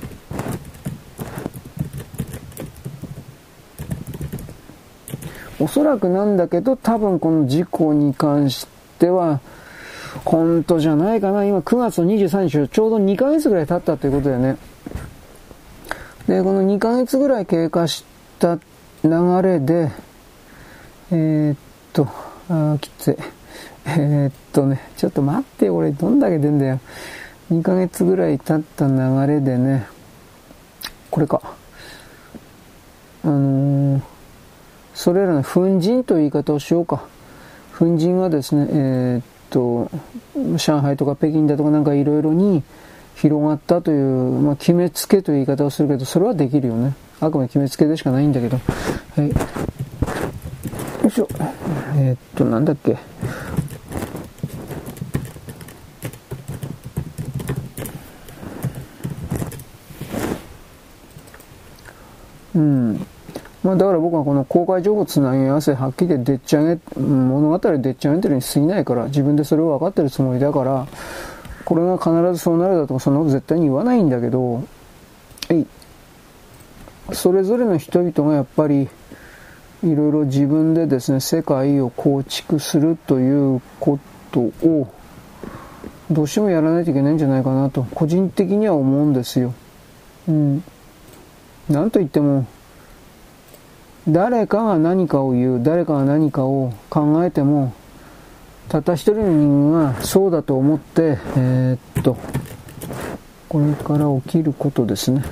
多分この事故に関しては、本当じゃないかな。今9月の23日、ちょうど2ヶ月ぐらい経ったということだよね。で、この2ヶ月ぐらい経過した流れで、きつい。ちょっと待ってよ、俺どんだけ出んだよ。2ヶ月ぐらい経った流れでね、これか。それらの粉塵という言い方をしようか。粉塵がですね、上海とか北京だとかなんかいろいろに広がったという、決めつけという言い方をするけど、それはできるよね。あくまで決めつけでしかないんだけど。はい。よいしょ。なんだっけ。だから僕はこの公開情報つなぎ合わせはっきりでっち上げ、物語でっち上げてるに過ぎないから、自分でそれを分かってるつもりだから、これが必ずそうなるだとかそんなこと絶対に言わないんだけど、それぞれの人々がやっぱりいろいろ自分でですね、世界を構築するということをどうしてもやらないといけないんじゃないかなと個人的には思うんですよ。 なんといっても誰かが何かを言う、誰かが何かを考えても、たった一人の人間がそうだと思って、これから起きることですね。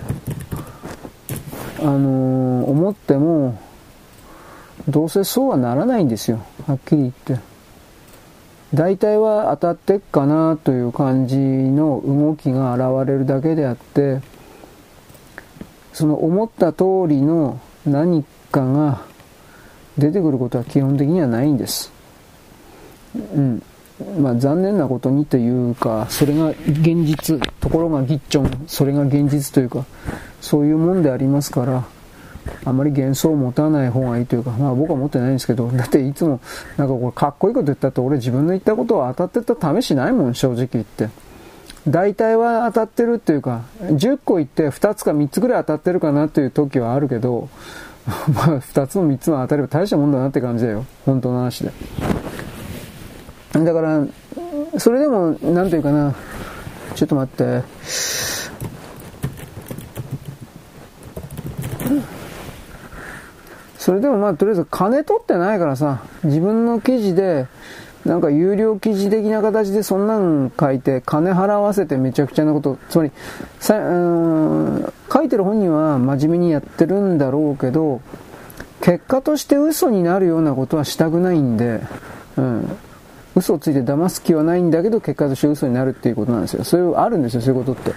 思ってもどうせそうはならないんですよ、はっきり言って。大体は当たってっかなという感じの動きが現れるだけであって、その思った通りの何かが出てくることは基本的にはないんです。残念なことにというか、それが現実、ところがギッチョン、それが現実というか、そういうもんでありますから、あまり幻想を持たない方がいいというか、僕は持ってないんですけど、だっていつもなんかこれかっこいいこと言ったって俺自分の言ったことは当たってた試しないもん、正直言って。大体は当たってるっていうか、10個言って2つか3つぐらい当たってるかなという時はあるけど、2つも3つも当たれば大したもんだなって感じだよ、本当の話で。だからそれでもなんというかな、ちょっと待って、それでもとりあえず金取ってないからさ、自分の記事でなんか有料記事的な形でそんなん書いて金払わせてめちゃくちゃなこと、つまり書いてる本人は真面目にやってるんだろうけど、結果として嘘になるようなことはしたくないんで、嘘をついて騙す気はないんだけど、結果として嘘になるっていうことなんですよ。そういうあるんですよ、そういうことって。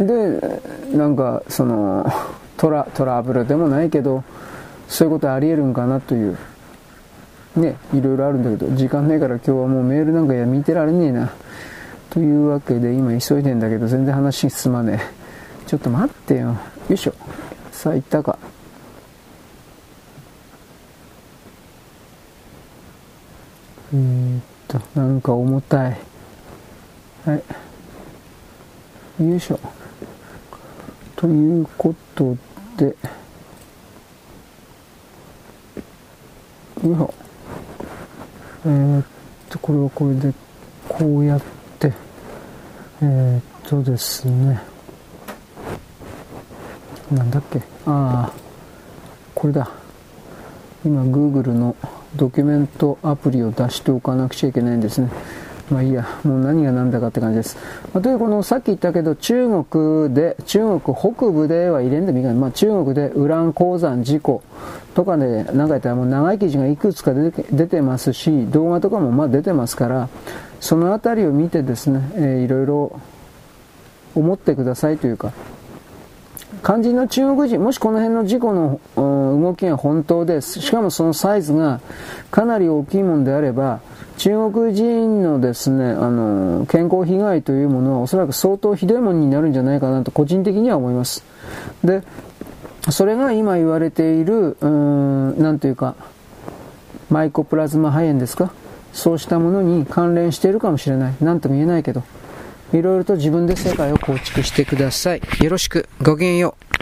で、なんかそのトラブルでもないけど、そういうことあり得るんかなというね、いろいろあるんだけど、時間ねえから今日はもうメールなんか見てられねえなというわけで、今急いでんだけど全然話進まねえ。ちょっと待ってよ、よいしょ。さあ行ったか。なんか重たい。はい、よいしょ。ということで、よいしょ。これはこれでこうやってですね、なんだっけ、これだ。今 Google のドキュメントアプリを出しておかなくちゃいけないんですね。いいや、もう何が何だかって感じです。というこのさっき言ったけど、中国北部では入れんでもいいかな。中国でウラン鉱山事故とかでなんか言ったらもう長い記事がいくつか出てますし、動画とかも出てますから、そのあたりを見てですね、いろいろ思ってくださいというか、肝心の中国人、もしこの辺の事故の動きが本当です、しかもそのサイズがかなり大きいものであれば、中国人のですね、健康被害というものはおそらく相当ひどいものになるんじゃないかなと個人的には思います。で、それが今言われているなんというかマイコプラズマ肺炎ですか、そうしたものに関連しているかもしれない。なんとも言えないけど、いろいろと自分で世界を構築してください。よろしく。ごきげんよう。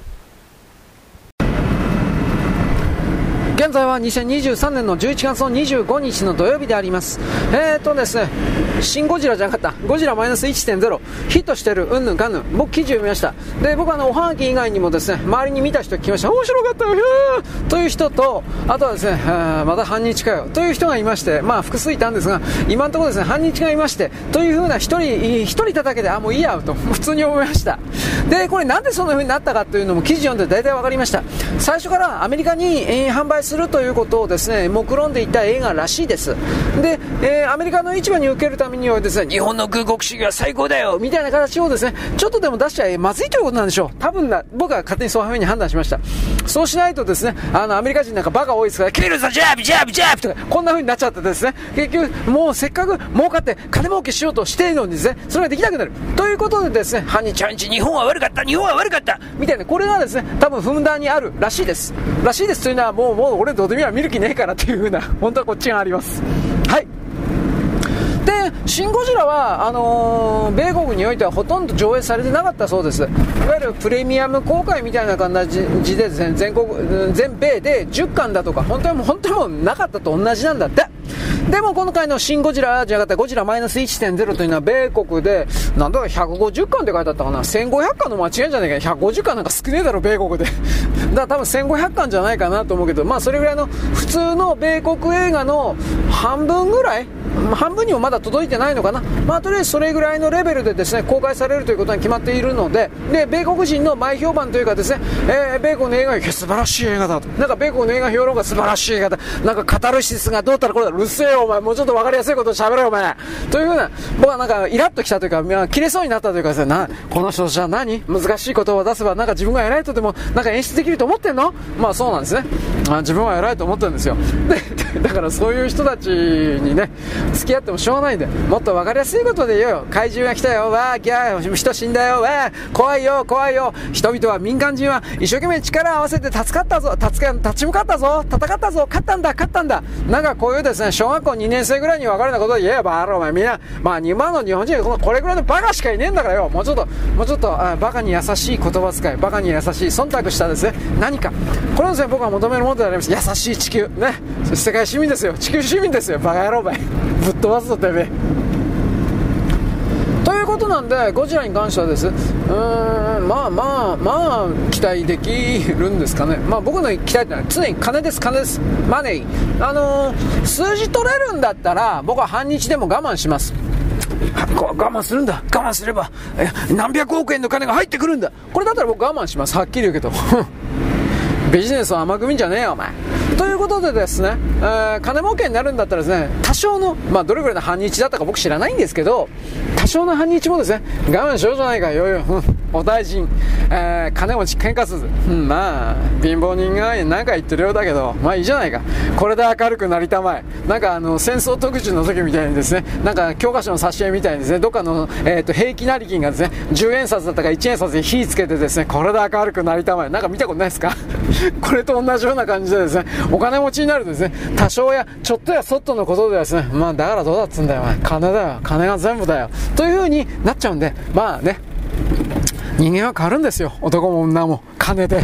現在は2023年の11月の25日の土曜日であります。ですね、シンゴジラじゃなかった、ゴジラマイナス 1.0 ヒットしてるうんぬんかんぬん、僕記事読みました。で、僕はおはがき以外にもですね、周りに見た人聞きました。面白かったよという人と、あとはですね、また半日かよという人がいまして、複数いたんですが、今のところですね、半日がいまして、というふうな一人いただけで、もういいやと普通に思いました。で、これなんでそんな風になったかというのも記事読んで大体わかりました。最初からアメリカに販売するということをですね、目論んでいた映画らしいです。で、アメリカの市場に受けるためにはですね、日本の軍国主義は最高だよみたいな形をですね、ちょっとでも出しちゃまずいということなんでしょう。多分僕は勝手にそういうふうに判断しました。そうしないとですね、アメリカ人なんかバカ多いですから、キルザジャーブジャーブジャーブとかこんな風になっちゃってですね、結局もうせっかく儲かって金儲けしようとしているのにですね、それができなくなるということでですね、半日日本は悪かったみたいな、これがですね、多分ふんだんにあるらしいですというのは、もう俺どうでもいいわ、見る気ねえからという風な、本当はこっちがあります。はい。で、シン・ゴジラは米国においてはほとんど上映されてなかったそうです。いわゆるプレミアム公開みたいな感じでですね、全米で10巻だとか本当にもうなかったと同じなんだって。 でも今回のシンゴジラじゃなかったゴジラマイナス 1.0 というのは米国でなんだか150巻って書いてあったかな、1500巻の間違いじゃないか、150巻なんか少ねえだろ米国でだから多分1500巻じゃないかなと思うけど、まあそれぐらいの普通の米国映画の半分ぐらい、半分にもまだ届いてないのかな、まあとりあえずそれぐらいのレベルでですね公開されるということが決まっているので、米国人の前評判というかですね、米国の映画素晴らしい映画だと、なんか米国の映画評論家素晴らしい映画だ、なんかカタルシスがどうたらこれだ、うるせえよお前、もうちょっと分かりやすいことを喋れよお前というふうな、僕はなんかイラッときたというか、切れそうになったというかですね、この人じゃ何難しい言葉を出せばなんか自分が偉いとでもなんか演出できると思ってんの、まあそうなんですね、自分は偉いと思ってるんですよ。でだからそういう人たちにね付き合ってもしょうがないんで、もっと分かりやすいことで言うよ、怪獣が来たよ、わーギャー人死んだよ、わー怖いよ怖いよ、人々は民間人は一生懸命力を合わせて立ち向かったぞ、戦ったんだ、なんかこういうですね小学校2年生ぐらいに分かるようなことで言えば、お前みんな、まあ今の日本人これぐらいのバカしかいねえんだからよ、もうちょっとバカに優しい言葉遣い、バカに優しい忖度したですね何か、これですね僕は求めるものであります。優しい地球ね、世界市民ですよ、地球市民ですよ、バカ野郎お前ぶっ飛ばすぞてめえということなんで、ゴジラに関してはですまあ期待できるんですかね。まあ僕の期待ってのは常に金です、マネー、数字取れるんだったら僕は半日でも我慢します。我慢するんだ、我慢すれば何百億円の金が入ってくるんだ、これだったら僕我慢します、はっきり言うけどビジネスは甘く見んじゃねえよお前ということでですね、金儲けになるんだったらですね、多少の、まあどれぐらいの半日だったか僕知らないんですけど、多少の半日もですね我慢しようじゃないかよ、お大臣、金持ち喧嘩する、まあ貧乏人が何か言ってるようだけど、まあいいじゃないか、これで明るくなりたまえ、なんか戦争特需の時みたいにですね、なんか教科書の挿絵みたいにですね、どっかの、兵器成金がですね10円札だったか1円札に火つけてですね、これで明るくなりたまえ、なんか見たことないですかこれと同じような感じでですね、お金持ちになるとですね、多少やちょっとやそっとのことでですね、まあだからどうだっつんだよお前、金だよ、金が全部だよという風になっちゃうんで、まあね、人間は変わるんですよ、男も女も金で。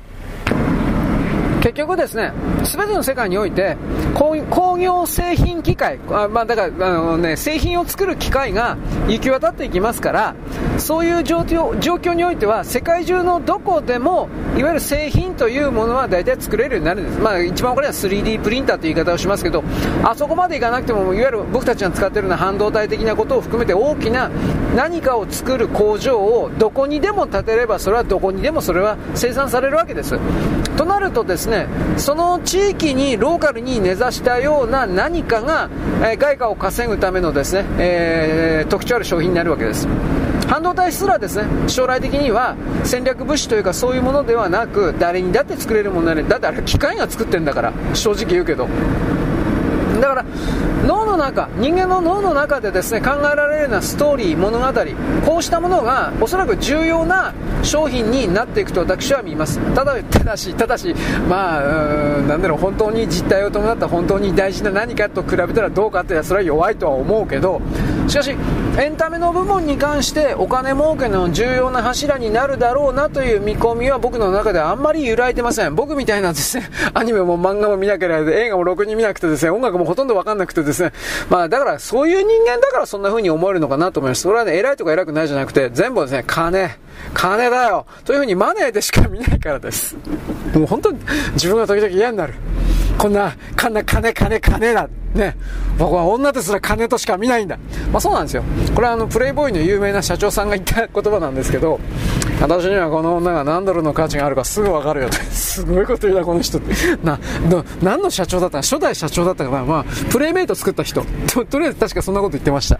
結局ですね、全ての世界において工業製品機械、まあだから製品を作る機械が行き渡っていきますから、そういう状況においては世界中のどこでもいわゆる製品というものは大体作れるようになるんです。まあ一番これは 3D プリンターという言い方をしますけど、あそこまでいかなくてもいわゆる僕たちが使っているような半導体的なことを含めて大きな何かを作る工場をどこにでも建てれば、それはどこにでもそれは生産されるわけです。となるとですね、その地域にローカルに根ざしたような何かが、外貨を稼ぐためのですね、特徴ある商品になるわけです。半導体すらですね、将来的には戦略物資というかそういうものではなく、誰にだって作れるものだってあれ機械が作ってるんだから、正直言うけど。だから脳の中、人間の脳の中でですね考えられるようなストーリー、物語、こうしたものがおそらく重要な商品になっていくと私は見ます。ただしまあなんだろう、本当に実態を伴った本当に大事な何かと比べたらどうかってそれは弱いとは思うけど、しかしエンタメの部門に関してお金儲けの重要な柱になるだろうなという見込みは僕の中ではあんまり揺らいでません。僕みたいなですね、アニメも漫画も見なければ映画もろくに見なくてですね、音楽もほとんど分かんなくてですね、まあだからそういう人間だからそんな風に思えるのかなと思います。それはね、偉いとか偉くないじゃなくて、全部ですね、金だよという風にマネーでしか見ないからです。もう本当に自分が時々嫌になる。こんな金だね、僕は女ですら金としか見ないんだ。まあそうなんですよ。これはプレイボーイの有名な社長さんが言った言葉なんですけど、私にはこの女が何ドルの価値があるかすぐ分かるよってすごいこと言うなこの人って何の社長だったか、初代社長だったかな、まあプレイメイト作った人 とりあえず確かそんなこと言ってました。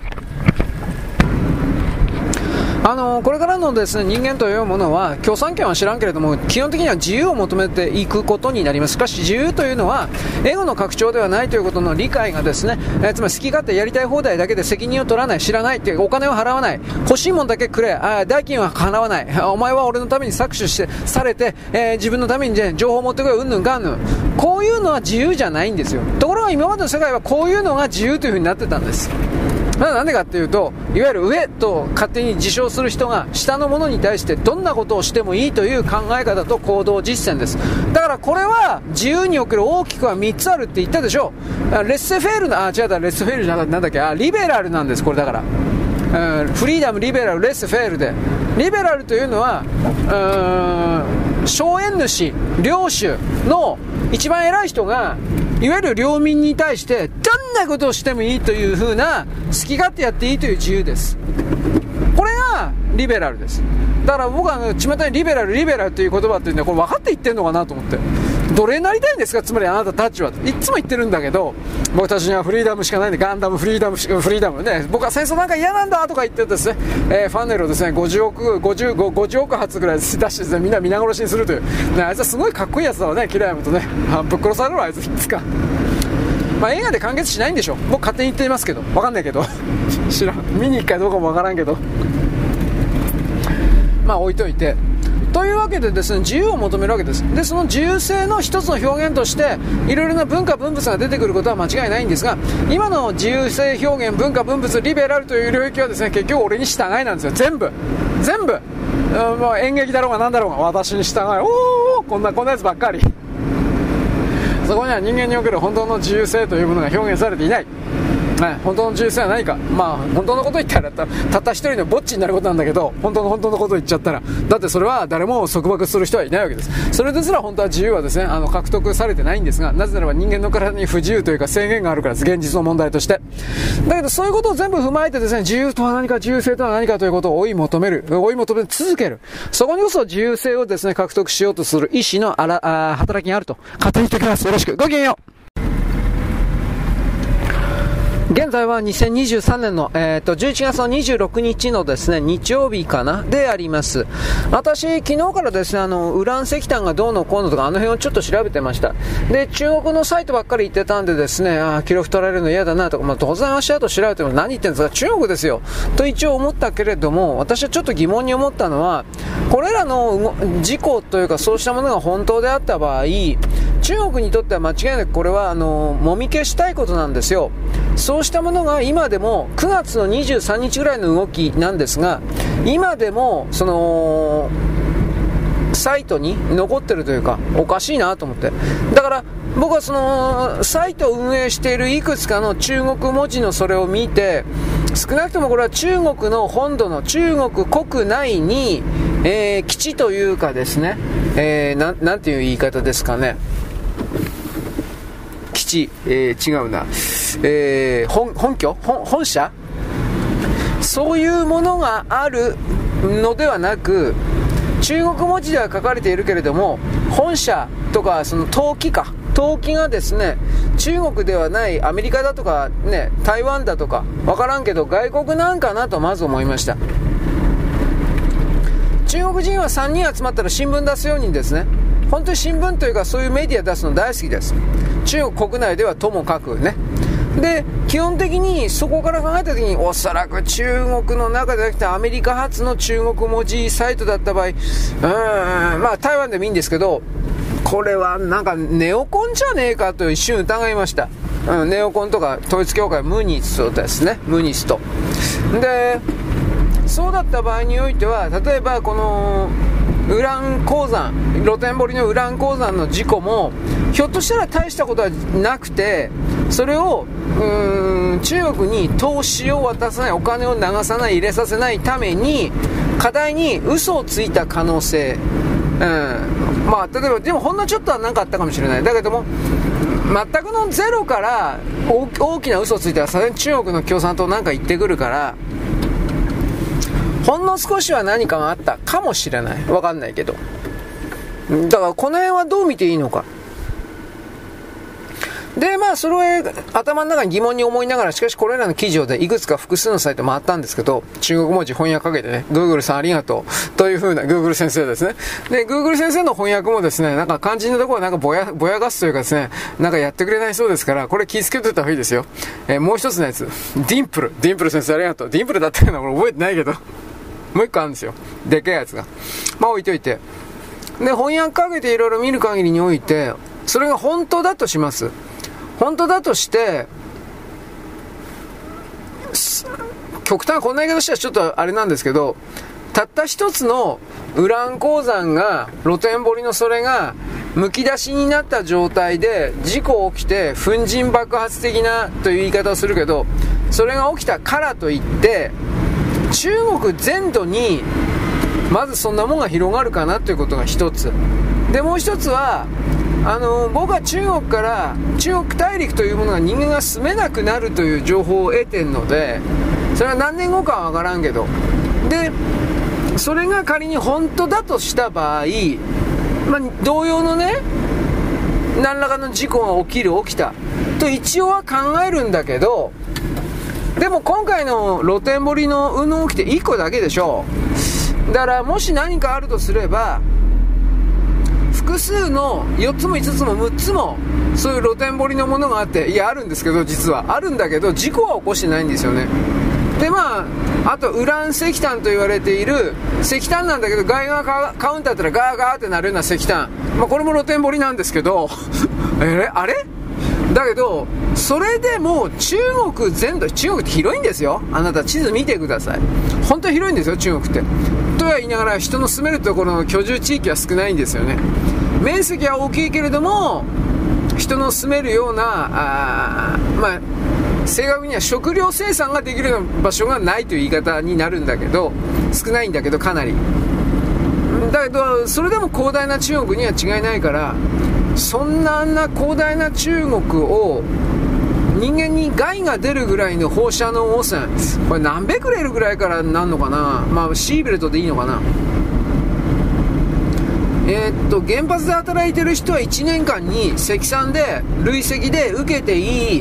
これからのですね、人間というものは共産権は知らんけれども基本的には自由を求めていくことになります。しかし自由というのはエゴの拡張ではないということの理解がですね、つまり好き勝手やりたい放題だけで責任を取らない、知らないっていうお金を払わない、欲しいもんだけくれ、代金は払わない、お前は俺のために搾取してされて、自分のために、ね、情報を持ってこいうんぬんかんぬん、こういうのは自由じゃないんですよ。ところが今までの世界はこういうのが自由という風になってたんです。 なんでかっていうと、いわゆる上と勝手に自称する人が下の者に対してどんなことをしてもいいという考え方と行動実践です。だからこれは自由における大きくは3つあるって言ったでしょ。レッセフェールな、違うだ、レッセフェールじゃなんだっけ、リベラルなんです、これだから。フリーダム、リベラル、レッセフェールで。リベラルというのは、荘園主、領主の一番偉い人が、いわゆる領民に対してどんなことをしてもいいという風な好き勝手やっていいという自由です。これがリベラルです。だから僕は巷にリベラルという言葉っていうのはこれ分かって言ってるのかなと思って、奴隷になりたいんですか、つまりあなたたちはいつも言ってるんだけど、僕たちにはフリーダムしかないんで、ガンダムフリーダムね、僕は戦争なんか嫌なんだとか言ってですね、ファネルをですね50億発ぐらい出してですね、みんな皆殺しにするという、ね、あいつはすごいかっこいいやつだわね、嫌いやむとね、ぶっ殺されるわあいついつか。まあ映画で完結しないんでしょ、僕勝手に言っていますけど、分かんないけど知らん、見に行くかどうかも分からんけど、まあ置いといて、というわけでですね、自由を求めるわけです。で、その自由性の一つの表現としていろいろな文化文物が出てくることは間違いないんですが、今の自由性表現、文化文物、リベラルという領域はですね、結局俺に従いなんですよ。全部、もう演劇だろうが何だろうが私に従い、こんなやつばっかり。そこには人間における本当の自由性というものが表現されていない。本当の自由性は何か、まあ本当のことを言ったらたった一人のぼっちになることなんだけど、本当のことを言っちゃったら、だってそれは誰も束縛する人はいないわけです。それですら本当は自由はですね、獲得されてないんですが、なぜならば人間の体に不自由というか制限があるからです。現実の問題として。だけどそういうことを全部踏まえてですね、自由とは何か、自由性とは何かということを追い求め続ける。そこにこそ自由性をですね、獲得しようとする意志の働きがあると勝手に言っておきます。よろしく。ごきげんよう。現在は2023年の、11月の26日のですね、日曜日かなであります。私、昨日からですね、ウラン石炭がどうのこうのとか、あの辺をちょっと調べてました。で、中国のサイトばっかり言ってたんでですね、記録取られるの嫌だなとか、当然足跡調べても何言ってんですか、中国ですよ。と一応思ったけれども、私はちょっと疑問に思ったのは、これらの事故というか、そうしたものが本当であった場合、中国にとっては間違いなくこれはもみ消したいことなんですよ。そうしたものが今でも9月の23日ぐらいの動きなんですが、今でもそのサイトに残ってるというか、おかしいなと思って。だから僕はそのサイトを運営しているいくつかの中国文字のそれを見て、少なくともこれは中国の本土の中国国内に、基地というかですね、なんていう言い方ですかね、基地、違うな、本社、そういうものがあるのではなく、中国文字では書かれているけれども、本社とかその登記がですね、中国ではないアメリカだとかね、台湾だとかわからんけど外国なんかなとまず思いました。中国人は3人集まったら新聞出すようにですね、本当に新聞というかそういうメディア出すの大好きです。中国国内ではともかくね。で、基本的にそこから考えた時に、おそらく中国の中でなくてアメリカ発の中国文字サイトだった場合、まあ台湾でもいいんですけど、これはなんかネオコンじゃねえかと一瞬疑いました。ネオコンとか統一教会ムニストですね、ムニストで、そうだった場合においては、例えばこのウラン鉱山、露天掘りのウラン鉱山の事故もひょっとしたら大したことはなくて、それを中国に投資を渡さない、お金を流さない、入れさせないために課題に嘘をついた可能性、まあ例えばでもほんのちょっとは何かあったかもしれない。だけども全くのゼロから大きな嘘をついたら、さすがに中国の共産党なんか言ってくるから、ほんの少しは何かがあったかもしれない。わかんないけど。だからこの辺はどう見ていいのか。で、まあそれを頭の中に疑問に思いながら、しかしこれらの記事をでいくつか複数のサイト回ったんですけど、中国文字翻訳かけてね、Google さんありがとうという風な Google 先生ですね。で、Google 先生の翻訳もですね、なんか肝心なところはなんかぼやがすというかですね、なんかやってくれないそうですから、これ気をつけておいた方がいいですよ。もう一つのやつ、ディンプル先生ありがとう。ディンプルだったような、俺覚えてないけど、もう一個あるんですよ。でっかいやつが。まあ置いといて。で、翻訳かけていろいろ見る限りにおいて、それが本当だとします。本当だとして、 極端こんな言い方したらちょっとあれなんですけど、たった一つのウラン鉱山が、露天掘りのそれがむき出しになった状態で事故起きて、粉塵爆発的なという言い方をするけど、それが起きたからといって中国全土にまずそんなもんが広がるかなということが一つで、もう一つは僕は中国から中国大陸というものが人間が住めなくなるという情報を得てるので、それは何年後かは分からんけど、でそれが仮に本当だとした場合、同様のね何らかの事故が起きたと一応は考えるんだけど、でも今回の露天掘りの運動起きて1個だけでしょ。だからもし何かあるとすれば、複数の4つも5つも6つもそういう露天掘りのものがあって、いやあるんですけど、実はあるんだけど事故は起こしてないんですよね。であとウラン石炭と言われている石炭なんだけど、外側カウンターだったらガーガーってなるような石炭、これも露天掘りなんですけどあれだけどそれでも中国全土、中国って広いんですよ。あなた地図見てください。本当に広いんですよ中国って。とは言いながら人の住めるところの居住地域は少ないんですよね。面積は大きいけれども人の住めるような正確には食料生産ができるような場所がないという言い方になるんだけど、少ないんだけどかなりだけど、それでも広大な中国には違いないから、そんな広大な中国を人間に害が出るぐらいの放射能汚染、これ何ベクレルぐらいからなんのかな、シーベルトでいいのかな。原発で働いてる人は1年間に積算で累積で受けていい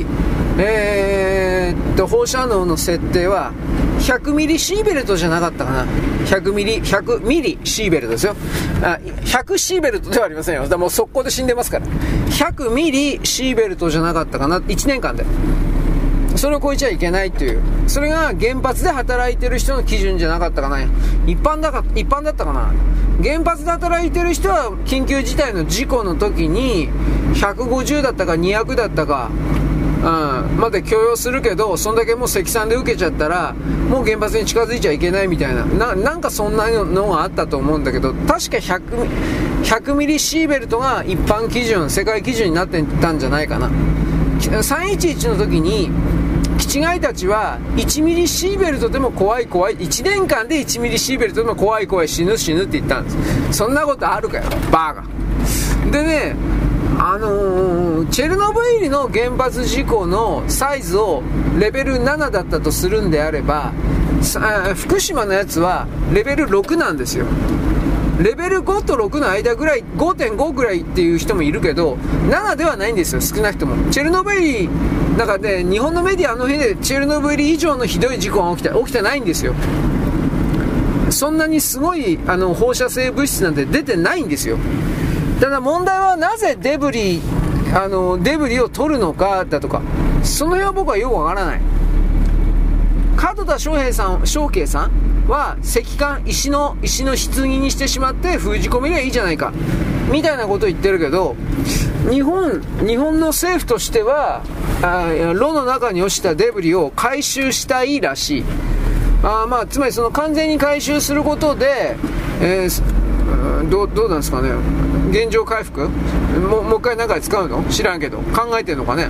放射能の設定は100ミリシーベルトじゃなかったかな。100ミリシーベルトですよ。100シーベルトではありませんよ。だからもう速攻で死んでますから。100ミリシーベルトじゃなかったかな。1年間で。それを超えちゃいけないっていう。それが原発で働いてる人の基準じゃなかったかな。一般だったかな。原発で働いてる人は緊急事態の事故の時に150だったか200だったかまで許容するけど、そんだけもう積算で受けちゃったらもう原発に近づいちゃいけないみたいな、なんかそんなのがあったと思うんだけど、確か100ミリシーベルトが一般基準、世界基準になってたんじゃないかな。311の時に気違いたちは1ミリシーベルトでも怖い1年間で1ミリシーベルトでも怖い死ぬって言ったんです。そんなことあるかよバーガでね、チェルノブイリの原発事故のサイズをレベル7だったとするんであれば、福島のやつはレベル6なんですよ。レベル5と6の間ぐらい、 5.5 ぐらいっていう人もいるけど7ではないんですよ。少なくともチェルノブイリなんかね、日本のメディアの辺でチェルノブイリ以上のひどい事故が起きてないんですよ。そんなにすごい放射性物質なんて出てないんですよ。ただ問題はなぜデブリを取るのかだとか、その辺は僕はよくわからない。門田正慶さんは石棺、石の棺にしてしまって封じ込めりゃいいじゃないかみたいなことを言ってるけど、日本の政府としては炉の中に落ちたデブリを回収したいらしい。つまりその完全に回収することで、どうなんですかね、現状回復もう一回何かで使うの知らんけど考えてるのかね。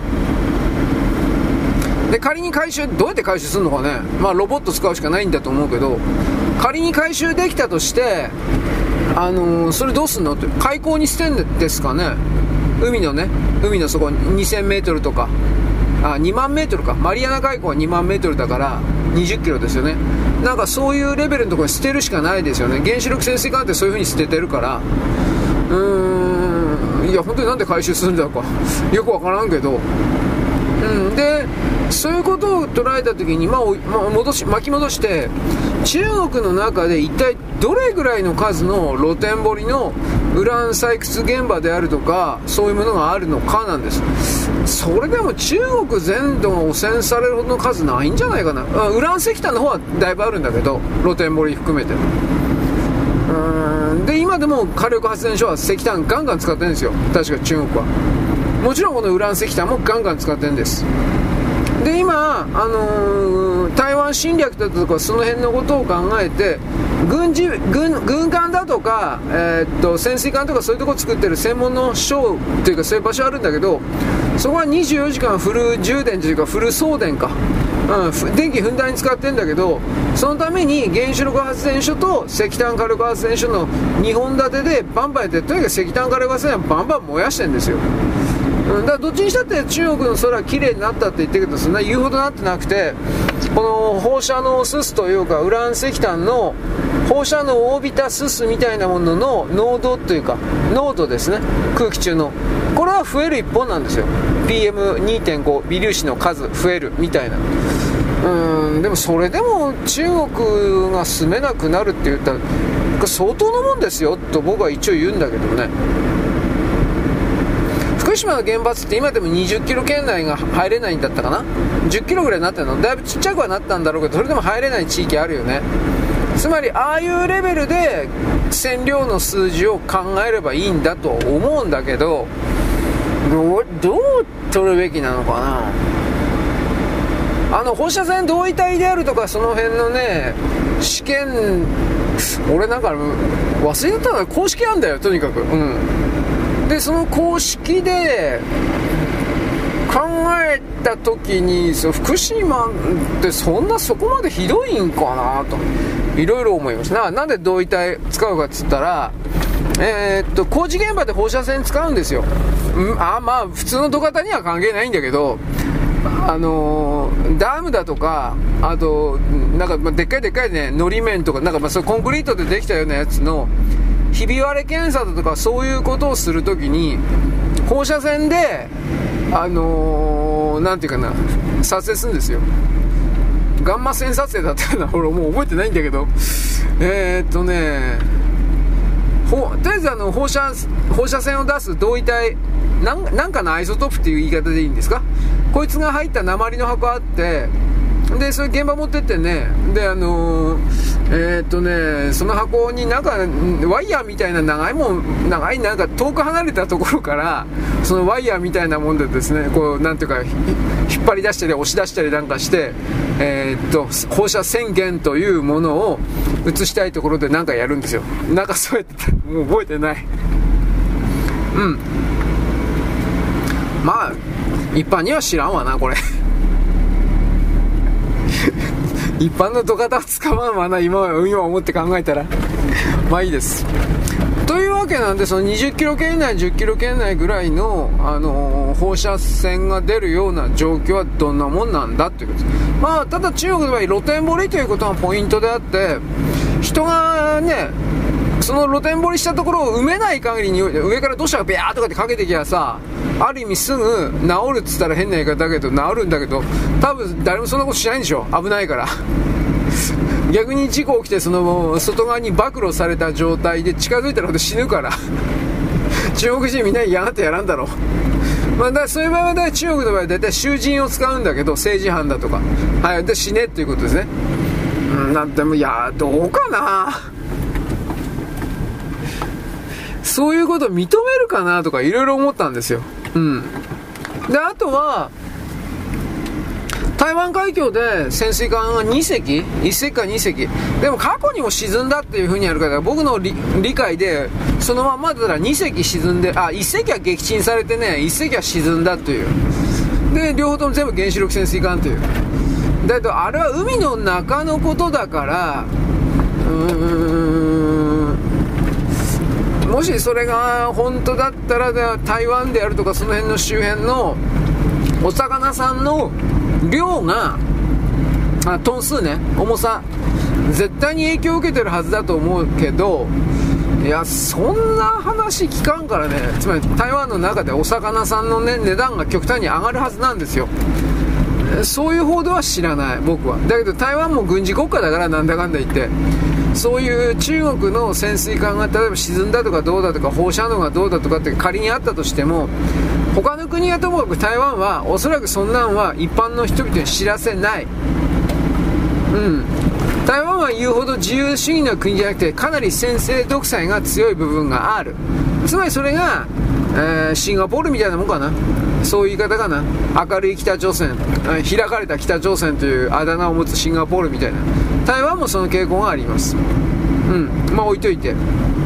で仮に回収どうやって回収するのかね。ロボット使うしかないんだと思うけど、仮に回収できたとしてそれどうすんのって、海溝に捨てんですかね。海の底2000メートルとか2万メートルか、マリアナ海溝は2万メートルだから20キロですよね。なんかそういうレベルのところに捨てるしかないですよね。原子力潜水艦ってそういう風に捨ててるから、いや本当になんで回収するんだかよくわからんけど、でそういうことを捉えた時に、巻き戻して中国の中で一体どれぐらいの数の露天掘りのウラン採掘現場であるとかそういうものがあるのかなんです。それでも中国全土が汚染されるほどの数ないんじゃないかな。ウラン石炭の方はだいぶあるんだけど、露天掘り含めてで今でも火力発電所は石炭ガンガン使ってるんですよ。確か中国はもちろんこのウラン石炭もガンガン使ってるんです。で今、台湾湾侵略だとかその辺のことを考えて軍艦だとか、潜水艦とかそういうとこ作ってる専門の省というかそういう場所あるんだけど、そこは24時間フル充電というかフル送電か、電気ふんだんに使ってるんだけど、そのために原子力発電所と石炭火力発電所の2本立てでバンバンやって、とにかく石炭火力発電所はバンバン燃やしてるんですよ。だからどっちにしたって中国の空は綺麗になったって言ってるけど、そんな言うほどなってなくて、この放射能すすというかウラン石炭の放射能を帯びたすすみたいなものの濃度というか濃度ですね、空気中のこれは増える一方なんですよ。 PM2.5 微粒子の数増えるみたいな。でもそれでも中国が住めなくなるって言ったら相当のもんですよと僕は一応言うんだけどね。福島の原発って今でも20キロ圏内が入れないんだったかな、10キロぐらいになってるの、だいぶちっちゃくはなったんだろうけど、それでも入れない地域あるよね。つまりああいうレベルで線量の数字を考えればいいんだと思うんだけど、どう取るべきなのかな。放射線同位体であるとかその辺のね試験、俺なんか忘れたのが公式なんだよとにかく。でその公式で考えた時に福島ってそこまでひどいんかなといろいろ思いますな。なんで同位体使うかっつったら、工事現場で放射線使うんですよ。まあ普通の土方には関係ないんだけど、ダムだとか、あとなんかでっかいねのり面とかなんかそうコンクリートでできたようなやつのひび割れ検査だとかそういうことをするときに放射線でなんていうかな撮影するんですよ。ガンマ線撮影だったような、俺もう覚えてないんだけど、とりあえず放射線を出す同位体なんかのアイソトープっていう言い方でいいんですか、こいつが入った鉛の箱あって、でそれ現場持ってってね、でその箱になんかワイヤーみたいな長いなんか遠く離れたところからそのワイヤーみたいなもんでですね、こうなんていうか引っ張り出したり押し出したりなんかして、放射線源というものを映したいところでなんかやるんですよ。なんかそうやってもう覚えてない。まあ一般には知らんわなこれ一般の土方を使わんわな今思って考えたらまあいいです。というわけなんで、その20キロ圏内10キロ圏内ぐらいの、放射線が出るような状況はどんなもんなんだっていうことです。まあただ中国の場合露天掘りということがポイントであって、人がねその露天掘りしたところを埋めない限りに上から土砂がビャーとかってかけてきゃさ、ある意味すぐ治るっつったら変な言い方だけど治るんだけど、多分誰もそんなことしないんでしょ、危ないから逆に事故起きてその外側に暴露された状態で近づいたら死ぬから中国人みんな嫌がってやらんだろう。まあ、だそういう場合はね、中国の場合は大体囚人を使うんだけど、政治犯だとか、はい、で死ねっていうことですね。なんてもどうかな、そういうことを認めるかなとかいろいろ思ったんですよ。であとは台湾海峡で潜水艦が2隻1隻か2隻でも過去にも沈んだっていう風にやるから、僕の 理解でそのままだったら2隻沈んで、1隻は撃沈されてね、1隻は沈んだという、で両方とも全部原子力潜水艦という。だけどあれは海の中のことだから、もしそれが本当だったら台湾であるとかその辺の周辺のお魚さんの量がトン数ね、重さ絶対に影響を受けてるはずだと思うけど、いやそんな話聞かんからね。つまり台湾の中でお魚さんのね値段が極端に上がるはずなんですよ。そういう報道は知らない僕は。だけど台湾も軍事国家だから、なんだかんだ言ってそういう中国の潜水艦が例えば沈んだとかどうだとか放射能がどうだとかって仮にあったとしても、他の国はともかく台湾はおそらくそんなんは一般の人々に知らせない。台湾は言うほど自由主義の国じゃなくて、かなり専制独裁が強い部分がある。つまりそれが、シンガポールみたいなもんかな。 そういう言い方かな。明るい北朝鮮、開かれた北朝鮮というあだ名を持つシンガポールみたいな。台湾もその傾向があります。まあ置いといて。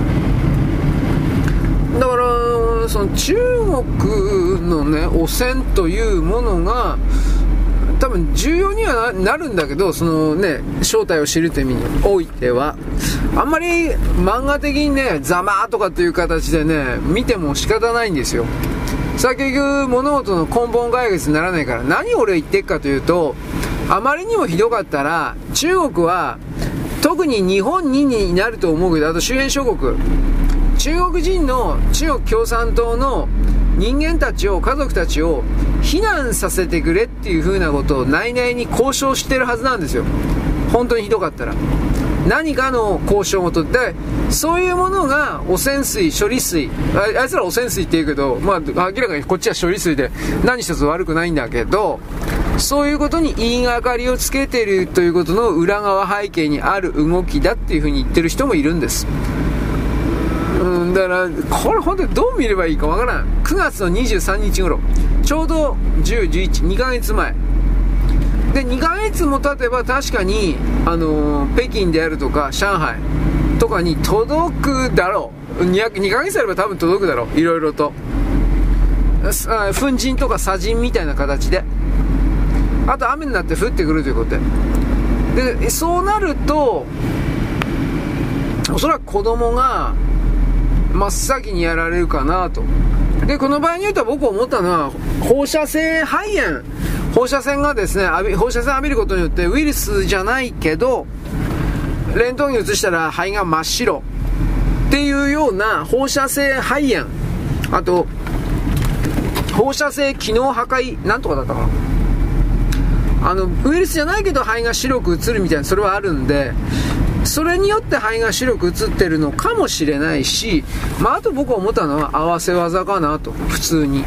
だからその中国のね汚染というものが多分重要には なるんだけど、そのね正体を知るという意味においてはあんまり漫画的にねざまーとかっていう形でね見ても仕方ないんですよ。さあ結局物事の根本解決にならないから、何を俺は言っていくかというと、あまりにもひどかったら中国は特に日本になると思うけど、あと周辺諸国、中国人の中国共産党の人間たちを、家族たちを避難させてくれっていう風なことを内々に交渉してるはずなんですよ。本当にひどかったら何かの交渉をとって、そういうものが汚染水、処理水、あいつら汚染水って言うけど、まあ明らかにこっちは処理水で何一つ悪くないんだけど、そういうことに言いがかりをつけているということの裏側背景にある動きだっていう風に言ってる人もいるんです。だからこれ本当にどう見ればいいかわからん。9月の23日頃、ちょうど10、11、2ヶ月前で、2ヶ月も経てば確かに、北京であるとか上海とかに届くだろう。2ヶ月あれば多分届くだろう。いろいろと粉塵とか砂塵みたいな形で、あと雨になって降ってくるということで、そうなるとおそらく子供が真っ先にやられるかなと。でこの場合に言うと僕思ったのは、放射性肺炎、放射線がですね、放射線浴びることによってウイルスじゃないけどレントゲンに移したら肺が真っ白っていうような放射性肺炎、あと放射性機能破壊なんとかだったかな、ウイルスじゃないけど肺が白く映るみたいな、それはあるんで、それによって肺が白く映ってるのかもしれないし、あと僕は思ったのは合わせ技かなと。普通に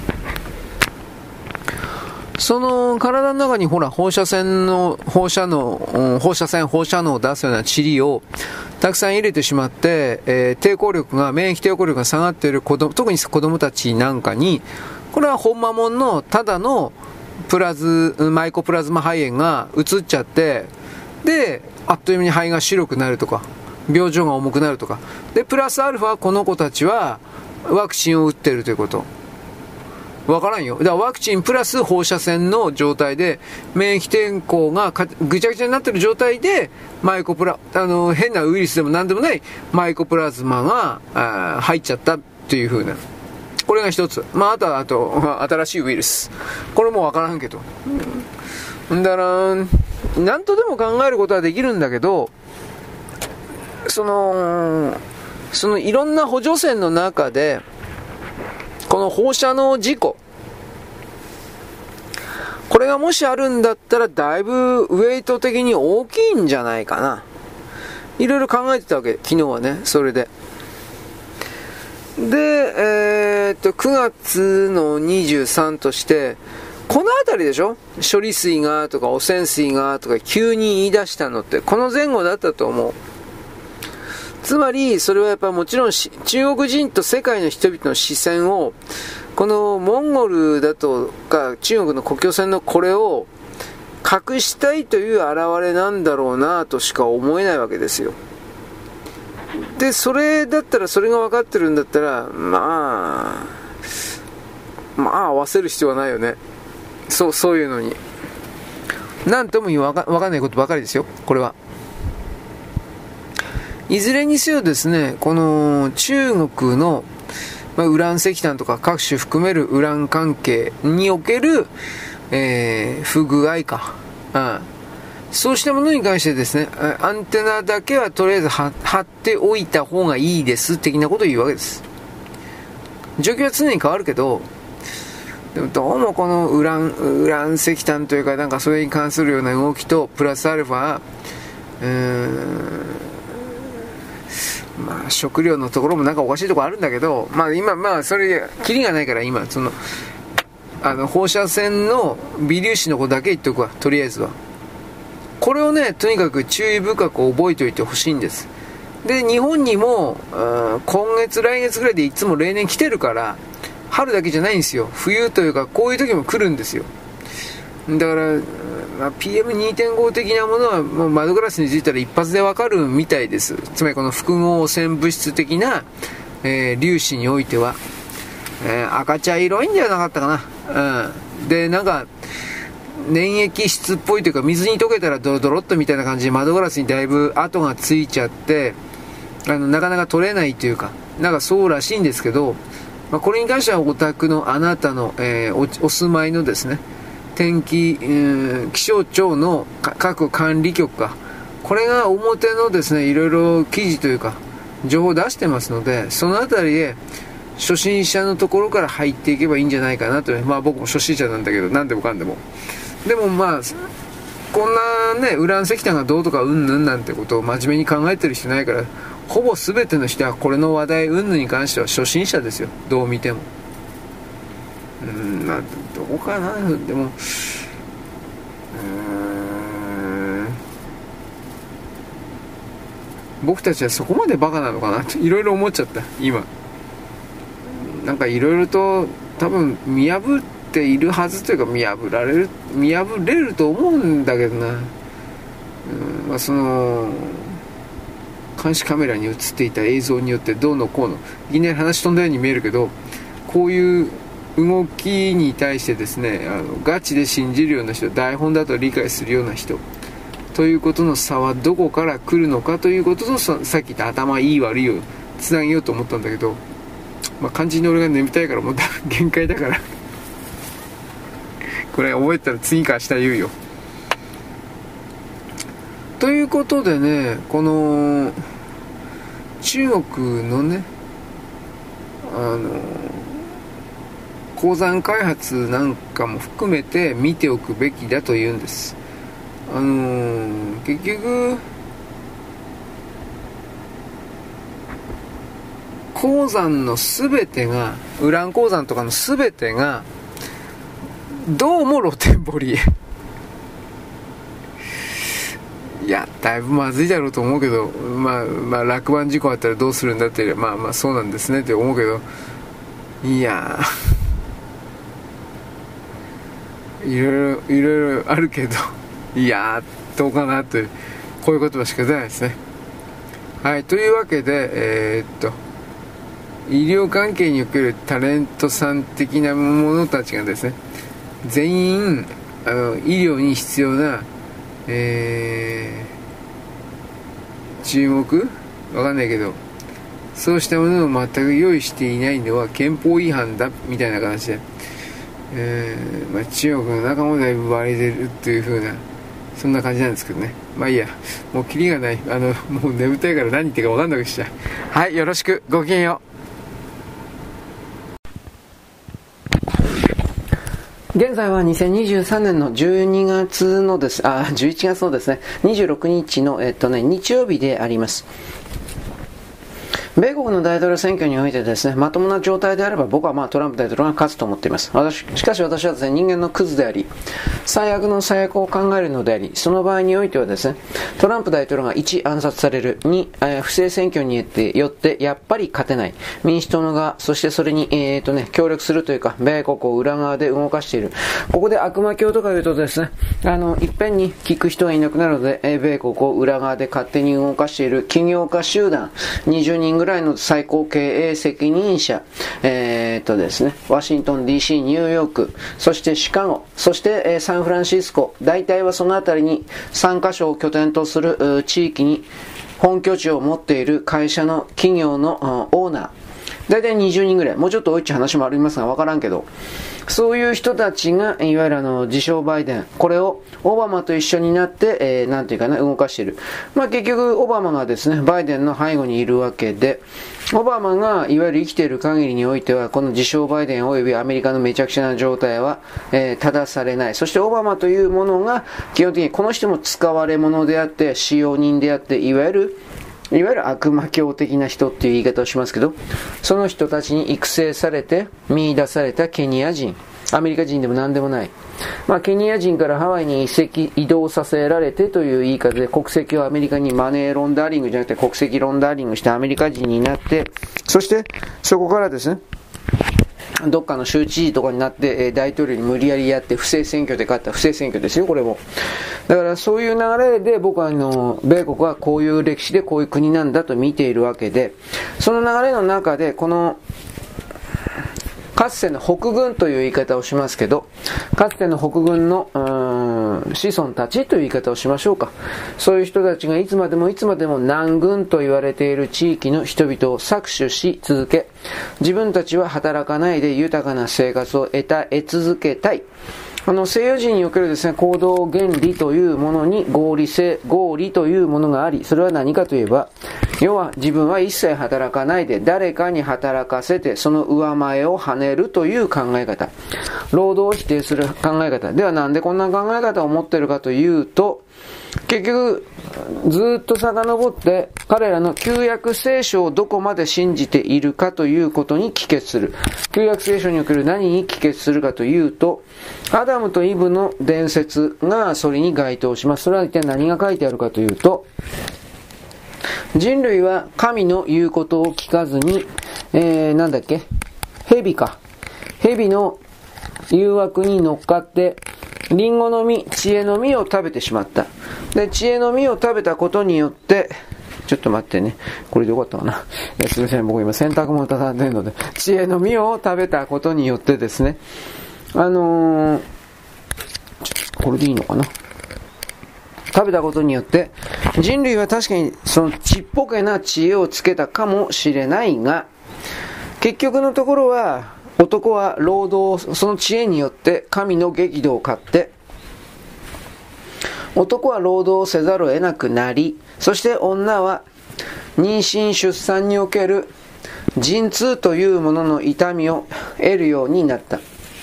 その体の中にほら放射能を出すような塵をたくさん入れてしまって、免疫抵抗力が下がっている特に子供たちなんかに、これはほんまもんのただのマイコプラズマ肺炎が移っちゃって、であっという間に肺が白くなるとか、病状が重くなるとかで、プラスアルファこの子たちはワクチンを打っているということ、わからんよ。だからワクチンプラス放射線の状態で免疫抵抗がぐちゃぐちゃになっている状態で変なウイルスでも何でもないマイコプラズマが入っちゃったっていう風な、これが一つ。あとは新しいウイルス、これもわからんけど、だから何とでも考えることはできるんだけど、そのいろんな補助線の中でこの放射能事故、これがもしあるんだったらだいぶウェイト的に大きいんじゃないかな。いろいろ考えてたわけ、昨日はね。それで9月の23として、このあたりでしょ、処理水がとか汚染水がとか急に言い出したのってこの前後だったと思う。つまりそれはやっぱりもちろん中国人と世界の人々の視線を、このモンゴルだとか中国の国境線のこれを隠したいという現れなんだろうなとしか思えないわけですよ。でそれだったら、それが分かってるんだったら、まあ合わせる必要はないよね。そういうのに何とも分かんないことばかりですよ、これは。いずれにせよですね、この中国の、ウラン石炭とか各種含めるウラン関係における、不具合か、そうしたものに関してですね、アンテナだけはとりあえず張っておいた方がいいです的なことを言うわけです。状況は常に変わるけど、でもどうもこのウラン石炭というか、なんかそれに関するような動きとプラスアルファ、食料のところもなんかおかしいところあるんだけど、今それキリがないから、今放射線の微粒子のことだけ言っておくわ、とりあえずは。これをね、とにかく注意深く覚えておいてほしいんです。で日本にも今月来月ぐらいでいつも例年来てるから、 春だけじゃないんですよ。冬というか、こういう時も来るんですよ。だから、PM2.5 的なものはもう窓ガラスについたら一発でわかるみたいです。つまりこの複合汚染物質的な、粒子においては、赤茶色いんじゃなかったかな。で、なんか、粘液質っぽいというか、水に溶けたらドロドロっとみたいな感じで窓ガラスにだいぶ跡がついちゃって、なかなか取れないというか、なんかそうらしいんですけど、これに関してはお宅のあなたの、お住まいのですね、天気、気象庁の各管理局か、これが表のですね、いろいろ記事というか、情報を出してますので、そのあたりで、初心者のところから入っていけばいいんじゃないかなと。僕も初心者なんだけど、なんでもかんでも。でもこんなね、ウラン石炭がどうとかうんぬんなんてことを真面目に考えてる人いないから、ほぼ全ての人はこれの話題うんぬんに関しては初心者ですよ。どう見ても。どうかな。でも、僕たちはそこまでバカなのかなっていろいろ思っちゃった、今。なんかいろいろと多分見破っているはずというか見破れると思うんだけどな。その監視カメラに映っていた映像によってどうのこうのいきなり話飛んだように見えるけど、こういう動きに対してですね、ガチで信じるような人、台本だと理解するような人ということの差はどこから来るのかということと、さっき言った頭いい悪いをつなげようと思ったんだけど、肝心に俺が眠たいからもう限界だからこれ覚えたら次か明日言うよ。ということでね、この中国のね、鉱山開発なんかも含めて見ておくべきだというんです。結局鉱山の全てが、ウラン鉱山とかの全てがどうも露天掘りいや、だいぶまずいだろうと思うけど、落盤事故あったらどうするんだって、そうなんですねって思うけど、いやいろいろあるけど、いやどうかなって、こういう言葉しか出ないですね。はい、というわけで、医療関係におけるタレントさん的な者たちがですね、全員医療に必要な、注目わかんないけど、そうしたものを全く用意していないのは憲法違反だみたいな形で、中国の中もだいぶ割れてるっていう風な、そんな感じなんですけどね。いいや、もうキリがない。もう眠たいから何言ってるか分かんなくしちゃう。はい、よろしく、ごきげんよう。現在は2023年の12月のです、11月のですね、26日の、日曜日であります。米国の大統領選挙においてですね、まともな状態であれば僕はトランプ大統領が勝つと思っています。しかし私はですね、人間のクズであり、最悪の最悪を考えるのであり、その場合においてはですね、トランプ大統領が1、暗殺される、2、不正選挙によってやっぱり勝てない、民主党の側、そしてそれに、協力するというか、米国を裏側で動かしている。ここで悪魔教とか言うとですね、いっぺんに聞く人がいなくなるので、米国を裏側で勝手に動かしている起業家集団、20人ぐらいの最高経営責任者、ですね、ワシントン DC、ニューヨーク、そしてシカゴ、そして、サンフランシスコ、大体はそのあたりに3カ所を拠点とする地域に本拠地を持っている会社の企業のオーナー、大体20人ぐらい、もうちょっと多いって話もありますが分からんけど、そういう人たちがいわゆる自称バイデン、これをオバマと一緒になって、なんていうかな、動かしている。結局オバマがですね、バイデンの背後にいるわけで、オバマがいわゆる生きている限りにおいては、この自称バイデン及びアメリカのめちゃくちゃな状態は、正されない。そしてオバマというものが基本的にこの人も使われ者であって、使用人であって、いわゆる悪魔教的な人っていう言い方をしますけど、その人たちに育成されて見出されたケニア人、アメリカ人でも何でもない、ケニア人からハワイに移動させられてという言い方で、国籍をアメリカにマネーロンダーリングじゃなくて国籍ロンダーリングしてアメリカ人になって、そしてそこからですね、 どっかの州知事とかになって、大統領に無理やりやって不正選挙で勝った不正選挙ですよ、これも。だからそういう流れで僕は米国はこういう歴史でこういう国なんだと見ているわけで、その流れの中でこのかつての北軍という言い方をしますけど、かつての北軍の子孫たちという言い方をしましょうか。そういう人たちがいつまでも南軍と言われている地域の人々を搾取し続け、自分たちは働かないで豊かな生活を得続けたい。西洋人におけるですね、行動原理というものに合理というものがあり、それは何かといえば、要は自分は一切働かないで誰かに働かせてその上前を跳ねるという考え方。労働を否定する考え方。ではなんでこんな考え方を持っているかというと、結局ずっと遡って彼らの旧約聖書をどこまで信じているかということに帰結する。旧約聖書における何に帰結するかというと、アダムとイブの伝説がそれに該当します。それは一体何が書いてあるかというと、人類は神の言うことを聞かずに、蛇の誘惑に乗っかってリンゴの実、知恵の実を食べてしまった。で、知恵の実を食べたことによって、ちょっと待ってね。これでよかったかな。すみません。僕今洗濯物畳んでるので、知恵の実を食べたことによってですね、これでいいのかな。食べたことによって、人類は確かにそのちっぽけな知恵をつけたかもしれないが、結局のところは、男は労働、その知恵によって神の激怒を買って、男は労働せざるを得なくなり、そして女は妊娠出産における陣痛というものの痛みを得るようになった。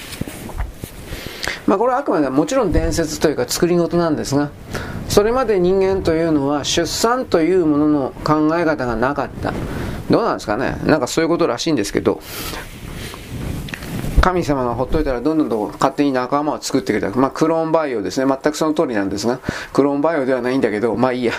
これはあくまでもちろん伝説というか作り事なんですが、それまで人間というのは出産というものの考え方がなかった。どうなんですかね。なんかそういうことらしいんですけど、神様がほっといたらどんどん勝手に仲間を作ってくれた。クローンバイオですね。全くその通りなんですが、クローンバイオではないんだけど、いいや。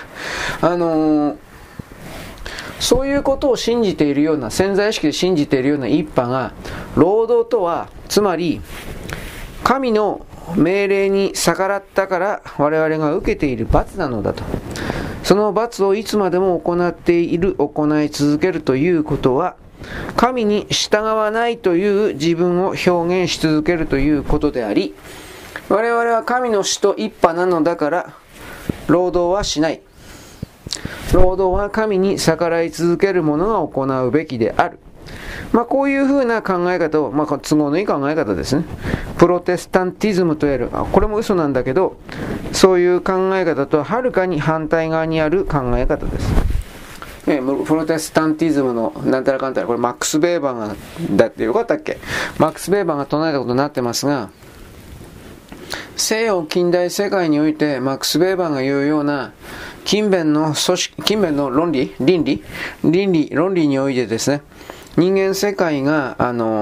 そういうことを信じているような、潜在意識で信じているような一派が、労働とは、つまり、神の命令に逆らったから我々が受けている罰なのだと。その罰をいつまでも行い続けるということは、神に従わないという自分を表現し続けるということであり、我々は神の使徒一派なのだから労働はしない。労働は神に逆らい続ける者が行うべきである。こういうふうな考え方を、都合のいい考え方ですね。プロテスタンティズムとやる。これも嘘なんだけど、そういう考え方とははるかに反対側にある考え方です。プロテスタンティズムのなんたらかんたら、これマックス・ベーバーが、だってよかったっけ？マックス・ベーバーが唱えたことになってますが、西洋近代世界においてマックス・ベーバーが言うような勤勉の論理においてですね、人間世界が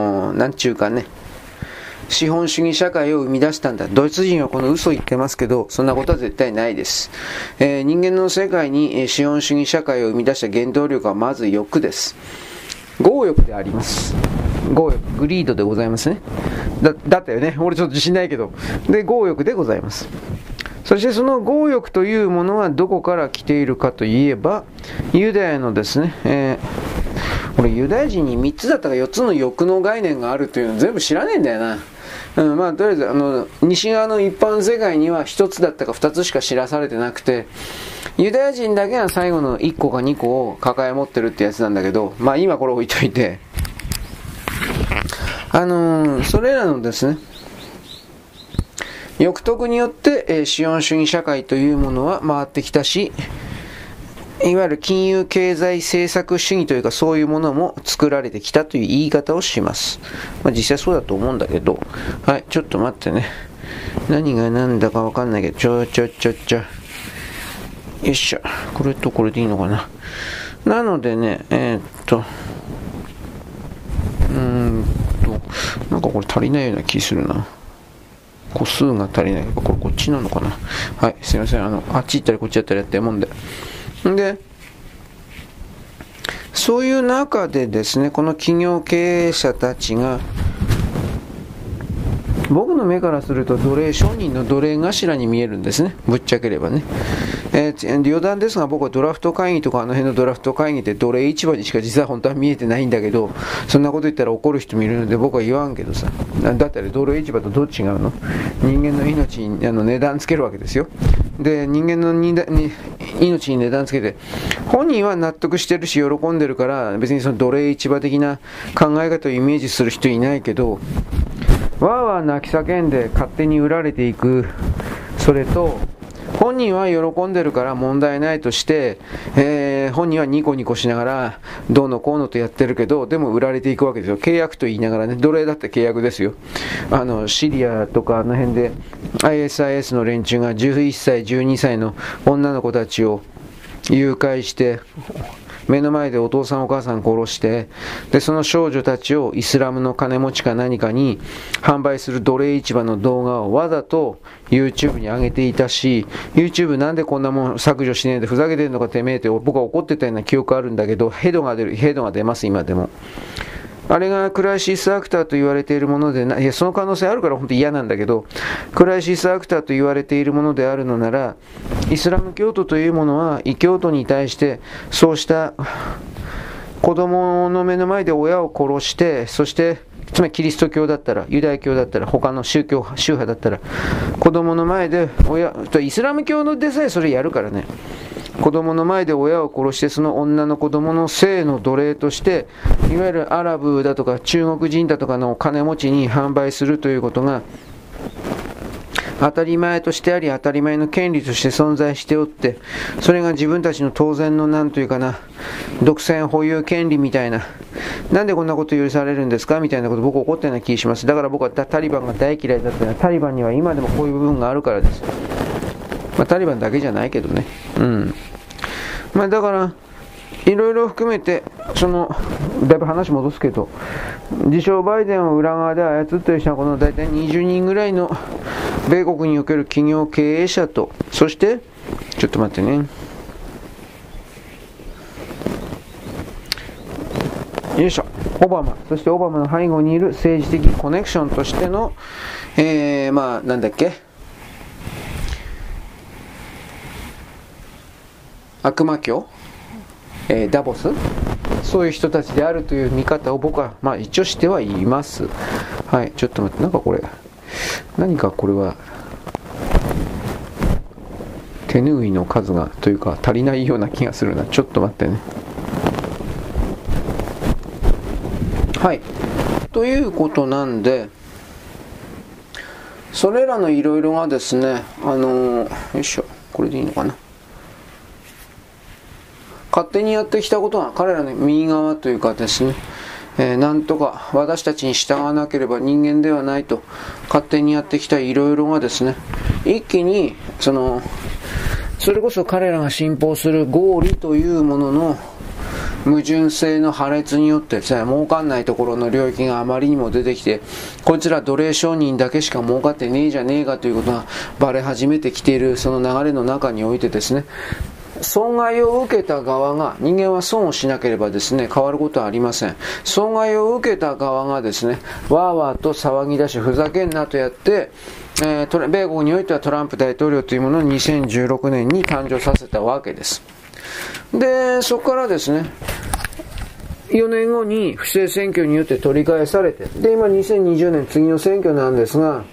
資本主義社会を生み出したんだ。ドイツ人はこの嘘を言ってますけど、そんなことは絶対ないです。人間の世界に資本主義社会を生み出した原動力はまず欲です。強欲であります。強欲、グリードでございますね。だったよね。俺ちょっと自信ないけど。で、強欲でございます。そしてその強欲というものはどこから来ているかといえば、ユダヤのですね、俺ユダヤ人に3つだったか4つの欲の概念があるというの全部知らねえんだよな。とりあえず西側の一般世界には1つだったか2つしか知らされてなくて、ユダヤ人だけが最後の1個か2個を抱え持ってるってやつなんだけど、今これ置いといて、それらのですね、欲得によって、資本主義社会というものは回ってきたし、いわゆる金融経済政策主義というかそういうものも作られてきたという言い方をします。実際そうだと思うんだけど、はい、ちょっと待ってね。何が何だかわかんないけど、よいしょ。これとこれでいいのかな。なのでね、なんかこれ足りないような気するな。個数が足りない。これこっちなのかな。はい、すいません。あっち行ったりこっち行ったりやってるもんで。で、そういう中でですね、この企業経営者たちが僕の目からすると奴隷商人の奴隷頭に見えるんですね、ぶっちゃければね。余談ですが、僕はドラフト会議とかあの辺のドラフト会議って奴隷市場にしか実は本当は見えてないんだけど、そんなこと言ったら怒る人もいるので僕は言わんけどさ、だったら奴隷市場とどう違うの？人間の命に値段つけるわけですよ。で、人間の命に値段つけて、本人は納得してるし喜んでるから、別にその奴隷市場的な考え方をイメージする人いないけど、わーわー泣き叫んで勝手に売られていく、それと本人は喜んでるから問題ないとして、本人はニコニコしながらどうのこうのとやってるけど、でも売られていくわけですよ。契約と言いながらね、奴隷だって契約ですよ。シリアとかあの辺で ISIS の連中が11歳12歳の女の子たちを誘拐して目の前でお父さんお母さん殺して、でその少女たちをイスラムの金持ちか何かに販売する奴隷市場の動画をわざと YouTube に上げていたし、 YouTube なんでこんなもん削除しねえでふざけてんのかてめえって僕は怒ってたような記憶あるんだけど、ヘドが出ます今でも。あれがクライシスアクターと言われているものでいや、その可能性あるから本当に嫌なんだけど、クライシスアクターと言われているものであるのなら、イスラム教徒というものは異教徒に対してそうした子供の目の前で親を殺して、そしてつまりキリスト教だったらユダヤ教だったら他の宗派だったら子供の前でイスラム教のでさえそれやるからね、子供の前で親を殺して、その女の子供の性の奴隷として、いわゆるアラブだとか中国人だとかの金持ちに販売するということが当たり前としてあり、当たり前の権利として存在しておって、それが自分たちの当然のなんというかな、独占保有権利みたいな、なんでこんなこと許されるんですかみたいなこと僕怒ったような気がします。だから僕はタリバンが大嫌いだったのは、タリバンには今でもこういう部分があるからです。タリバンだけじゃないけどね。だからいろいろ含めて、だいぶ話戻すけど、自称バイデンを裏側で操っている人はこの大体20人ぐらいの米国における企業経営者と、そしてちょっと待ってね、よいしょ、オバマ、そしてオバマの背後にいる政治的コネクションとしての、なんだっけ、悪魔教、ダボス、そういう人たちであるという見方を僕は一応してはいます。はい、ちょっと待って、何かこれは手拭いの数がというか足りないような気がするな。ちょっと待ってね。はい、ということなんで、それらのいろいろがですね、よいしょ、これでいいのかな、勝手にやってきたことが彼らの右側というかですね、なんとか私たちに従わなければ人間ではないと勝手にやってきたいろいろがですね、一気にそれこそ彼らが信奉する合理というものの矛盾性の破裂によってですね、儲かんないところの領域があまりにも出てきて、こいつら奴隷商人だけしか儲かってねえじゃねえかということがバレ始めてきているその流れの中においてですね、損害を受けた側が、人間は損をしなければですね変わることはありません。損害を受けた側がですね、わーわーと騒ぎ出しふざけんなとやって、米国においてはトランプ大統領というものを2016年に誕生させたわけです。でそこからですね、4年後に不正選挙によって取り返されて、で今2020年次の選挙なんですが、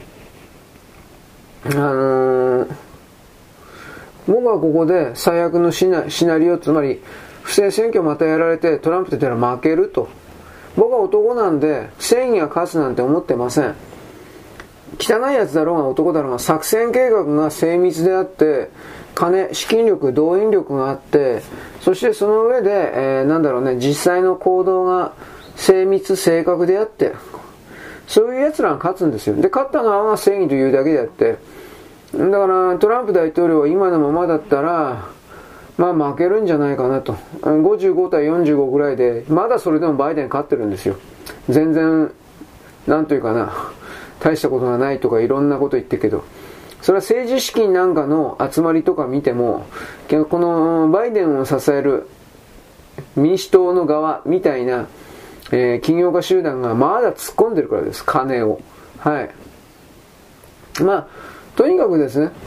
僕はここで最悪のシナリオ、つまり不正選挙またやられてトランプと言ったら負けると。僕は男なんで正義が勝つなんて思ってません。汚いやつだろうが男だろうが作戦計画が精密であって、資金力、動員力があって、そしてその上で、実際の行動が精密正確であって、そういう奴らが勝つんですよ。で勝った側が正義というだけであって、だからトランプ大統領は今のままだったら負けるんじゃないかなと。55対45ぐらいで、まだそれでもバイデン勝ってるんですよ。全然大したことがないとかいろんなこと言ってるけど、それは政治資金なんかの集まりとか見ても、このバイデンを支える民主党の側みたいな、起業家集団がまだ突っ込んでるからです。金を。はい。 とにかくですね、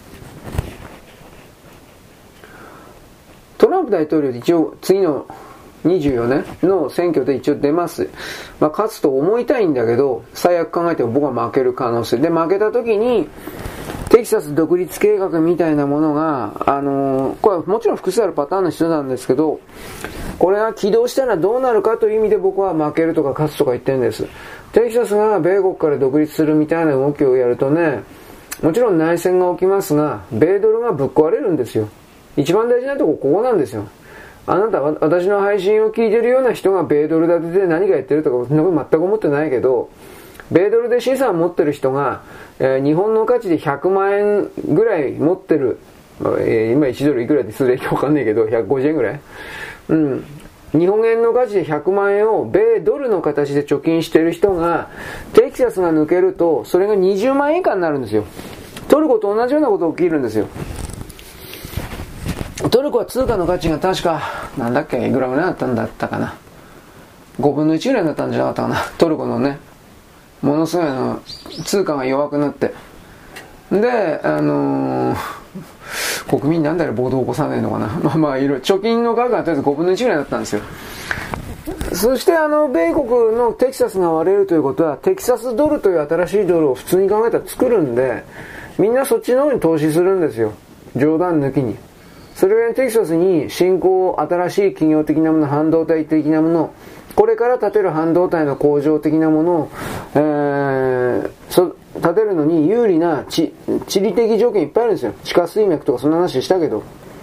トランプ大統領で一応次の24年の選挙で一応出ます。勝つと思いたいんだけど、最悪考えても僕は負ける可能性で、負けた時にテキサス独立計画みたいなものが、これはもちろん複数あるパターンの人なんですけど、これが起動したらどうなるかという意味で僕は負けるとか勝つとか言ってるんです。テキサスが米国から独立するみたいな動きをやるとね、もちろん内戦が起きますが、米ドルがぶっ壊れるんですよ。一番大事なとここなんですよ。あなた、私の配信を聞いてるような人が米ドル建てで何かやってるとか、そんなこと全く思ってないけど、米ドルで資産を持ってる人が、日本の価値で100万円ぐらい持ってる、今1ドルいくらで数でわかんないけど、150円ぐらい、日本円の価値で100万円を米ドルの形で貯金してる人が、テキサスが抜けると、それが20万円以下になるんですよ。トルコと同じようなことが起きるんですよ。トルコは通貨の価値が確か、なんだっけ、いくらぐらいだったんだったかな。5分の1ぐらいだったんじゃなかったかな。トルコのね、ものすごい通貨が弱くなって。で、国民なんだよ、暴動を起こさないのかな。いろいろ、貯金の額がとりあえず5分の1ぐらいだったんですよ。そして米国のテキサスが割れるということは、テキサスドルという新しいドルを普通に考えたら作るんで、みんなそっちの方に投資するんですよ。冗談抜きに。それぐらいテキサスに新興、新しい企業的なもの、半導体的なもの、これから建てる半導体の工場的なものを、建てるのに有利な地理的条件いっぱいあるんですよ。地下水脈とかそんな話したけど。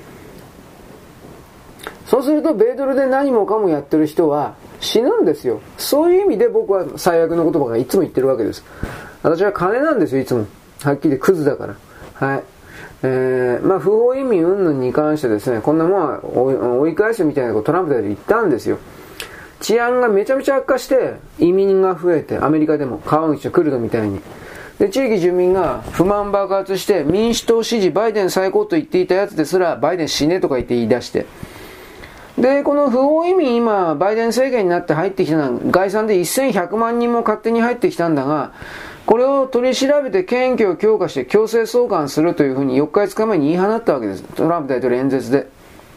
そうすると米ドルで何もかもやってる人は死ぬんですよ。そういう意味で僕は最悪の言葉がいつも言ってるわけです。私は金なんですよ、いつも。はっきり言ってクズだから。はい。不法移民云々に関してですね、こんなもんは追い返すみたいなことをトランプ大統領言ったんですよ。治安がめちゃめちゃ悪化して移民が増えて、アメリカでも川口とクルドみたいに。で、地域住民が不満爆発して民主党支持バイデン最高と言っていたやつですらバイデン死ねとか言って言い出して。で、この不法移民今バイデン政権になって入ってきたのは概算で1100万人も勝手に入ってきたんだが、これを取り調べて検挙を強化して強制送還するというふうに4日5日前に言い放ったわけです。トランプ大統領演説で。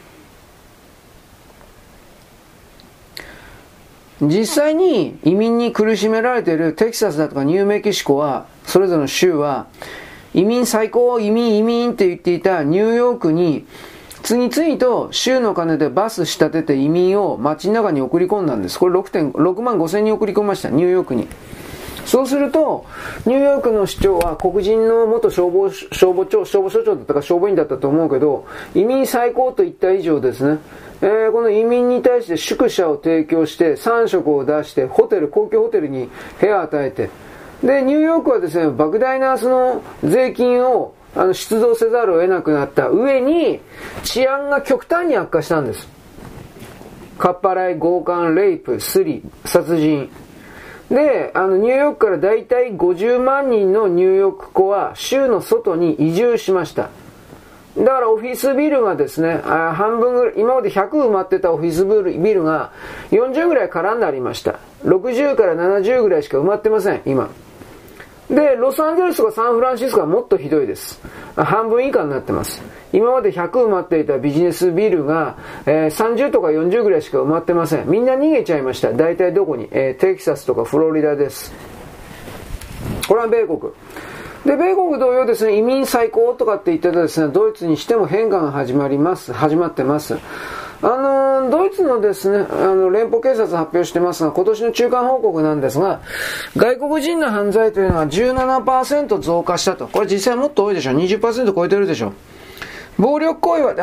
実際に移民に苦しめられているテキサスだとかニューメキシコは、それぞれの州は、移民最高、移民って言っていたニューヨークに、次々と州の金でバス仕立てて移民を街の中に送り込んだんです。これ6万5千人送り込みました、ニューヨークに。そうすると、ニューヨークの市長は黒人の元消防署長だったか消防員だったと思うけど、移民最高といった以上ですね、この移民に対して宿舎を提供して3食を出して高級ホテルに部屋を与えて、で、ニューヨークはですね、莫大なその税金を出動せざるを得なくなった上に、治安が極端に悪化したんです。かっぱらい、強姦、レイプ、スリ、殺人。で、ニューヨークからだいたい50万人のニューヨーク子は州の外に移住しました。だからオフィスビルがですね、半分ぐらい、今まで100埋まってたオフィスビルが40ぐらい空になりました。60から70ぐらいしか埋まってません、今。で、ロサンゼルスとかサンフランシスコはもっとひどいです。半分以下になってます。今まで100埋まっていたビジネスビルが、30とか40ぐらいしか埋まってません。みんな逃げちゃいました。大体どこに、テキサスとかフロリダです。これは米国。で、米国同様ですね、移民最高とかって言ってたですね、ドイツにしても変化が始まってます。ドイツのですね、連邦警察発表してますが、今年の中間報告なんですが、外国人の犯罪というのは 17% 増加したと。これ実際もっと多いでしょ。20% 超えてるでしょ。暴力行為は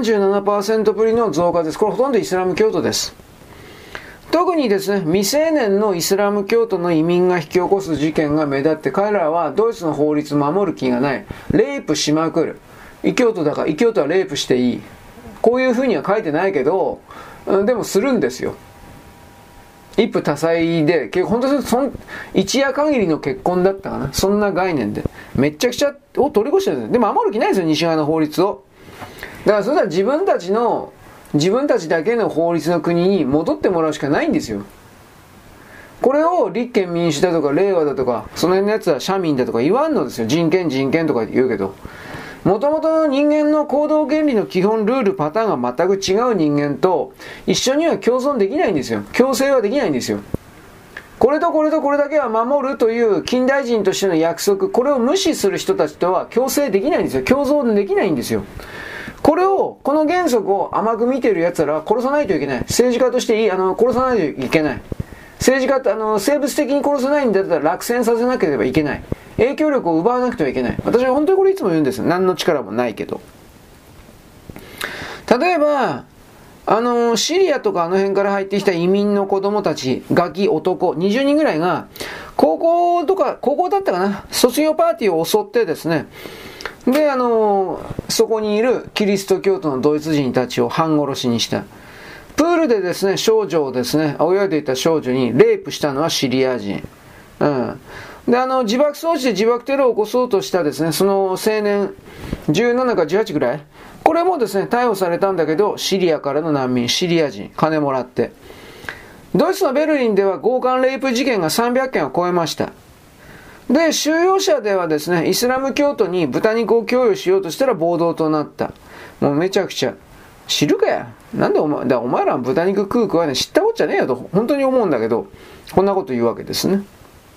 37% ぶりの増加です。これほとんどイスラム教徒です。特にですね、未成年のイスラム教徒の移民が引き起こす事件が目立って、彼らはドイツの法律を守る気がない。レイプしまくる。異教徒だから、異教徒はレイプしていい。こういうふうには書いてないけど、でもするんですよ。一夫多妻で、本当に一夜限りの結婚だったかな。そんな概念で。めっちゃくちゃを取り越してるんです。でも守る気ないですよ、西側の法律を。だからそれは自分たちだけの法律の国に戻ってもらうしかないんですよ。 これを立憲民主だとか令和だとか、その辺のやつは社民だとか言わんのですよ。人権とか言うけど。もともとの人間の行動原理の基本ルールパターンが全く違う人間と一緒には共存できないんですよ。共生はできないんですよ。これとこれとこれだけは守るという近代人としての約束、これを無視する人たちとは共生できないんですよ。共存できないんですよ。この原則を甘く見ている奴らは殺さないといけない。政治家として殺さないといけない。政治家って生物的に殺さないんだったら落選させなければいけない。影響力を奪わなくてはいけない。私は本当にこれいつも言うんですよ。何の力もないけど。例えば、シリアとかあの辺から入ってきた移民の子供たち、ガキ、男、20人ぐらいが、高校だったかな、卒業パーティーを襲ってですね、で、そこにいるキリスト教徒のドイツ人たちを半殺しにした。プールでですね、少女をですね、泳いでいた少女にレイプしたのはシリア人。うん。で、自爆装置で自爆テロを起こそうとしたですね、その青年、17か18ぐらい、これもですね、逮捕されたんだけど、シリアからの難民、シリア人、金もらって。ドイツのベルリンでは強姦レイプ事件が300件を超えました。で、収容者ではですね、イスラム教徒に豚肉を供与しようとしたら暴動となった。もうめちゃくちゃ。知るかや。なんでお前ら豚肉食わねえ、知ったこっちゃねえよと、本当に思うんだけど、こんなこと言うわけですね。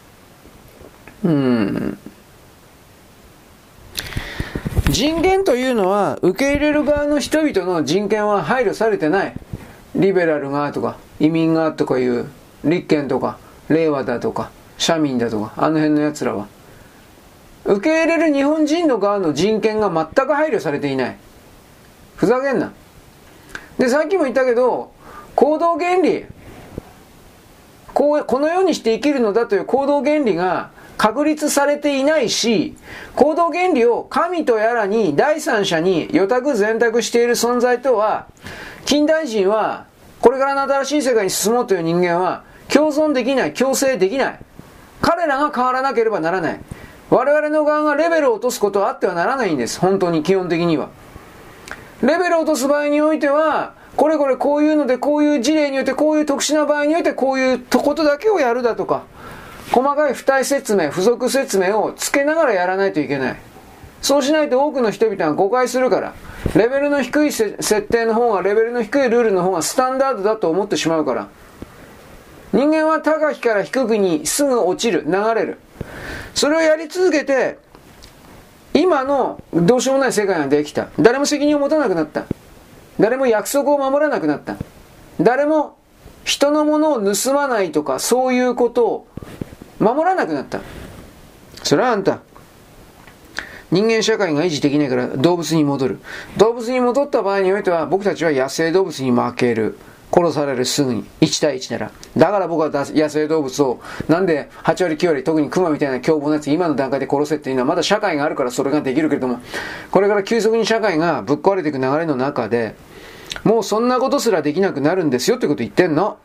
人権というのは受け入れる側の人々の人権は配慮されてない。リベラル側とか移民側とかいう立憲とか令和だとか社民だとかあの辺のやつらは受け入れる日本人の側の人権が全く配慮されていない。ふざけんな。で、さっきも言ったけど行動原理、このようにして生きるのだという行動原理が確立されていないし、行動原理を神とやらに第三者に予託全託している存在とは、近代人はこれからの新しい世界に進もうという人間は共存できない、共生できない。彼らが変わらなければならない。我々の側がレベルを落とすことはあってはならないんです。本当に基本的には。レベルを落とす場合においては、これこういうのでこういう事例によってこういう特殊な場合においてこういうことだけをやるだとか、細かい付帯説明、付属説明をつけながらやらないといけない。そうしないと多くの人々が誤解するから、レベルの低い設定の方が、レベルの低いルールの方がスタンダードだと思ってしまうから。人間は高きから低くにすぐ落ちる、流れる。それをやり続けて、今のどうしようもない世界ができた。誰も責任を持たなくなった。誰も約束を守らなくなった。誰も人のものを盗まないとか、そういうことを守らなくなった。それはあんた、人間社会が維持できないから動物に戻る。動物に戻った場合においては、僕たちは野生動物に負ける。殺される、すぐに。1対1なら。だから僕は野生動物を、なんで8割9割、特にクマみたいな凶暴なやつ、今の段階で殺せっていうのはまだ社会があるからそれができるけれども、これから急速に社会がぶっ壊れていく流れの中で、もうそんなことすらできなくなるんですよってこと言ってんの。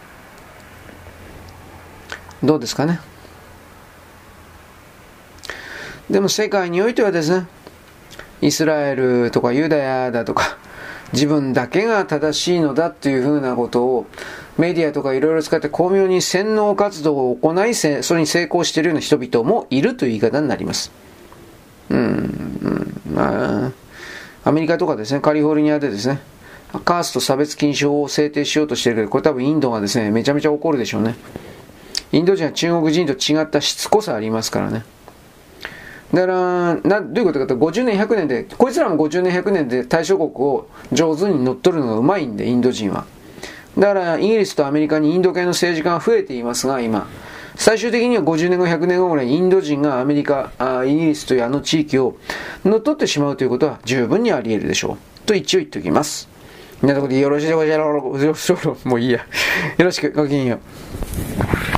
どうですかね。でも世界においてはですね、イスラエルとかユダヤだとか、自分だけが正しいのだっていうふうなことをメディアとかいろいろ使って巧妙に洗脳活動を行い、それに成功しているような人々もいるという言い方になります。まあ、アメリカとかですね、カリフォルニアでですね、カースト差別禁止法を制定しようとしているけど、これ多分インドがですね、めちゃめちゃ怒るでしょうね。インド人は中国人と違ったしつこさありますからね。だからどういうことかと、50年100年でこいつらも50年100年で対処国を上手に乗っ取るのがうまいんで、インド人は。だからイギリスとアメリカにインド系の政治家が増えていますが、今最終的には50年後100年後ぐらいインド人がアメリカイギリスというあの地域を乗っ取ってしまうということは十分にあり得るでしょうと一応言っておきます。みんなところでよろしいでございます。もういいや。よろしく、ごきげんよう。